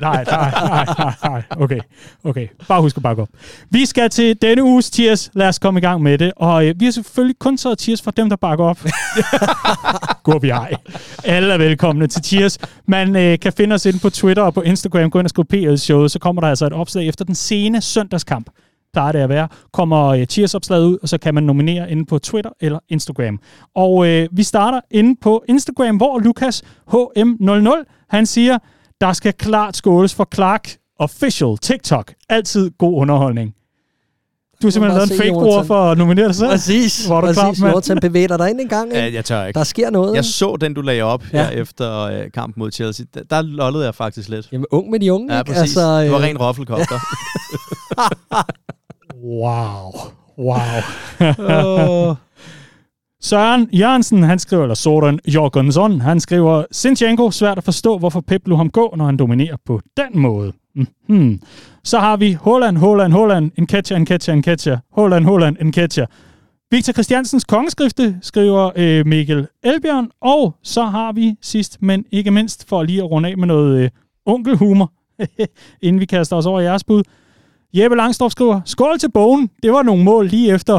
Okay. Bare husk at bakke op. Vi skal til denne uges tiers. Lad os komme i gang med det. Og vi har selvfølgelig kun taget tiers fra dem, der bakker op. God vi ej. Alle er velkomne til tiers. Man kan finde os inde på Twitter og på Instagram. Gå ind og skrive PL-showet. Så kommer der altså et opslag efter den sene søndagskamp. Plejer det at være, kommer tiers-opslaget ud, og så kan man nominere inde på Twitter eller Instagram. Og vi starter inde på Instagram, hvor Lukas HM00, han siger, der skal klart skåles for Clark Official TikTok. Altid god underholdning. Du har simpelthen lavet en fake-bruger for at nominere dig selv. Præcis. Hvor er du klar, Jonathan, bevæger dig ind en gang. Ja, jeg tør ikke. Der sker noget. Jeg så den, du lagde op her efter kampen mod Chelsea. Der lollede jeg faktisk lidt. Jamen, ung med de unge, ja, ikke? Præcis. Altså, det var ren roffelkopter. Wow. Søren Jørgensen, han skriver, eller Søren Jorgensson, han skriver, Zinchenko, svært at forstå, hvorfor Pep lod ham gå, når han dominerer på den måde. Mm-hmm. Så har vi Haaland, Nketiah, Haaland, Nketiah. Victor Christiansens kongeskrifte, skriver Mikkel Elbjørn, og så har vi sidst, men ikke mindst, for lige at runde af med noget onkelhumor, inden vi kaster os over jeres bud. Jeppe Langstorff skriver, skål til bogen. Det var nogle mål lige efter.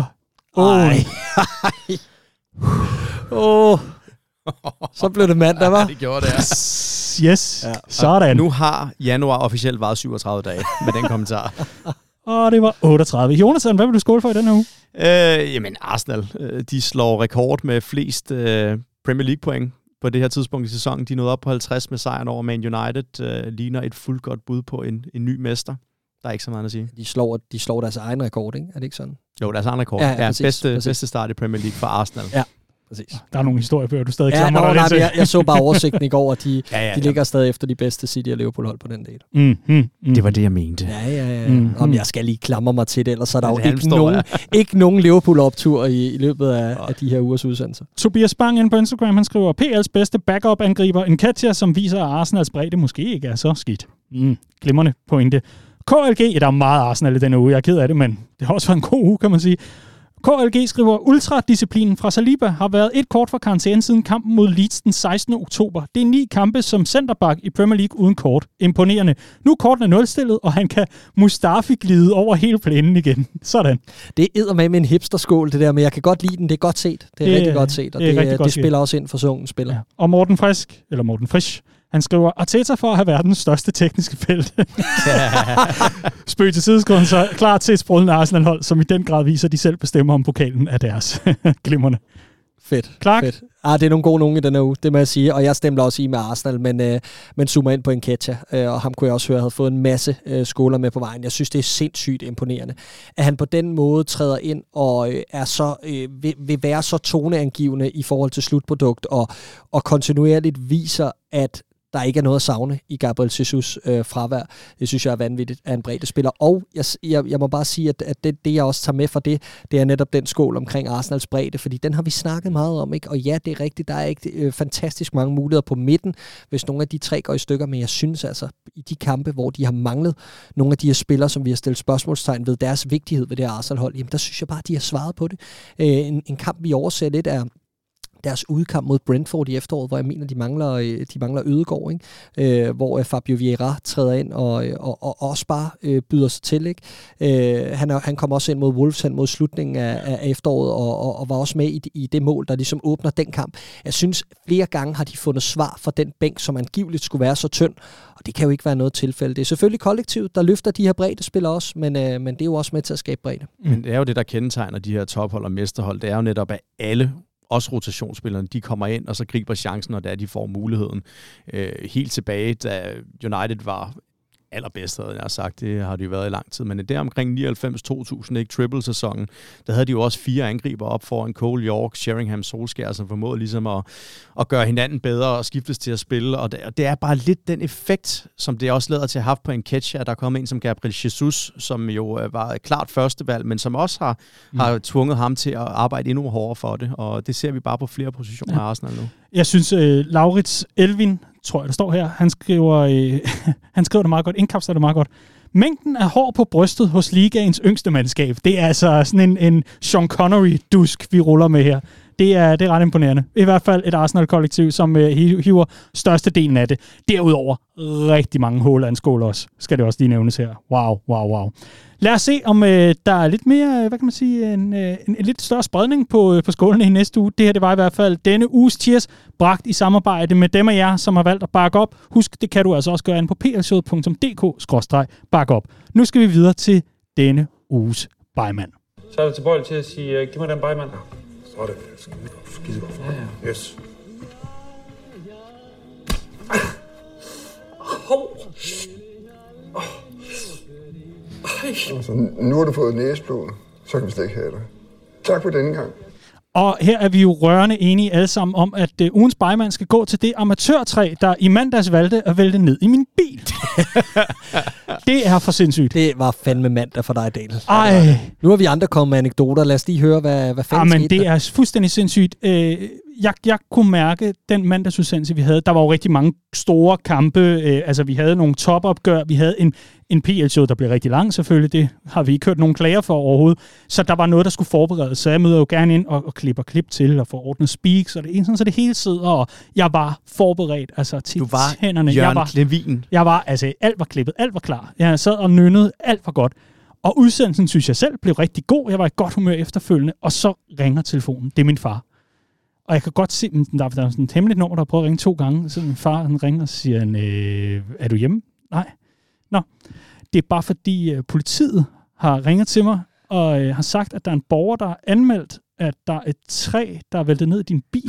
Så blev det mandag, var? Ja, det gjorde det, ja. Yes, ja. Sådan. Nu har januar officielt varet 37 dage med den kommentar. Og det var 38. Jonathan, hvad vil du skåle for i den her uge? Jamen, Arsenal, de slår rekord med flest Premier League point på det her tidspunkt i sæsonen. De nåede op på 50 med sejren over Man United. Ligner et fuldt godt bud på en ny mester. Der er ikke så meget at sige. De slår deres egen rekord, ikke? Er det ikke sådan? Jo, deres egen rekord. Ja, præcis. Bedste start i Premier League for Arsenal. Ja, præcis. Der er nogle historiebøger, du stadig klamrer dig lidt til. Jeg så bare oversigten i går, og de ligger stadig efter de bedste City og Liverpool-hold på den del. Det var det, jeg mente. Ja. Om jeg skal lige klamre mig til det, ellers så er der jo ikke nogen Liverpool-optur i løbet af de her ugers udsendelser. Tobias Bang inde på Instagram, han skriver, PL's bedste backup-angriber, Nketiah, som viser, at Arsenals bredde måske ikke er så skidt. Glimrende pointe. KLG, der er meget Arsenal i denne uge, jeg er ked af det, men det har også været en god uge, kan man sige. KLG skriver, ultradisciplinen fra Saliba har været et kort fra karantæne siden kampen mod Leeds den 16. oktober. Det er 9 kampe som centerback i Premier League uden kort. Imponerende. Nu er kortene nulstillet, og han kan Mustafi glide over hele plænen igen. Sådan. Det er eddermame med en hipsterskål, det der, men jeg kan godt lide den. Det er godt set. Det er rigtig godt set, og det spiller også ind for så unge spiller. Ja. Og Morten Frisch, han skriver, Arteta for at have verdens største tekniske felt. Spøg til sideskålen, så klar til et sprudlende Arsenal-hold, som i den grad viser, at de selv bestemmer, om pokalen er deres. Glimrende. Fedt. Clark? Fedt. Det er nogle gode nogen i den her uge, det må jeg sige. Og jeg stemmer også i med Arsenal, men zoomer ind på Nketiah. Og ham kunne jeg også høre, havde fået en masse skåler med på vejen. Jeg synes, det er sindssygt imponerende, at han på den måde træder ind og er så, vil være så toneangivende i forhold til slutprodukt, og kontinuerligt viser, at der ikke er noget at savne i Gabriel Jesus fravær. Det synes jeg er vanvittigt af en bredde spiller. Og jeg må bare sige, at det jeg også tager med for det er netop den skål omkring Arsenals bredde, fordi den har vi snakket meget om, ikke? Og ja, det er rigtigt, der er ikke fantastisk mange muligheder på midten, hvis nogle af de tre går i stykker, men jeg synes altså, i de kampe, hvor de har manglet nogle af de her spillere, som vi har stillet spørgsmålstegn ved deres vigtighed ved det her Arsenal-hold, jamen der synes jeg bare, at de har svaret på det. En kamp, vi overser lidt, er deres udkamp mod Brentford i efteråret, hvor jeg mener, de mangler Ødegaard, ikke? Hvor Fabio Vieira træder ind og også bare byder sig til. Ikke? Han kom også ind mod Wolves hen mod slutningen af efteråret og var også med i det mål, der ligesom åbner den kamp. Jeg synes, flere gange har de fundet svar for den bænk, som angiveligt skulle være så tynd, og det kan jo ikke være noget tilfælde. Det er selvfølgelig kollektivt, der løfter de her bredde-spillere også, men det er jo også med til at skabe bredde. Men det er jo det, der kendetegner de her tophold og mesterhold. Det er jo netop, at alle også rotationsspillerne, de kommer ind, og så griber chancen, når de får muligheden. Helt tilbage, da United var allerbedste, havde jeg sagt. Det har de jo været i lang tid. Men der omkring 99-2000, ikke triple-sæsonen, der havde de jo også 4 angriber op foran Cole York, Sheringham, Solskjaer, som formåede ligesom at gøre hinanden bedre og skiftes til at spille. Og det er bare lidt den effekt, som det også lader til at have haft på Nketiah. Der er kommet en som Gabriel Jesus, som jo var et klart førstevalg, men som også har tvunget ham til at arbejde endnu hårdere for det. Og det ser vi bare på flere positioner af Arsenal nu. Jeg synes, Laurits Elvin, tror jeg, der står her, han skriver det meget godt, indkapsler det meget godt. Mængden af hår på brystet hos ligaens yngste mandskab, det er altså sådan en Sean Connery-dusk, vi ruller med her. Det er ret imponerende. I hvert fald et Arsenal-kollektiv, som hiver størstedelen af det. Derudover rigtig mange Haaland-skål også, skal det også lige nævnes her. Wow. Lad os se, om der er lidt mere, hvad kan man sige, en lidt større spredning på skålene i næste uge. Det her, det var i hvert fald denne uges Cheers, bragt i samarbejde med dem af jer, som har valgt at bakke op. Husk, det kan du altså også gøre inde på plshowet.dk/bakke op. Nu skal vi videre til denne uges bajmand. Så er du tilbøjelig til at sige, giv mig den bajmand. Så er det skide godt for dig. Ja. Yes. Altså, nu har du fået næseblod, så kan vi slet ikke have det. Tak for denne gang. Og her er vi jo rørende enige alle sammen om, at ugens bajmand skal gå til det amatørtræ, der i mandags valgte at vælte ned i min bil. Det er for sindssygt. Det var fandme mandag for dig, Daniel. Ej. Nu har vi andre kommet med anekdoter. Lad os lige høre, hvad fanden skete det er fuldstændig sindssygt. Jeg kunne mærke, den mandagsudsendelse, vi havde, der var jo rigtig mange store kampe. Altså, vi havde nogle topopgør. Vi havde en PL-show, der blev rigtig lang, selvfølgelig. Det har vi ikke hørt nogen klager for overhovedet. Så der var noget, der skulle forberedes. Så jeg møder jo gerne ind og klipper klip til og får ordnet speaks. Og det ene, sådan, så det hele sidder, og jeg var forberedt. Altså, til du var hænderne. Jørgen Klevin. Jeg var, altså, alt var klippet, alt var klar. Jeg sad og nynnede, alt var godt. Og udsendelsen, synes jeg selv, blev rigtig god. Jeg var i godt humør efterfølgende, og så ringer telefonen. Det er min far. Og jeg kan godt se, at der er sådan et hemmeligt nummer, der har prøvet at ringe 2 gange. Så min far han ringer og siger, er du hjemme? Nej. Nå, det er bare fordi politiet har ringet til mig, og har sagt, at der er en borger, der har anmeldt, at der er et træ, der er væltet ned i din bil.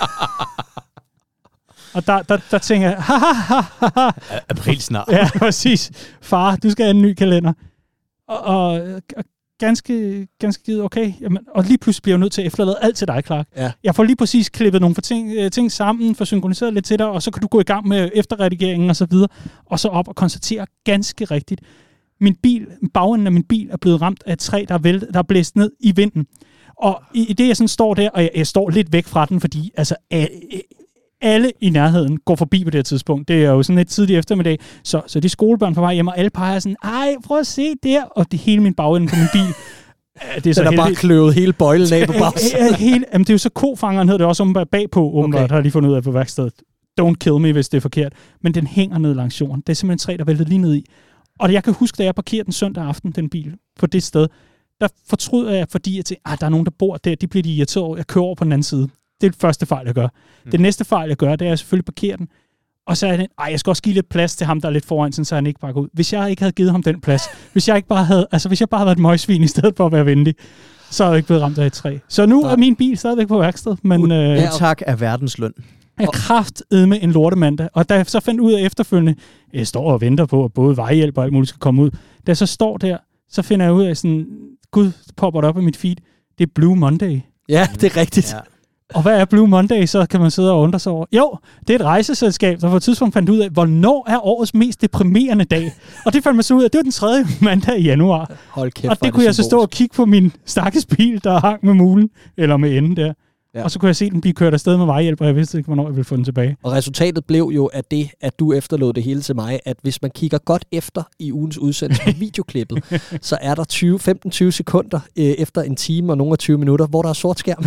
Og der tænker jeg, April snart. Ja, præcis. Far, du skal have en ny kalender. Og ganske givet, okay. Jamen, og lige pludselig bliver jeg nødt til at efterlade alt til dig, Clark. Ja. Jeg får lige præcis klippet nogle ting sammen, får synkroniseret lidt til dig, og så kan du gå i gang med efterredigeringen og så videre, og så op og konstatere ganske rigtigt. Bagenden af min bil er blevet ramt af et træ, der er blæst ned i vinden. Og i det, jeg sådan står der, og jeg står lidt væk fra den, fordi altså alle i nærheden går forbi på det her tidspunkt. Det er jo sådan lidt tidlig eftermiddag, så de skolebørn på vej hjem, og alle peger sådan, ej, prøv at se der, og det hele min bagende på min bil. Det er så bare kløvet hele bøjlen af på bagsiden. Jamen, det er jo så kofangeren, hedder det også bagpå, okay. Har lige fundet ud af på værkstedet. Don't kill me, hvis det er forkert. Men den hænger ned langs jorden. Det er simpelthen træ, der væltede lige ned i. Og jeg kan huske, da jeg parkerede den søndag aften, den bil, på det sted, der fortryder jeg, fordi jeg tænkte, der er nogen, der bor der, de bliver de irriteret over, jeg kører over på den anden side. Det er det første fejl, jeg gør. Det næste fejl, jeg gør, det er, at jeg selvfølgelig parkerer den. Og så er det, jeg skal også give lidt plads til ham, der er lidt foran, så han ikke bare går ud. Hvis jeg ikke havde givet ham den plads, hvis jeg bare havde været et møgsvin i stedet for at være venlig, så er jeg ikke blevet ramt af et træ. Så nu er min bil stadigvæk på værksted. Men tak af verdensløn. Jeg kraftedme en lortemandag. Og da jeg så fandt ud af efterfølgende, jeg står og venter på, at både vejhjælp og alt muligt skal komme ud. Da jeg så står der, så finder jeg ud af sådan, gud, popper det op i mit feed. Det er Blue Monday. Ja, det er rigtigt. Ja. Og hvad er Blue Monday? Så kan man sidde og undre sig over. Jo, det er et rejseselskab, der på et tidspunkt fandt ud af, hvornår er årets mest deprimerende dag. Og det fandt man så ud af, det var den 3. mandag i januar. Hold kæft, og det kunne jeg så stå og kigge på min stakkels bil, der hang med mulen, eller med enden der. Ja. Og så kunne jeg se den blive kørt afsted med vejhjælp, og jeg vidste ikke, hvornår jeg ville få den tilbage. Og resultatet blev jo af det, at du efterlod det hele til mig, at hvis man kigger godt efter i ugens udsendelse på videoklippet, så er der 15-20 sekunder efter en time og nogle af 20 minutter, hvor der er sort skærm.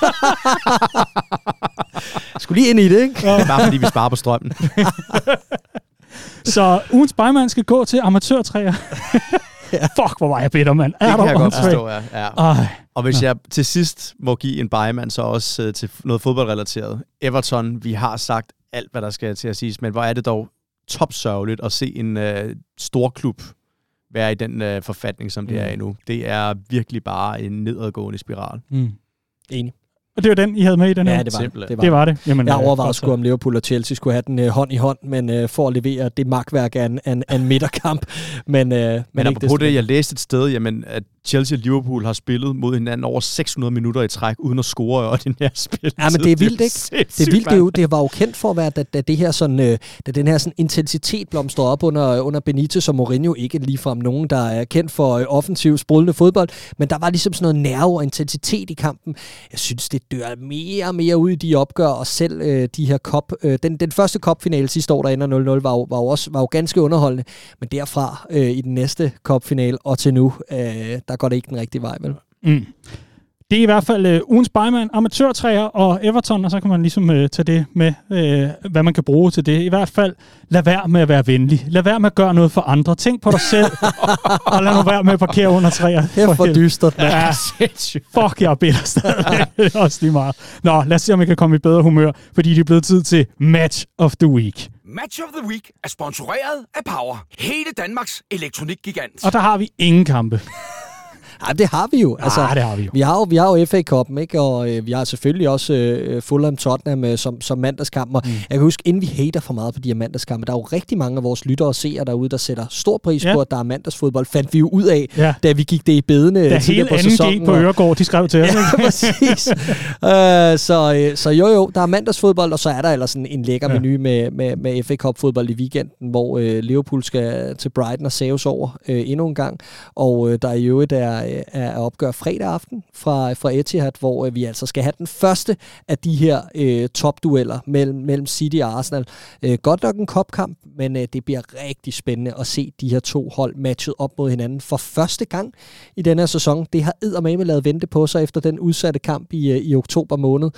Skulle lige ind i det, ikke? Ja. Det er bare fordi, vi sparer på strømmen. Så ugens bajmand skal gå til amatørtræer. Ja. Fuck, hvor var jeg bitter, mand. Det kan jeg godt forstå, ja. Og hvis jeg til sidst må give en bajmand, så også til noget fodboldrelateret. Everton, vi har sagt alt, hvad der skal til at siges, men hvor er det dog topsørgeligt at se en stor klub være i den forfatning, som det er endnu. Det er virkelig bare en nedadgående spiral. Enig. Og det var den, I havde med i den her? Ja, det var det. Jamen, jeg overvejede sgu, om Liverpool og Chelsea skulle have den hånd i hånd, men for at levere det magtværk af en midterkamp. Men apropos det, jeg læste et sted, jamen, at Chelsea og Liverpool har spillet mod hinanden over 600 minutter i træk, uden at score i ordinære spil. Ja, men det er vildt, ikke? Det er vildt. Det var jo kendt for at være, da det her sådan, da den her sådan intensitet blomstrede op under Benitez og Mourinho, ikke ligefrem nogen, der er kendt for offensiv, sprudlende fodbold, men der var ligesom sådan noget nerve og intensitet i kampen. Jeg synes, det dør mere og mere ud i de opgør, og selv de her den første cupfinale sidste år, der ender 0-0, var jo ganske underholdende, men derfra i den næste cupfinale og til nu, der går det ikke den rigtige vej, vel? Mm. Det er i hvert fald ugens bymand, amatørtræer og Everton, og så kan man ligesom tage det med, hvad man kan bruge til det. I hvert fald, lad være med at være venlig. Lad være med at gøre noget for andre. Tænk på dig selv, og lad nu være med at parkere under træer. Det er for dystert. Ja, fuck, jeg er bitter stadig. Det er også lige meget. Nå, lad os se, om jeg kan komme i bedre humør, fordi det er blevet tid til Match of the Week. Match of the Week er sponsoreret af Power. Hele Danmarks elektronikgigant. Og der har vi ingen kampe. Ja, det har vi jo. Altså, det har vi jo. Vi har jo FA Cup'en, ikke? Og vi har selvfølgelig også Fulham Tottenham som mandagskamp. Jeg kan huske, inden vi hater for meget på de her mandagskampe, der er jo rigtig mange af vores lyttere og seere derude, der sætter stor pris på, at der er mandagsfodbold. Fandt vi jo ud af, da vi gik det i bedene. Da hele anden G på Øregård, de skrev til os. Ja, præcis. Så jo, der er mandagsfodbold, og så er der ellers en lækker menu med FA Cup fodbold i weekenden, hvor Liverpool skal til Brighton og saves over endnu en gang. Og der i øvrigt er opgør fredag aften fra Etihad, hvor vi altså skal have den første af de her topdueller mellem City og Arsenal. Godt nok en cupkamp, men det bliver rigtig spændende at se de her to hold matchet op mod hinanden for første gang i denne her sæson. Det har eddermame lavet vente på sig efter den udsatte kamp i oktober måned.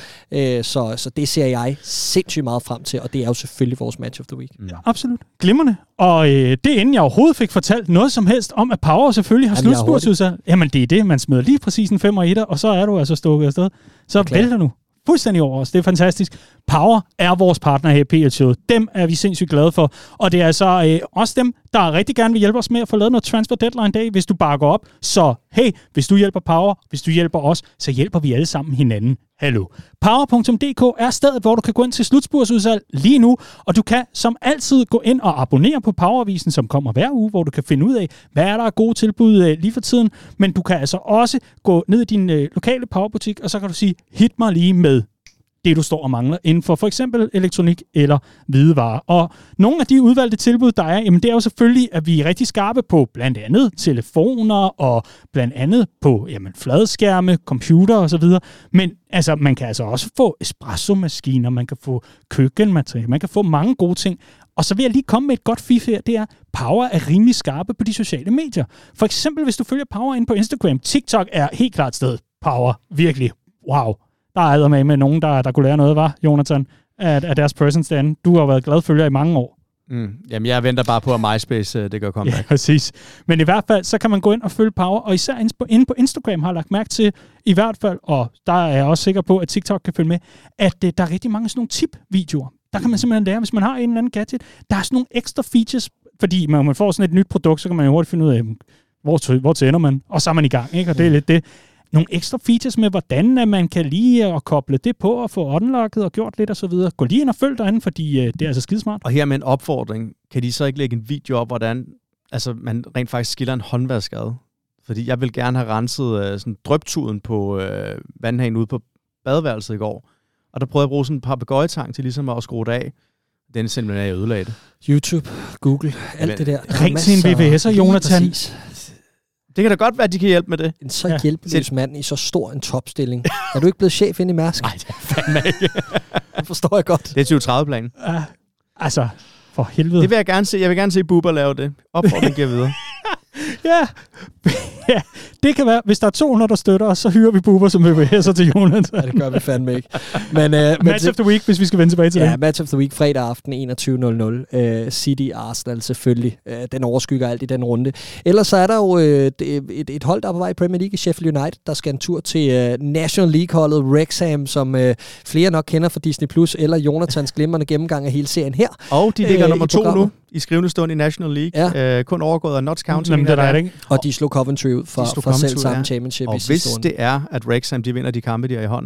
Så det ser jeg sindssygt meget frem til, og det er jo selvfølgelig vores match of the week. Ja, absolut. Glimrende. Og det inden jeg overhovedet fik fortalt noget som helst om, at Power selvfølgelig har slutspurtsudsalg. Jamen det er det, man smider lige præcis en 5 og 1'er, og så er du altså stukket afsted. Så vælter nu fuldstændig over os. Det er fantastisk. Power er vores partner her i PL-showet. Dem er vi sindssygt glade for. Og det er altså også dem, der rigtig gerne vil hjælpe os med at få lavet noget transfer deadline day, hvis du bakker op. Så hey, hvis du hjælper Power, hvis du hjælper os, så hjælper vi alle sammen hinanden. Hallo. Power.dk er stedet, hvor du kan gå ind til slutspurtsudsalg lige nu, og du kan som altid gå ind og abonnere på Poweravisen, som kommer hver uge, hvor du kan finde ud af, hvad er der er gode tilbud lige for tiden. Men du kan altså også gå ned i din lokale Powerbutik, og så kan du sige, hit mig lige med det, du står og mangler inden for eksempel elektronik eller hvidevarer. Og nogle af de udvalgte tilbud, der er, jamen det er jo selvfølgelig, at vi er rigtig skarpe på blandt andet telefoner og blandt andet på fladskærme, computer og så videre. Men altså, man kan altså også få espresso-maskiner, man kan få køkkenmateriale, man kan få mange gode ting. Og så vil jeg lige komme med et godt fif her, det er, Power er rimelig skarpe på de sociale medier. For eksempel, hvis du følger Power inde på Instagram, TikTok er helt klart sted. Power, virkelig, wow. Der er med nogen, der kunne lære noget, var Jonathan, af deres presence derinde. Du har været glad følger i mange år. Jamen, jeg venter bare på, at MySpace det gør comeback. Ja, præcis. Men i hvert fald, så kan man gå ind og følge Power, og især inde på Instagram har jeg lagt mærke til, i hvert fald, og der er jeg også sikker på, at TikTok kan følge med, at der er rigtig mange sådan nogle tip-videoer. Der kan man simpelthen lære, hvis man har en eller anden gadget. Der er sådan nogle ekstra features, fordi når man får sådan et nyt produkt, så kan man jo hurtigt finde ud af, hvor tænder man, og så er man i gang, ikke? Og det er lidt det. Nogle ekstra features med, hvordan man kan lige at koble det på og få unlocket og gjort lidt og så videre. Gå lige ind og følg derinde, fordi det er altså skidesmart. Og her med en opfordring, kan de så ikke lægge en video op, hvordan man rent faktisk skiller en håndvask ad? Fordi jeg vil gerne have renset sådan dryptuden på vandhanen ude på badeværelset i går. Og der prøvede jeg at bruge sådan en papegøjetang til ligesom at skrue det af. Den er simpelthen ødelagt. YouTube, Google, alt det der. Ring til en VVS'er, Jonathan. Det kan da godt være, at de kan hjælpe med det. En så hjælpeløs mand i så stor en topstilling. Er du ikke blevet chef inde i Mærsk? Nej, det er fandme ikke. Det forstår jeg godt. Det er 2030-planen. Altså, for helvede. Det vil jeg gerne se. Jeg vil gerne se Bubber lave det. Opfordring giver videre. Ja, det kan være. Hvis der er 200, der støtter os, så hyrer vi Bubber som VVS'er til Jonathan. Ja, det gør vi fandme ikke. Match of the week, hvis vi skal vende tilbage til det. Ja, Match of the week fredag aften 21:00. City Arsenal selvfølgelig. Den overskygger alt i den runde. Ellers så er der jo et hold, der er på vej i Premier League, Sheffield United, der skal en tur til National League-holdet Wrexham, som flere nok kender fra Disney Plus, eller Jonathans glimrende gennemgang af hele serien her. Og de ligger nummer 2 nu i skrivende stund i National League. Ja. Kun overgået af Notts County. Og de slog Coventry ud fra selv samme championship og i sidste runde. Og hvis det er, at Wrexham de vinder de kampe, de er i hånden,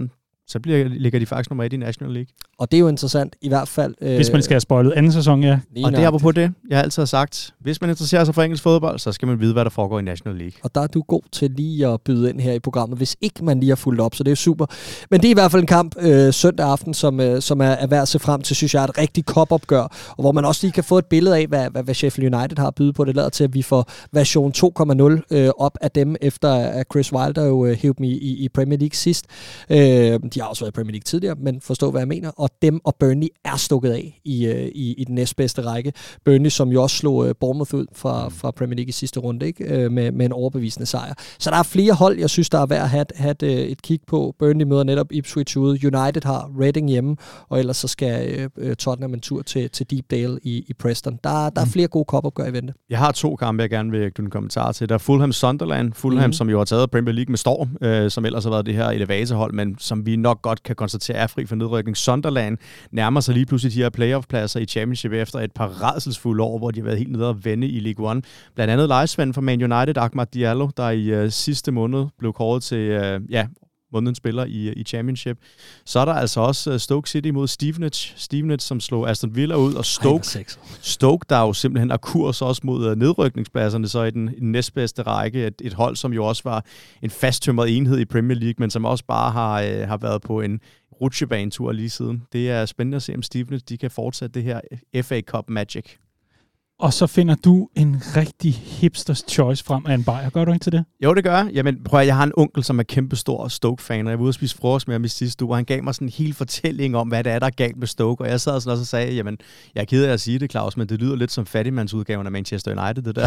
så ligger de faktisk nummer 1 i National League. Og det er jo interessant, i hvert fald... Hvis man skal have spoilet anden sæson, ja. Og det er apropos det, jeg har altid sagt, hvis man interesserer sig for engelsk fodbold, så skal man vide, hvad der foregår i National League. Og der er du god til lige at byde ind her i programmet, hvis ikke man lige har fulgt op, så det er super. Men det er i hvert fald en kamp søndag aften, som er værd at se frem til, synes jeg, er et rigtigt cup-opgør, og hvor man også lige kan få et billede af, hvad Sheffield United har at byde på. Det lader til, at vi får version 2.0 op af dem, efter at Chris Wilder jo hævde dem i Premier League sidst. De har også været i Premier League tidligere, men forstå, hvad jeg mener. Og dem og Burnley er stukket af i den næstbedste række. Burnley, som jo også slog Bournemouth ud fra Premier League i sidste runde, ikke? Med en overbevisende sejr. Så der er flere hold, jeg synes, der er værd at have et kig på. Burnley møder netop Ipswich ude. United har Reading hjemme, og ellers så skal Tottenham en tur til Deepdale i Preston. Der er flere gode cup-opgør i vente. Jeg har 2 kampe, jeg gerne vil knytte en kommentar til. Der er Fulham-Sunderland. Fulham, som jo har taget Premier League med storm, som ellers har været det her elevatorhold, men som vi nok godt kan konstatere er fri for nedrykning. Sunderland nærmer sig lige pludselig de her playoff-pladser i Championship efter et par rædselsfulde år, hvor de har været helt nede og vende i League One. Blandt andet lejesvend for Man United, Ahmad Diallo, der i sidste måned blev kåret til månedens spiller i Championship. Så er der altså også Stoke City mod Stevenage, som slog Aston Villa ud, og Stoke, der jo simpelthen er kurs også mod nedrykningspladserne, så i den næstbedste række. Et hold, som jo også var en fasttømret enhed i Premier League, men som også bare har været på en rutsjebanetur lige siden. Det er spændende at se, om Stevenage de kan fortsætte det her FA Cup Magic. Og så finder du en rigtig hipsters choice frem af en bajer. Gør du ikke til det? Jo, det gør jeg. Jamen, prøv at, jeg har en onkel, som er kæmpestor Stoke-fan, og jeg var ude og spise frokost med ham i sidste uge, og han gav mig sådan en hel fortælling om, hvad det er, der er galt med Stoke. Og jeg sad sådan også og sagde, jamen, jeg er ked af at sige det, Claus, men det lyder lidt som fattigmandsudgaven af Manchester United, det der.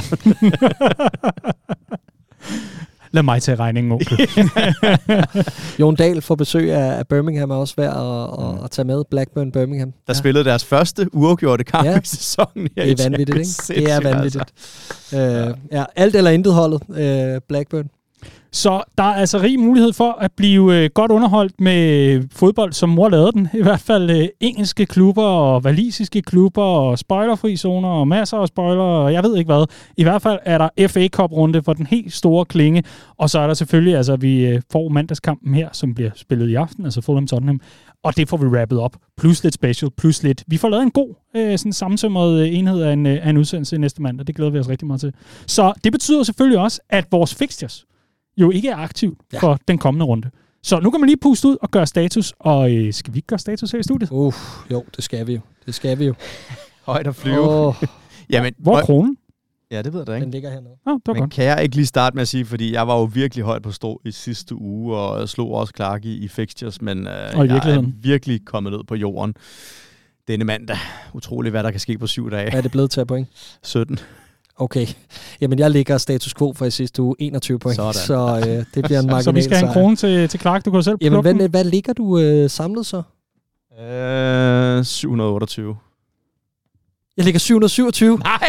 Lad mig tage regningen, onkel. Jon Dahl får besøg af Birmingham, er også værd at tage med. Blackburn Birmingham. Der spillede deres første uafgjorte kamp i sæsonen. Det er vanvittigt, ikke? Det er vanvittigt. Altså. Alt eller intet holdet, Blackburn. Så der er altså rig mulighed for at blive godt underholdt med fodbold, som mor lavede den. I hvert fald engelske klubber og walisiske klubber og spoilerfri zoner og masser af spoiler og jeg ved ikke hvad. I hvert fald er der FA Cup-runde for den helt store klinge. Og så er der selvfølgelig, altså vi får mandagskampen her, som bliver spillet i aften, altså Fulham Tottenham. Og det får vi rappet op. Plus lidt special, plus lidt. Vi får lavet en god, sådan sammensømret enhed af en udsendelse næste mandag. Det glæder vi os rigtig meget til. Så det betyder selvfølgelig også, at vores fixtures jo ikke er aktiv for den kommende runde. Så nu kan man lige puste ud og gøre status. Og skal vi ikke gøre status her i studiet? Jo, det skal vi jo. Det skal vi jo. Højt at flyve. Jamen, hvor er kronen? Ja, det ved jeg da ikke. Den ligger hernede. Men godt. Kan jeg ikke lige starte med at sige, fordi jeg var jo virkelig højt på strå i sidste uge, og slog også Clark i fixtures, men jeg er virkelig kommet ned på jorden denne mandag. Utroligt, hvad der kan ske på 7 dage. Hvad er det blevet til point? 17. Okay. Jamen, jeg ligger status quo for i sidste uge 21 point, så det bliver en marginal Så vi skal have en krone til Clark, du kan selv plukke. Jamen, hvad ligger du samlet så? 728. Jeg ligger 727. Nej!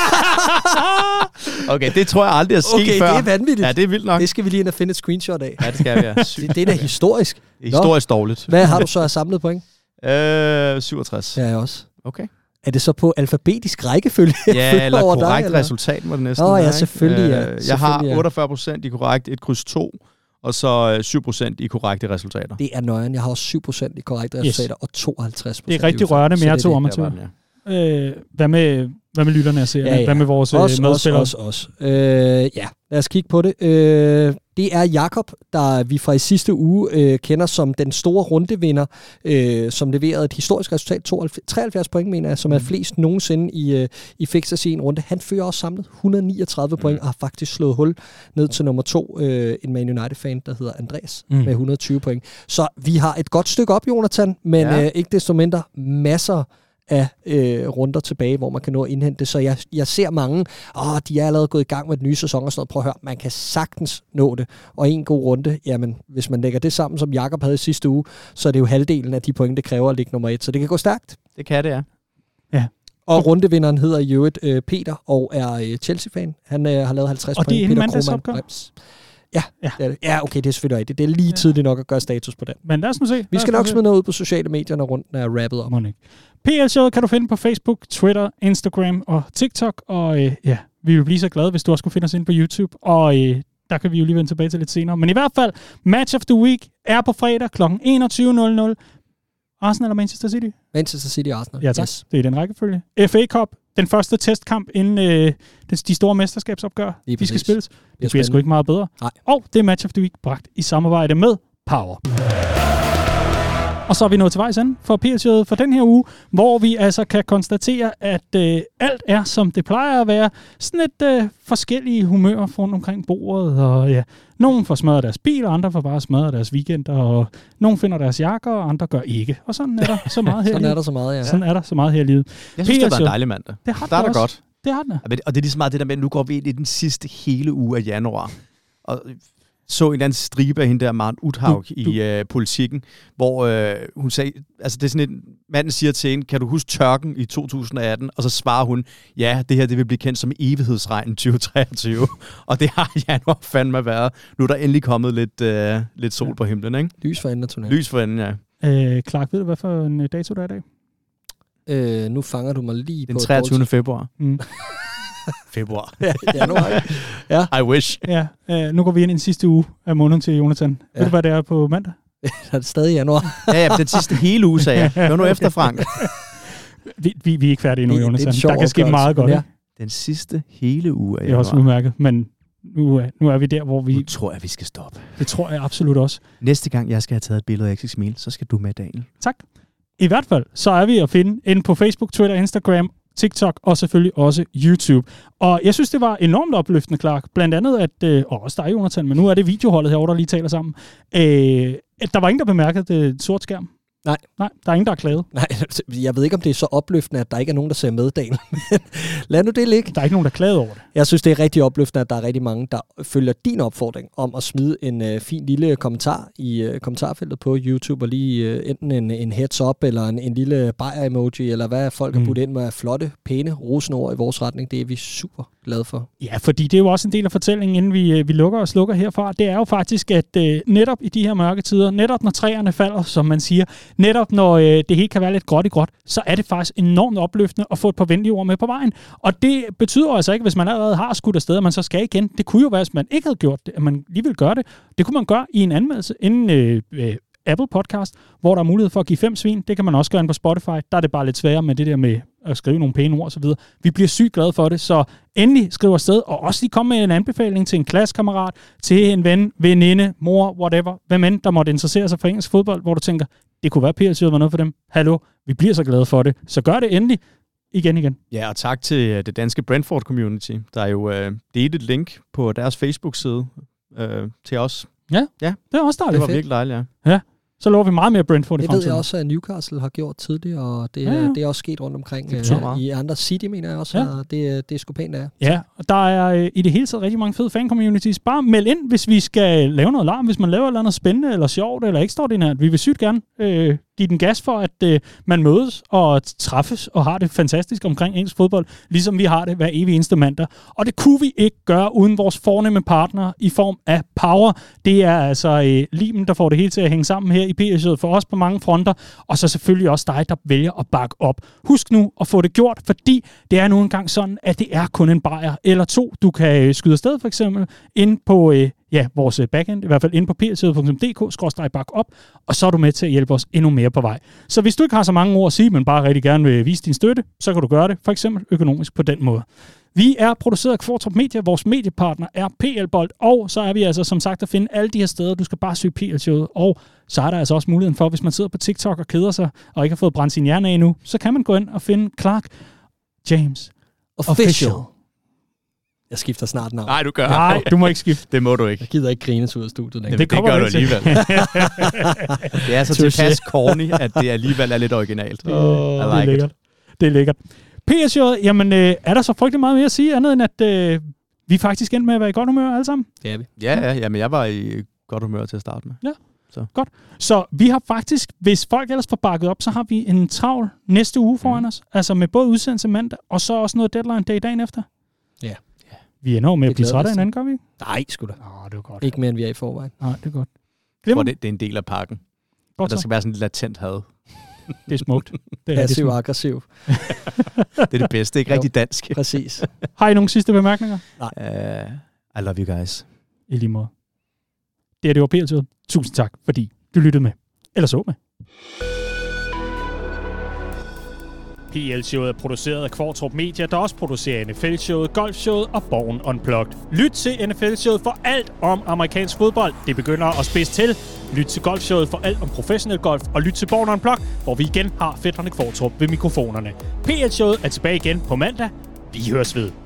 Okay, det tror jeg aldrig er sket før. Okay, det er vanvittigt. Ja, det er vildt nok. Det skal vi lige ind og finde et screenshot af. Ja, det skal vi, ja. Det er da historisk. Det er historisk dårligt. Hvad har du så af samlet point? 67. Ja, jeg også. Okay. Er det så på alfabetisk rækkefølge? Ja, eller korrekt resultat må det næsten være. Ja, selvfølgelig. Jeg har 48% i korrekt, et kryds 2, og så 7% i korrekte resultater. Det er nøjeren. Jeg har også 7% i korrekte resultater, og 52%. Det er rigtig rørende med jer to amatører. Hvad med lytterne, jeg ser? Ja. Hvad med vores medspillere? Også. Lad os kigge på det. Det er Jakob, der vi fra i sidste uge kender som den store rundevinder, som leverede et historisk resultat, 73 point, mener jeg, som er flest nogensinde i fixers i en runde. Han fører også samlet 139 point og har faktisk slået hul ned til nummer 2, en Man United-fan, der hedder Andreas, med 120 point. Så vi har et godt stykke op, Jonathan, men ikke desto mindre masser af runder tilbage, hvor man kan nå at indhente det. Så jeg ser mange, de er allerede gået i gang med den nye sæson og sådan noget. Prøv at høre, man kan sagtens nå det. Og en god runde, jamen, hvis man lægger det sammen, som Jakob havde i sidste uge, så er det jo halvdelen af de point, det kræver at ligge nummer 1. Så det kan gå stærkt. Det kan det, ja. Og rundevinderen hedder i øvrigt Peter og er Chelsea-fan. Han har lavet 50 point. Og det er en mandagsopgør? Ja, okay, det er selvfølgelig rigtigt. Det er lige tidligt nok at gøre status på den. Men lad os nu se. Vi skal nok smide noget ud på sociale medier, når runden er rappet op. PL-showet kan du finde på Facebook, Twitter, Instagram og TikTok. Og vi vil blive så glade, hvis du også kunne finde os ind på YouTube. Og der kan vi jo lige vende tilbage til lidt senere. Men i hvert fald, Match of the Week er på fredag kl. 21.00. Arsenal og Manchester City? Manchester City og Arsenal. Ja, tak. Yes. Det er den rækkefølge. FA Cup, den første testkamp inden de store mesterskabsopgør, de skal spilles. Det bliver sgu ikke meget bedre. Nej. Og det er Match of the Week bragt i samarbejde med Power. Og så er vi nået til vejs ende for PL'showet for den her uge, hvor vi altså kan konstatere, at alt er, som det plejer at være. Sådan et forskellige humører rundt omkring bordet, og ja, nogen får smadret deres bil, og andre får bare smadret deres weekender, og nogen finder deres jakker, og andre gør ikke. Og sådan er der så meget her. Sådan er der så meget, ja. Sådan er der så meget her i livet. Jeg synes, det var en dejlig mandag. Det har der er det godt. Det har den. Og det er lige så meget det der med, at nu går vi ind i den sidste hele uge af januar. Og så en eller anden stribe af hende der, Maren Uthaug, i Politikken, hvor hun sagde, altså det er sådan en, manden siger til hende, kan du huske tørken i 2018? Og så svarer hun, ja, det her det vil blive kendt som evighedsregnen 2023. Og det har januar fandme været. Nu er der endelig kommet lidt sol på himlen, ikke? Lys for enden af tunnelen. Lys for enden, ja. Clark, ved du, hvad for en dato der er i dag? Nu fanger du mig lige den 23. februar. Februar. Januar. Ja. I wish. Ja, nu går vi ind i den sidste uge af måneden til Jonathan. Ja. Ved du, hvad det er på mandag? Det er stadig januar. Ja, den sidste hele uge, sagde jeg. Hør nu efter, Frank. Vi er ikke færdige endnu, Jonathan. Der kan ske meget godt. Ja. Den sidste hele uge af januar. Det er også udmærket, men nu er vi der, hvor vi... Nu tror jeg, vi skal stoppe. Det tror jeg absolut også. Næste gang, jeg skal have taget et billede af Exit Smil, så skal du med, Daniel. Tak. I hvert fald, så er vi at finde inde på Facebook, Twitter, Instagram, TikTok og selvfølgelig også YouTube. Og jeg synes, det var enormt opløftende, Clark. Blandt andet, at også dig, Jonathan, men nu er det videoholdet herovre, der lige taler sammen. At der var ingen, der bemærkede det sort skærm. Nej, der er ingen, der er klaget. Nej, jeg ved ikke, om det er så opløftende, at der ikke er nogen, der ser med, Daniel. Lad nu det ligge. Der er ikke nogen, der klager over det. Jeg synes, det er rigtig opløftende, at der er rigtig mange, der følger din opfordring om at smide en fin lille kommentar i kommentarfeltet på YouTube, og lige enten en heads up, eller en lille bajer-emoji, eller hvad folk har puttet ind med flotte, pæne, rosende ord i vores retning. Det er vi super glade for. Ja, fordi det er jo også en del af fortællingen, inden vi lukker og slukker herfra. Det er jo faktisk, at netop i de her mørke tider, netop når træerne falder, som man siger, netop når det hele kan være lidt gråt i gråt, så er det faktisk enormt opløftende at få et par venlige ord med på vejen. Og det betyder altså ikke, hvis man allerede har skudt afsted, at man så skal igen. Det kunne jo være, hvis man ikke havde gjort det, at man lige ville gøre det. Det kunne man gøre i en anmeldelse inden Apple Podcast, hvor der er mulighed for at give 5 svin. Det kan man også gøre på Spotify. Der er det bare lidt sværere med det der med at skrive nogle pæne ord og så videre. Vi bliver sygt glade for det, så endelig skriv afsted, og også lige komme med en anbefaling til en klassekammerat, til en ven, veninde, mor, whatever, hvem end, der måtte interessere sig for engelsk fodbold, hvor du tænker, det kunne være PL'showet var noget for dem. Hallo, vi bliver så glade for det. Så gør det endelig igen. Ja, og tak til det danske Brentford Community, der jo delte et link på deres Facebook-side til os. Ja, det er også dejligt. Det var virkelig dejligt, ja. Så lover vi meget mere Brentford i fremtiden. Det ved jeg også, at Newcastle har gjort tidligere, og det er også sket rundt omkring i andre City, mener jeg også. Det er sgu pænt, der. Ja, og der er i det hele taget rigtig mange fede fan-communities. Bare meld ind, hvis vi skal lave noget larm, hvis man laver noget spændende, eller sjovt, eller ekstraordinært. Vi vil sygt gerne give den gas for, at man mødes og træffes og har det fantastisk omkring engelsk fodbold, ligesom vi har det hver evig eneste mandag. Og det kunne vi ikke gøre uden vores fornemme partner i form af Power. Det er altså limen, der får det hele til at hænge sammen her i PL'showet for os på mange fronter, og så selvfølgelig også dig, der vælger at bakke op. Husk nu at få det gjort, fordi det er nu engang sådan, at det er kun en bajer eller 2. Du kan skyde afsted for eksempel ind på vores backend, i hvert fald inde på plshowet.dk/back op, og så er du med til at hjælpe os endnu mere på vej. Så hvis du ikke har så mange ord at sige, men bare rigtig gerne vil vise din støtte, så kan du gøre det, for eksempel økonomisk på den måde. Vi er produceret af Kvartrup Media, vores mediepartner er PL Bold, og så er vi altså som sagt at finde alle de her steder, du skal bare søge PL-showet, og så er der altså også muligheden for, hvis man sidder på TikTok og keder sig, og ikke har fået brændt sin hjerne af endnu, så kan man gå ind og finde Clark James Official. Jeg skifter snart navn. Nej, du gør. Nej, du må ikke skifte. Det må du ikke. Jeg gider ikke grines ud af studiet. Det gør du alligevel. Det er så tilpas corny, at det alligevel er lidt originalt. Det er lækkert. Det er lækkert. PL'showet, jamen er der så frygtelig meget mere at sige, andet end at vi faktisk endte med at være i godt humør alle sammen? Det er vi. Ja, men jeg var i godt humør til at starte med. Ja, så. Godt. Så vi har faktisk, hvis folk ellers får bakket op, så har vi en travl næste uge foran os. Altså med både udsendelse mandag, og så også noget deadline day dagen efter. Ja. Vi er med at blive trætte af hinanden, gør vi ikke? Nej, sgu da. Det er godt. Ikke mere, end vi er i forvejen. Nej, det er godt. Det er en del af pakken. Og der skal være sådan et latent had. Det er smukt. Det er passiv og aggressiv. Det er det bedste, ikke rigtig dansk. Præcis. Har I nogle sidste bemærkninger? Nej. I love you guys. I lige måde. Det var PL-showet. Tusind tak, fordi du lyttede med. Eller så med. PL-showet er produceret af Kvartrup Media, der også producerer NFL-showet, Golf-showet og Borgen Unplugged. Lyt til NFL-showet for alt om amerikansk fodbold. Det begynder at spidse til. Lyt til Golf-showet for alt om professionel golf, og lyt til Borgen Unplugged, hvor vi igen har fætterne Kvartrup ved mikrofonerne. PL-showet er tilbage igen på mandag. Vi høres ved.